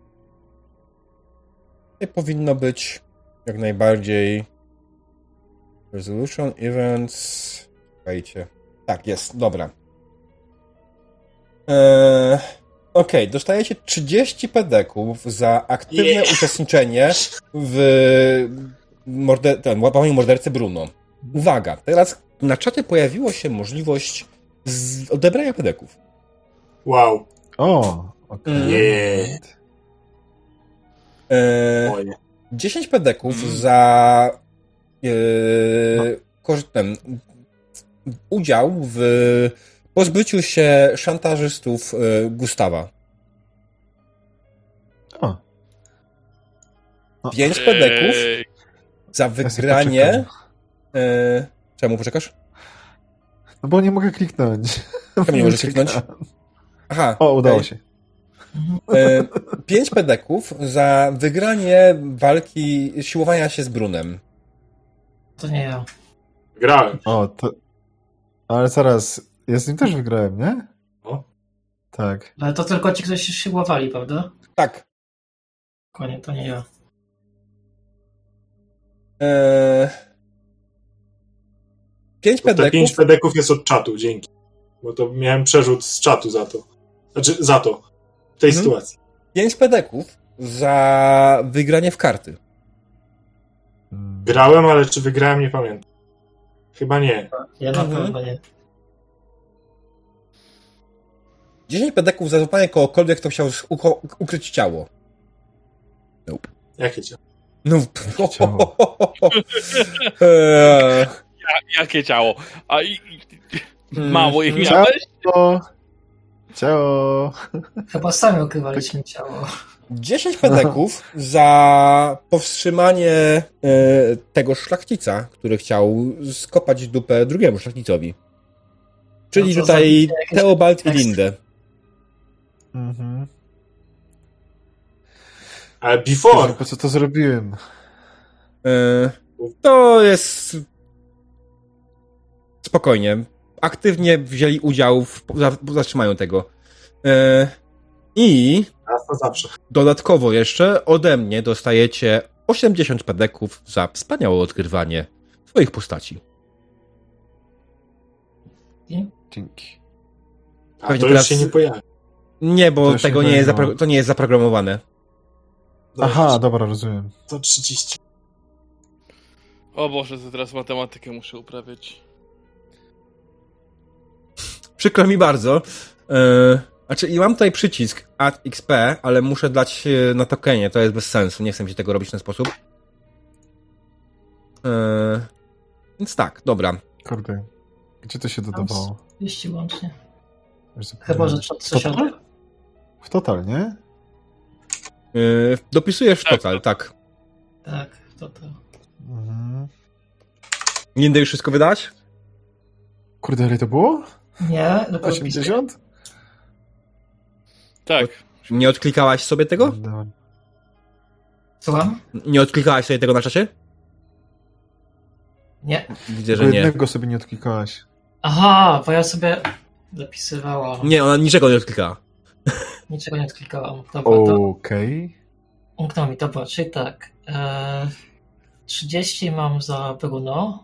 I powinno być jak najbardziej Resolution Events. Słuchajcie. Tak, jest, dobra. Eee, Okej, okay, dostajecie trzydzieści pedeków za aktywne yeah. uczestniczenie w morder- ten, łapaniu mordercy Bruno. Uwaga, teraz na czacie pojawiła się możliwość z- odebrania pedeków. Wow. O, okej. Okay. Yeah. Eee, dziesięć pedeków mm. za eee, ten, udział w pozbyciu się szantażystów eee, Gustawa. O. No. pięć pedeków za wygranie... Eee, czemu poczekasz? No bo nie mogę kliknąć. Czemu nie możesz kliknąć? Aha. O, udało okay. się. E, pięć pedeków za wygranie walki, siłowania się z Brunem. To nie ja. Grałem. O, to... Ale zaraz, ja z nim też wygrałem, nie? O. Tak. Ale to tylko ci, którzy się siłowali, prawda? Tak. Konie, to nie ja. E... Pięć pedeków. Pięć pedeków jest od czatu, dzięki. Bo to miałem przerzut z czatu za to. Znaczy, za to. W tej hmm. sytuacji. Pięć pedeków za wygranie w karty. Grałem, ale czy wygrałem, nie pamiętam. Chyba nie. Ja na pewno nie. dziesięć pedeków za złapanie kogokolwiek, kto chciał uko- ukryć ciało. Nope. Jakie ciało? No, Ciało. eee, Ja, jakie ciało? A i, i, mało ich Ciało. miałeś? Ciało. Chyba sami ukrywaliśmy ciało. dziesięć pedeków za powstrzymanie e, tego szlachcica, który chciał skopać dupę drugiemu szlachcicowi. Czyli No to tutaj zabicie jakieś Teobald i teksty. Lindę. Mhm. Ale before! Po co to zrobiłem? E, to jest... Spokojnie. Aktywnie wzięli udział w zatrzymaniu tego. E, I Raz na zawsze. dodatkowo jeszcze ode mnie dostajecie osiemdziesiąt pedeków za wspaniałe odgrywanie swoich postaci. Dzięki. A Pewnie to teraz- już się nie pojawi. Nie, bo To już tego nie nie jest, pojawiło. zapro- to nie jest zaprogramowane. Aha, dobra, rozumiem. To trzydzieści. O Boże, to teraz matematykę muszę uprawiać. Przykro mi bardzo. Yy, znaczy, i mam tutaj przycisk Add X P, ale muszę dać yy, na tokenie, to jest bez sensu. Nie chcę mi się tego robić w ten sposób. Yy, więc tak, dobra. Kurde. Gdzie to się dodawało? trzydzieści łącznie. Już Chyba, że zapomniałem. trzeba W coś total? odda. W total, nie? Yy, dopisujesz w total, tak. Tak, to to. Mhm. Lindę już wszystko wydać? Kurde, ile to było? Nie, dopiero osiemdziesiąt? Tak. Nie odklikałaś sobie tego? Dobra. Słucham? Nie odklikałaś sobie tego na czacie? Nie. Widzę, że Bo nie. jednego sobie nie odklikałeś. Aha, bo ja sobie zapisywałam. Nie, ona niczego nie odklikała. Niczego nie odklikałam. Dobra, to Okej. umknął mi. Dobra, czyli tak. E, trzydzieści mam za Bruno.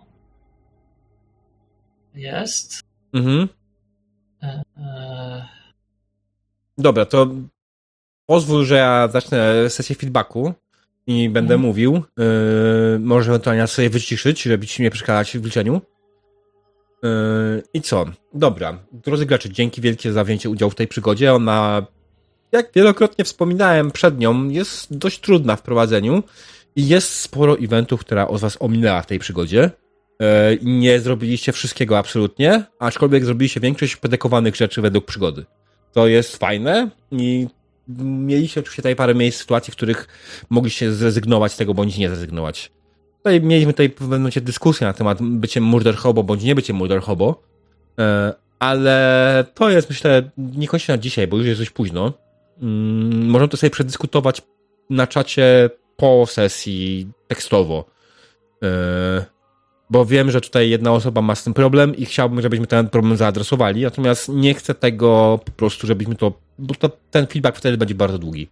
Jest. Mhm. E, e, Dobra, to pozwól, że ja zacznę sesję feedbacku i będę Mhm. mówił. Yy, może ewentualnie sobie wyciszyć, żeby ci nie przeszkadzać w liczeniu. Yy, I co? Dobra. Drodzy gracze, dzięki wielkie za wzięcie udziału w tej przygodzie. Ona, jak wielokrotnie wspominałem przed nią, jest dość trudna w prowadzeniu i jest sporo eventów, która od was ominęła w tej przygodzie. Yy, nie zrobiliście wszystkiego absolutnie, aczkolwiek zrobiliście większość pedekowanych rzeczy według przygody. To jest fajne i mieliście oczywiście tutaj parę miejsc, sytuacji, w których mogliście zrezygnować z tego, bądź nie zrezygnować. Tutaj mieliśmy tutaj w pewnym momencie dyskusję na temat byciem murder hobo, bądź nie byciem murder hobo, e, ale to jest, myślę, niekoniecznie na dzisiaj, bo już jest dość późno. Mm, możemy to sobie przedyskutować na czacie po sesji tekstowo. E, Bo wiem, że tutaj jedna osoba ma z tym problem i chciałbym, żebyśmy ten problem zaadresowali, natomiast nie chcę tego po prostu, żebyśmy to, bo to, ten feedback wtedy będzie bardzo długi.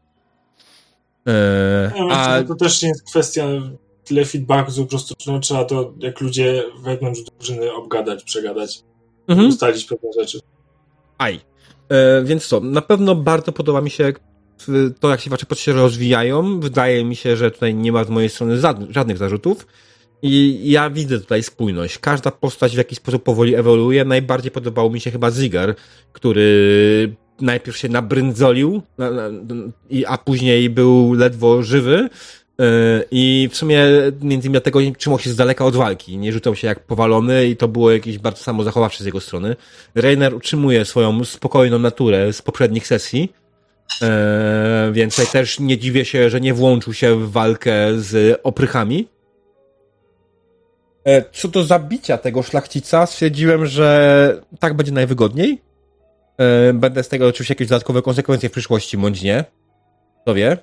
Eee, No, a a... To też nie jest kwestia tyle feedbacku, co po prostu no, trzeba to, jak ludzie wewnątrz drużyny, obgadać, przegadać, mhm. ustalić pewne rzeczy. Aj. Eee, więc co, na pewno bardzo podoba mi się to, jak się wasze postacie rozwijają. Wydaje mi się, że tutaj nie ma z mojej strony żadnych zarzutów. I ja widzę tutaj spójność. Każda postać w jakiś sposób powoli ewoluuje. Najbardziej podobał mi się chyba Zigar, który najpierw się nabryndzolił, a później był ledwo żywy. I w sumie między innymi dlatego trzymał się z daleka od walki. Nie rzucał się jak powalony i to było jakieś bardzo samozachowawcze z jego strony. Reiner utrzymuje swoją spokojną naturę z poprzednich sesji. Więc tutaj też nie dziwię się, że nie włączył się w walkę z oprychami. Co do zabicia tego szlachcica, stwierdziłem, że tak będzie najwygodniej. Będę z tego oczywiście jakieś dodatkowe konsekwencje w przyszłości, bądź nie. Kto wie.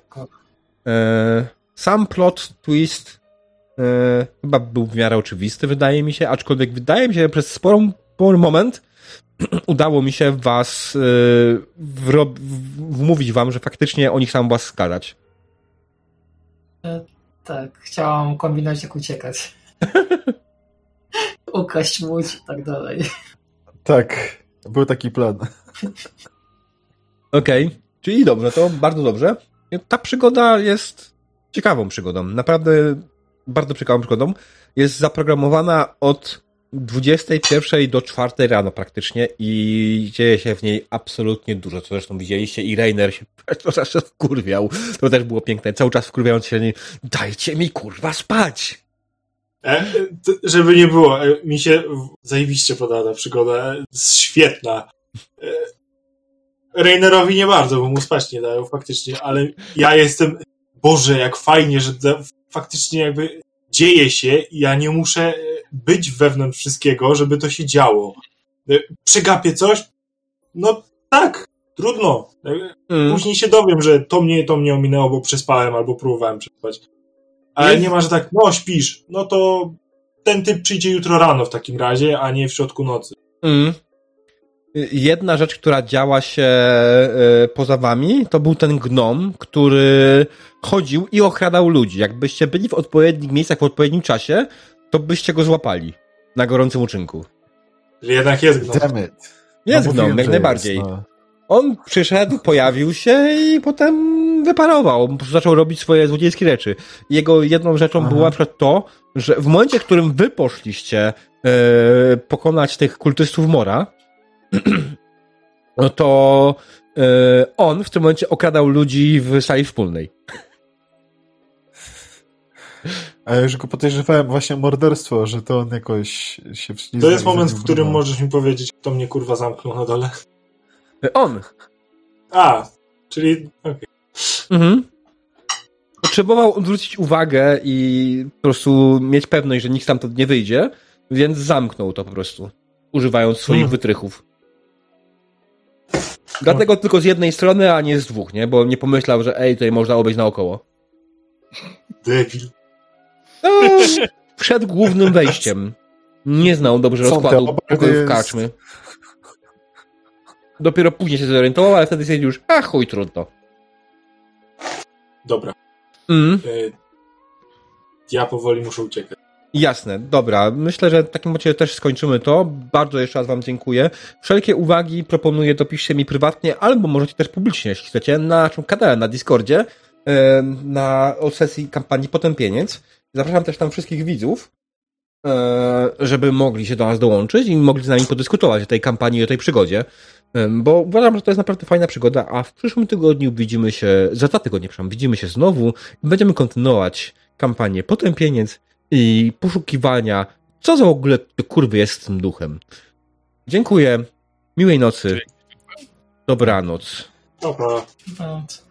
Sam plot twist chyba był w miarę oczywisty, wydaje mi się, aczkolwiek wydaje mi się, że przez sporą, spory moment udało mi się was wro- wmówić wam, że faktycznie oni chcą was skazać. e, tak, chciałam kombinować, jak uciekać. Ukraść łódź i tak dalej. Tak, był taki plan. Okej, okay. Czyli dobrze, to bardzo dobrze. Ta przygoda jest ciekawą przygodą, naprawdę bardzo ciekawą przygodą. Jest zaprogramowana od dwudziestej pierwszej do czwartej rano praktycznie i dzieje się w niej absolutnie dużo, co zresztą widzieliście i Rainer się to zawsze wkurwiał. To też było piękne. Cały czas wkurwiając się, dajcie mi kurwa spać! E, to, żeby nie było, e, mi się zajebiście podoba ta przygoda. Świetna. E, Rainerowi nie bardzo, bo mu spać nie dają faktycznie, ale ja jestem, Boże, jak fajnie, że da, faktycznie jakby dzieje się i ja nie muszę być wewnątrz wszystkiego, żeby to się działo. Przegapię coś? No tak, trudno. Mm. Później się dowiem, że to mnie, to mnie ominęło, bo przespałem albo próbowałem przespać. Ale nie, nie ma, że tak, no śpisz, no to ten typ przyjdzie jutro rano w takim razie, a nie w środku nocy. Mm. Jedna rzecz, która działa się poza wami, to był ten gnom, który chodził i okradał ludzi. Jakbyście byli w odpowiednich miejscach w odpowiednim czasie, to byście go złapali na gorącym uczynku. Jednak jest gnom. Jest no, gnom, jak najbardziej. Jest, no. On przyszedł, pojawił się i potem wyparował. Po prostu zaczął robić swoje złodziejskie rzeczy. Jego jedną rzeczą Aha. było na przykład to, że w momencie, w którym wy poszliście e, pokonać tych kultystów Mora, no to e, on w tym momencie okradał ludzi w sali wspólnej. A ja już go podejrzewałem właśnie o morderstwo, że to on jakoś się wślizga. To jest moment, w którym możesz mi powiedzieć, kto mnie kurwa zamknął na dole. On. A, czyli okej. Okay. Mhm. Potrzebował odwrócić uwagę i po prostu mieć pewność, że nikt stamtąd nie wyjdzie, więc zamknął to po prostu, używając swoich hmm. wytrychów. Dlatego no. tylko z jednej strony, a nie z dwóch, nie? Bo nie pomyślał, że ej, tutaj można obejść naokoło. Debil. No, przed głównym wejściem. Nie znał dobrze Są rozkładu pokojów karczmy. Dopiero później się zorientował, ale wtedy stwierdził już, a chuj, trudno. Dobra. Mm. Y- ja powoli muszę uciekać. Jasne, dobra. Myślę, że w takim razie też skończymy to. Bardzo jeszcze raz wam dziękuję. Wszelkie uwagi proponuję, dopiszcie mi prywatnie, albo możecie też publicznie, jeśli chcecie, na naszym kanale na Discordzie, na o sesji kampanii Potępieniec. Zapraszam też tam wszystkich widzów, żeby mogli się do nas dołączyć i mogli z nami podyskutować o tej kampanii, o tej przygodzie, bo uważam, że to jest naprawdę fajna przygoda, a w przyszłym tygodniu widzimy się, za dwa tygodnie, przepraszam, widzimy się znowu i będziemy kontynuować kampanię Potępieniec i poszukiwania, co za w ogóle do kurwy jest z tym duchem. Dziękuję, miłej nocy, dobranoc. Dobra. Dobranoc.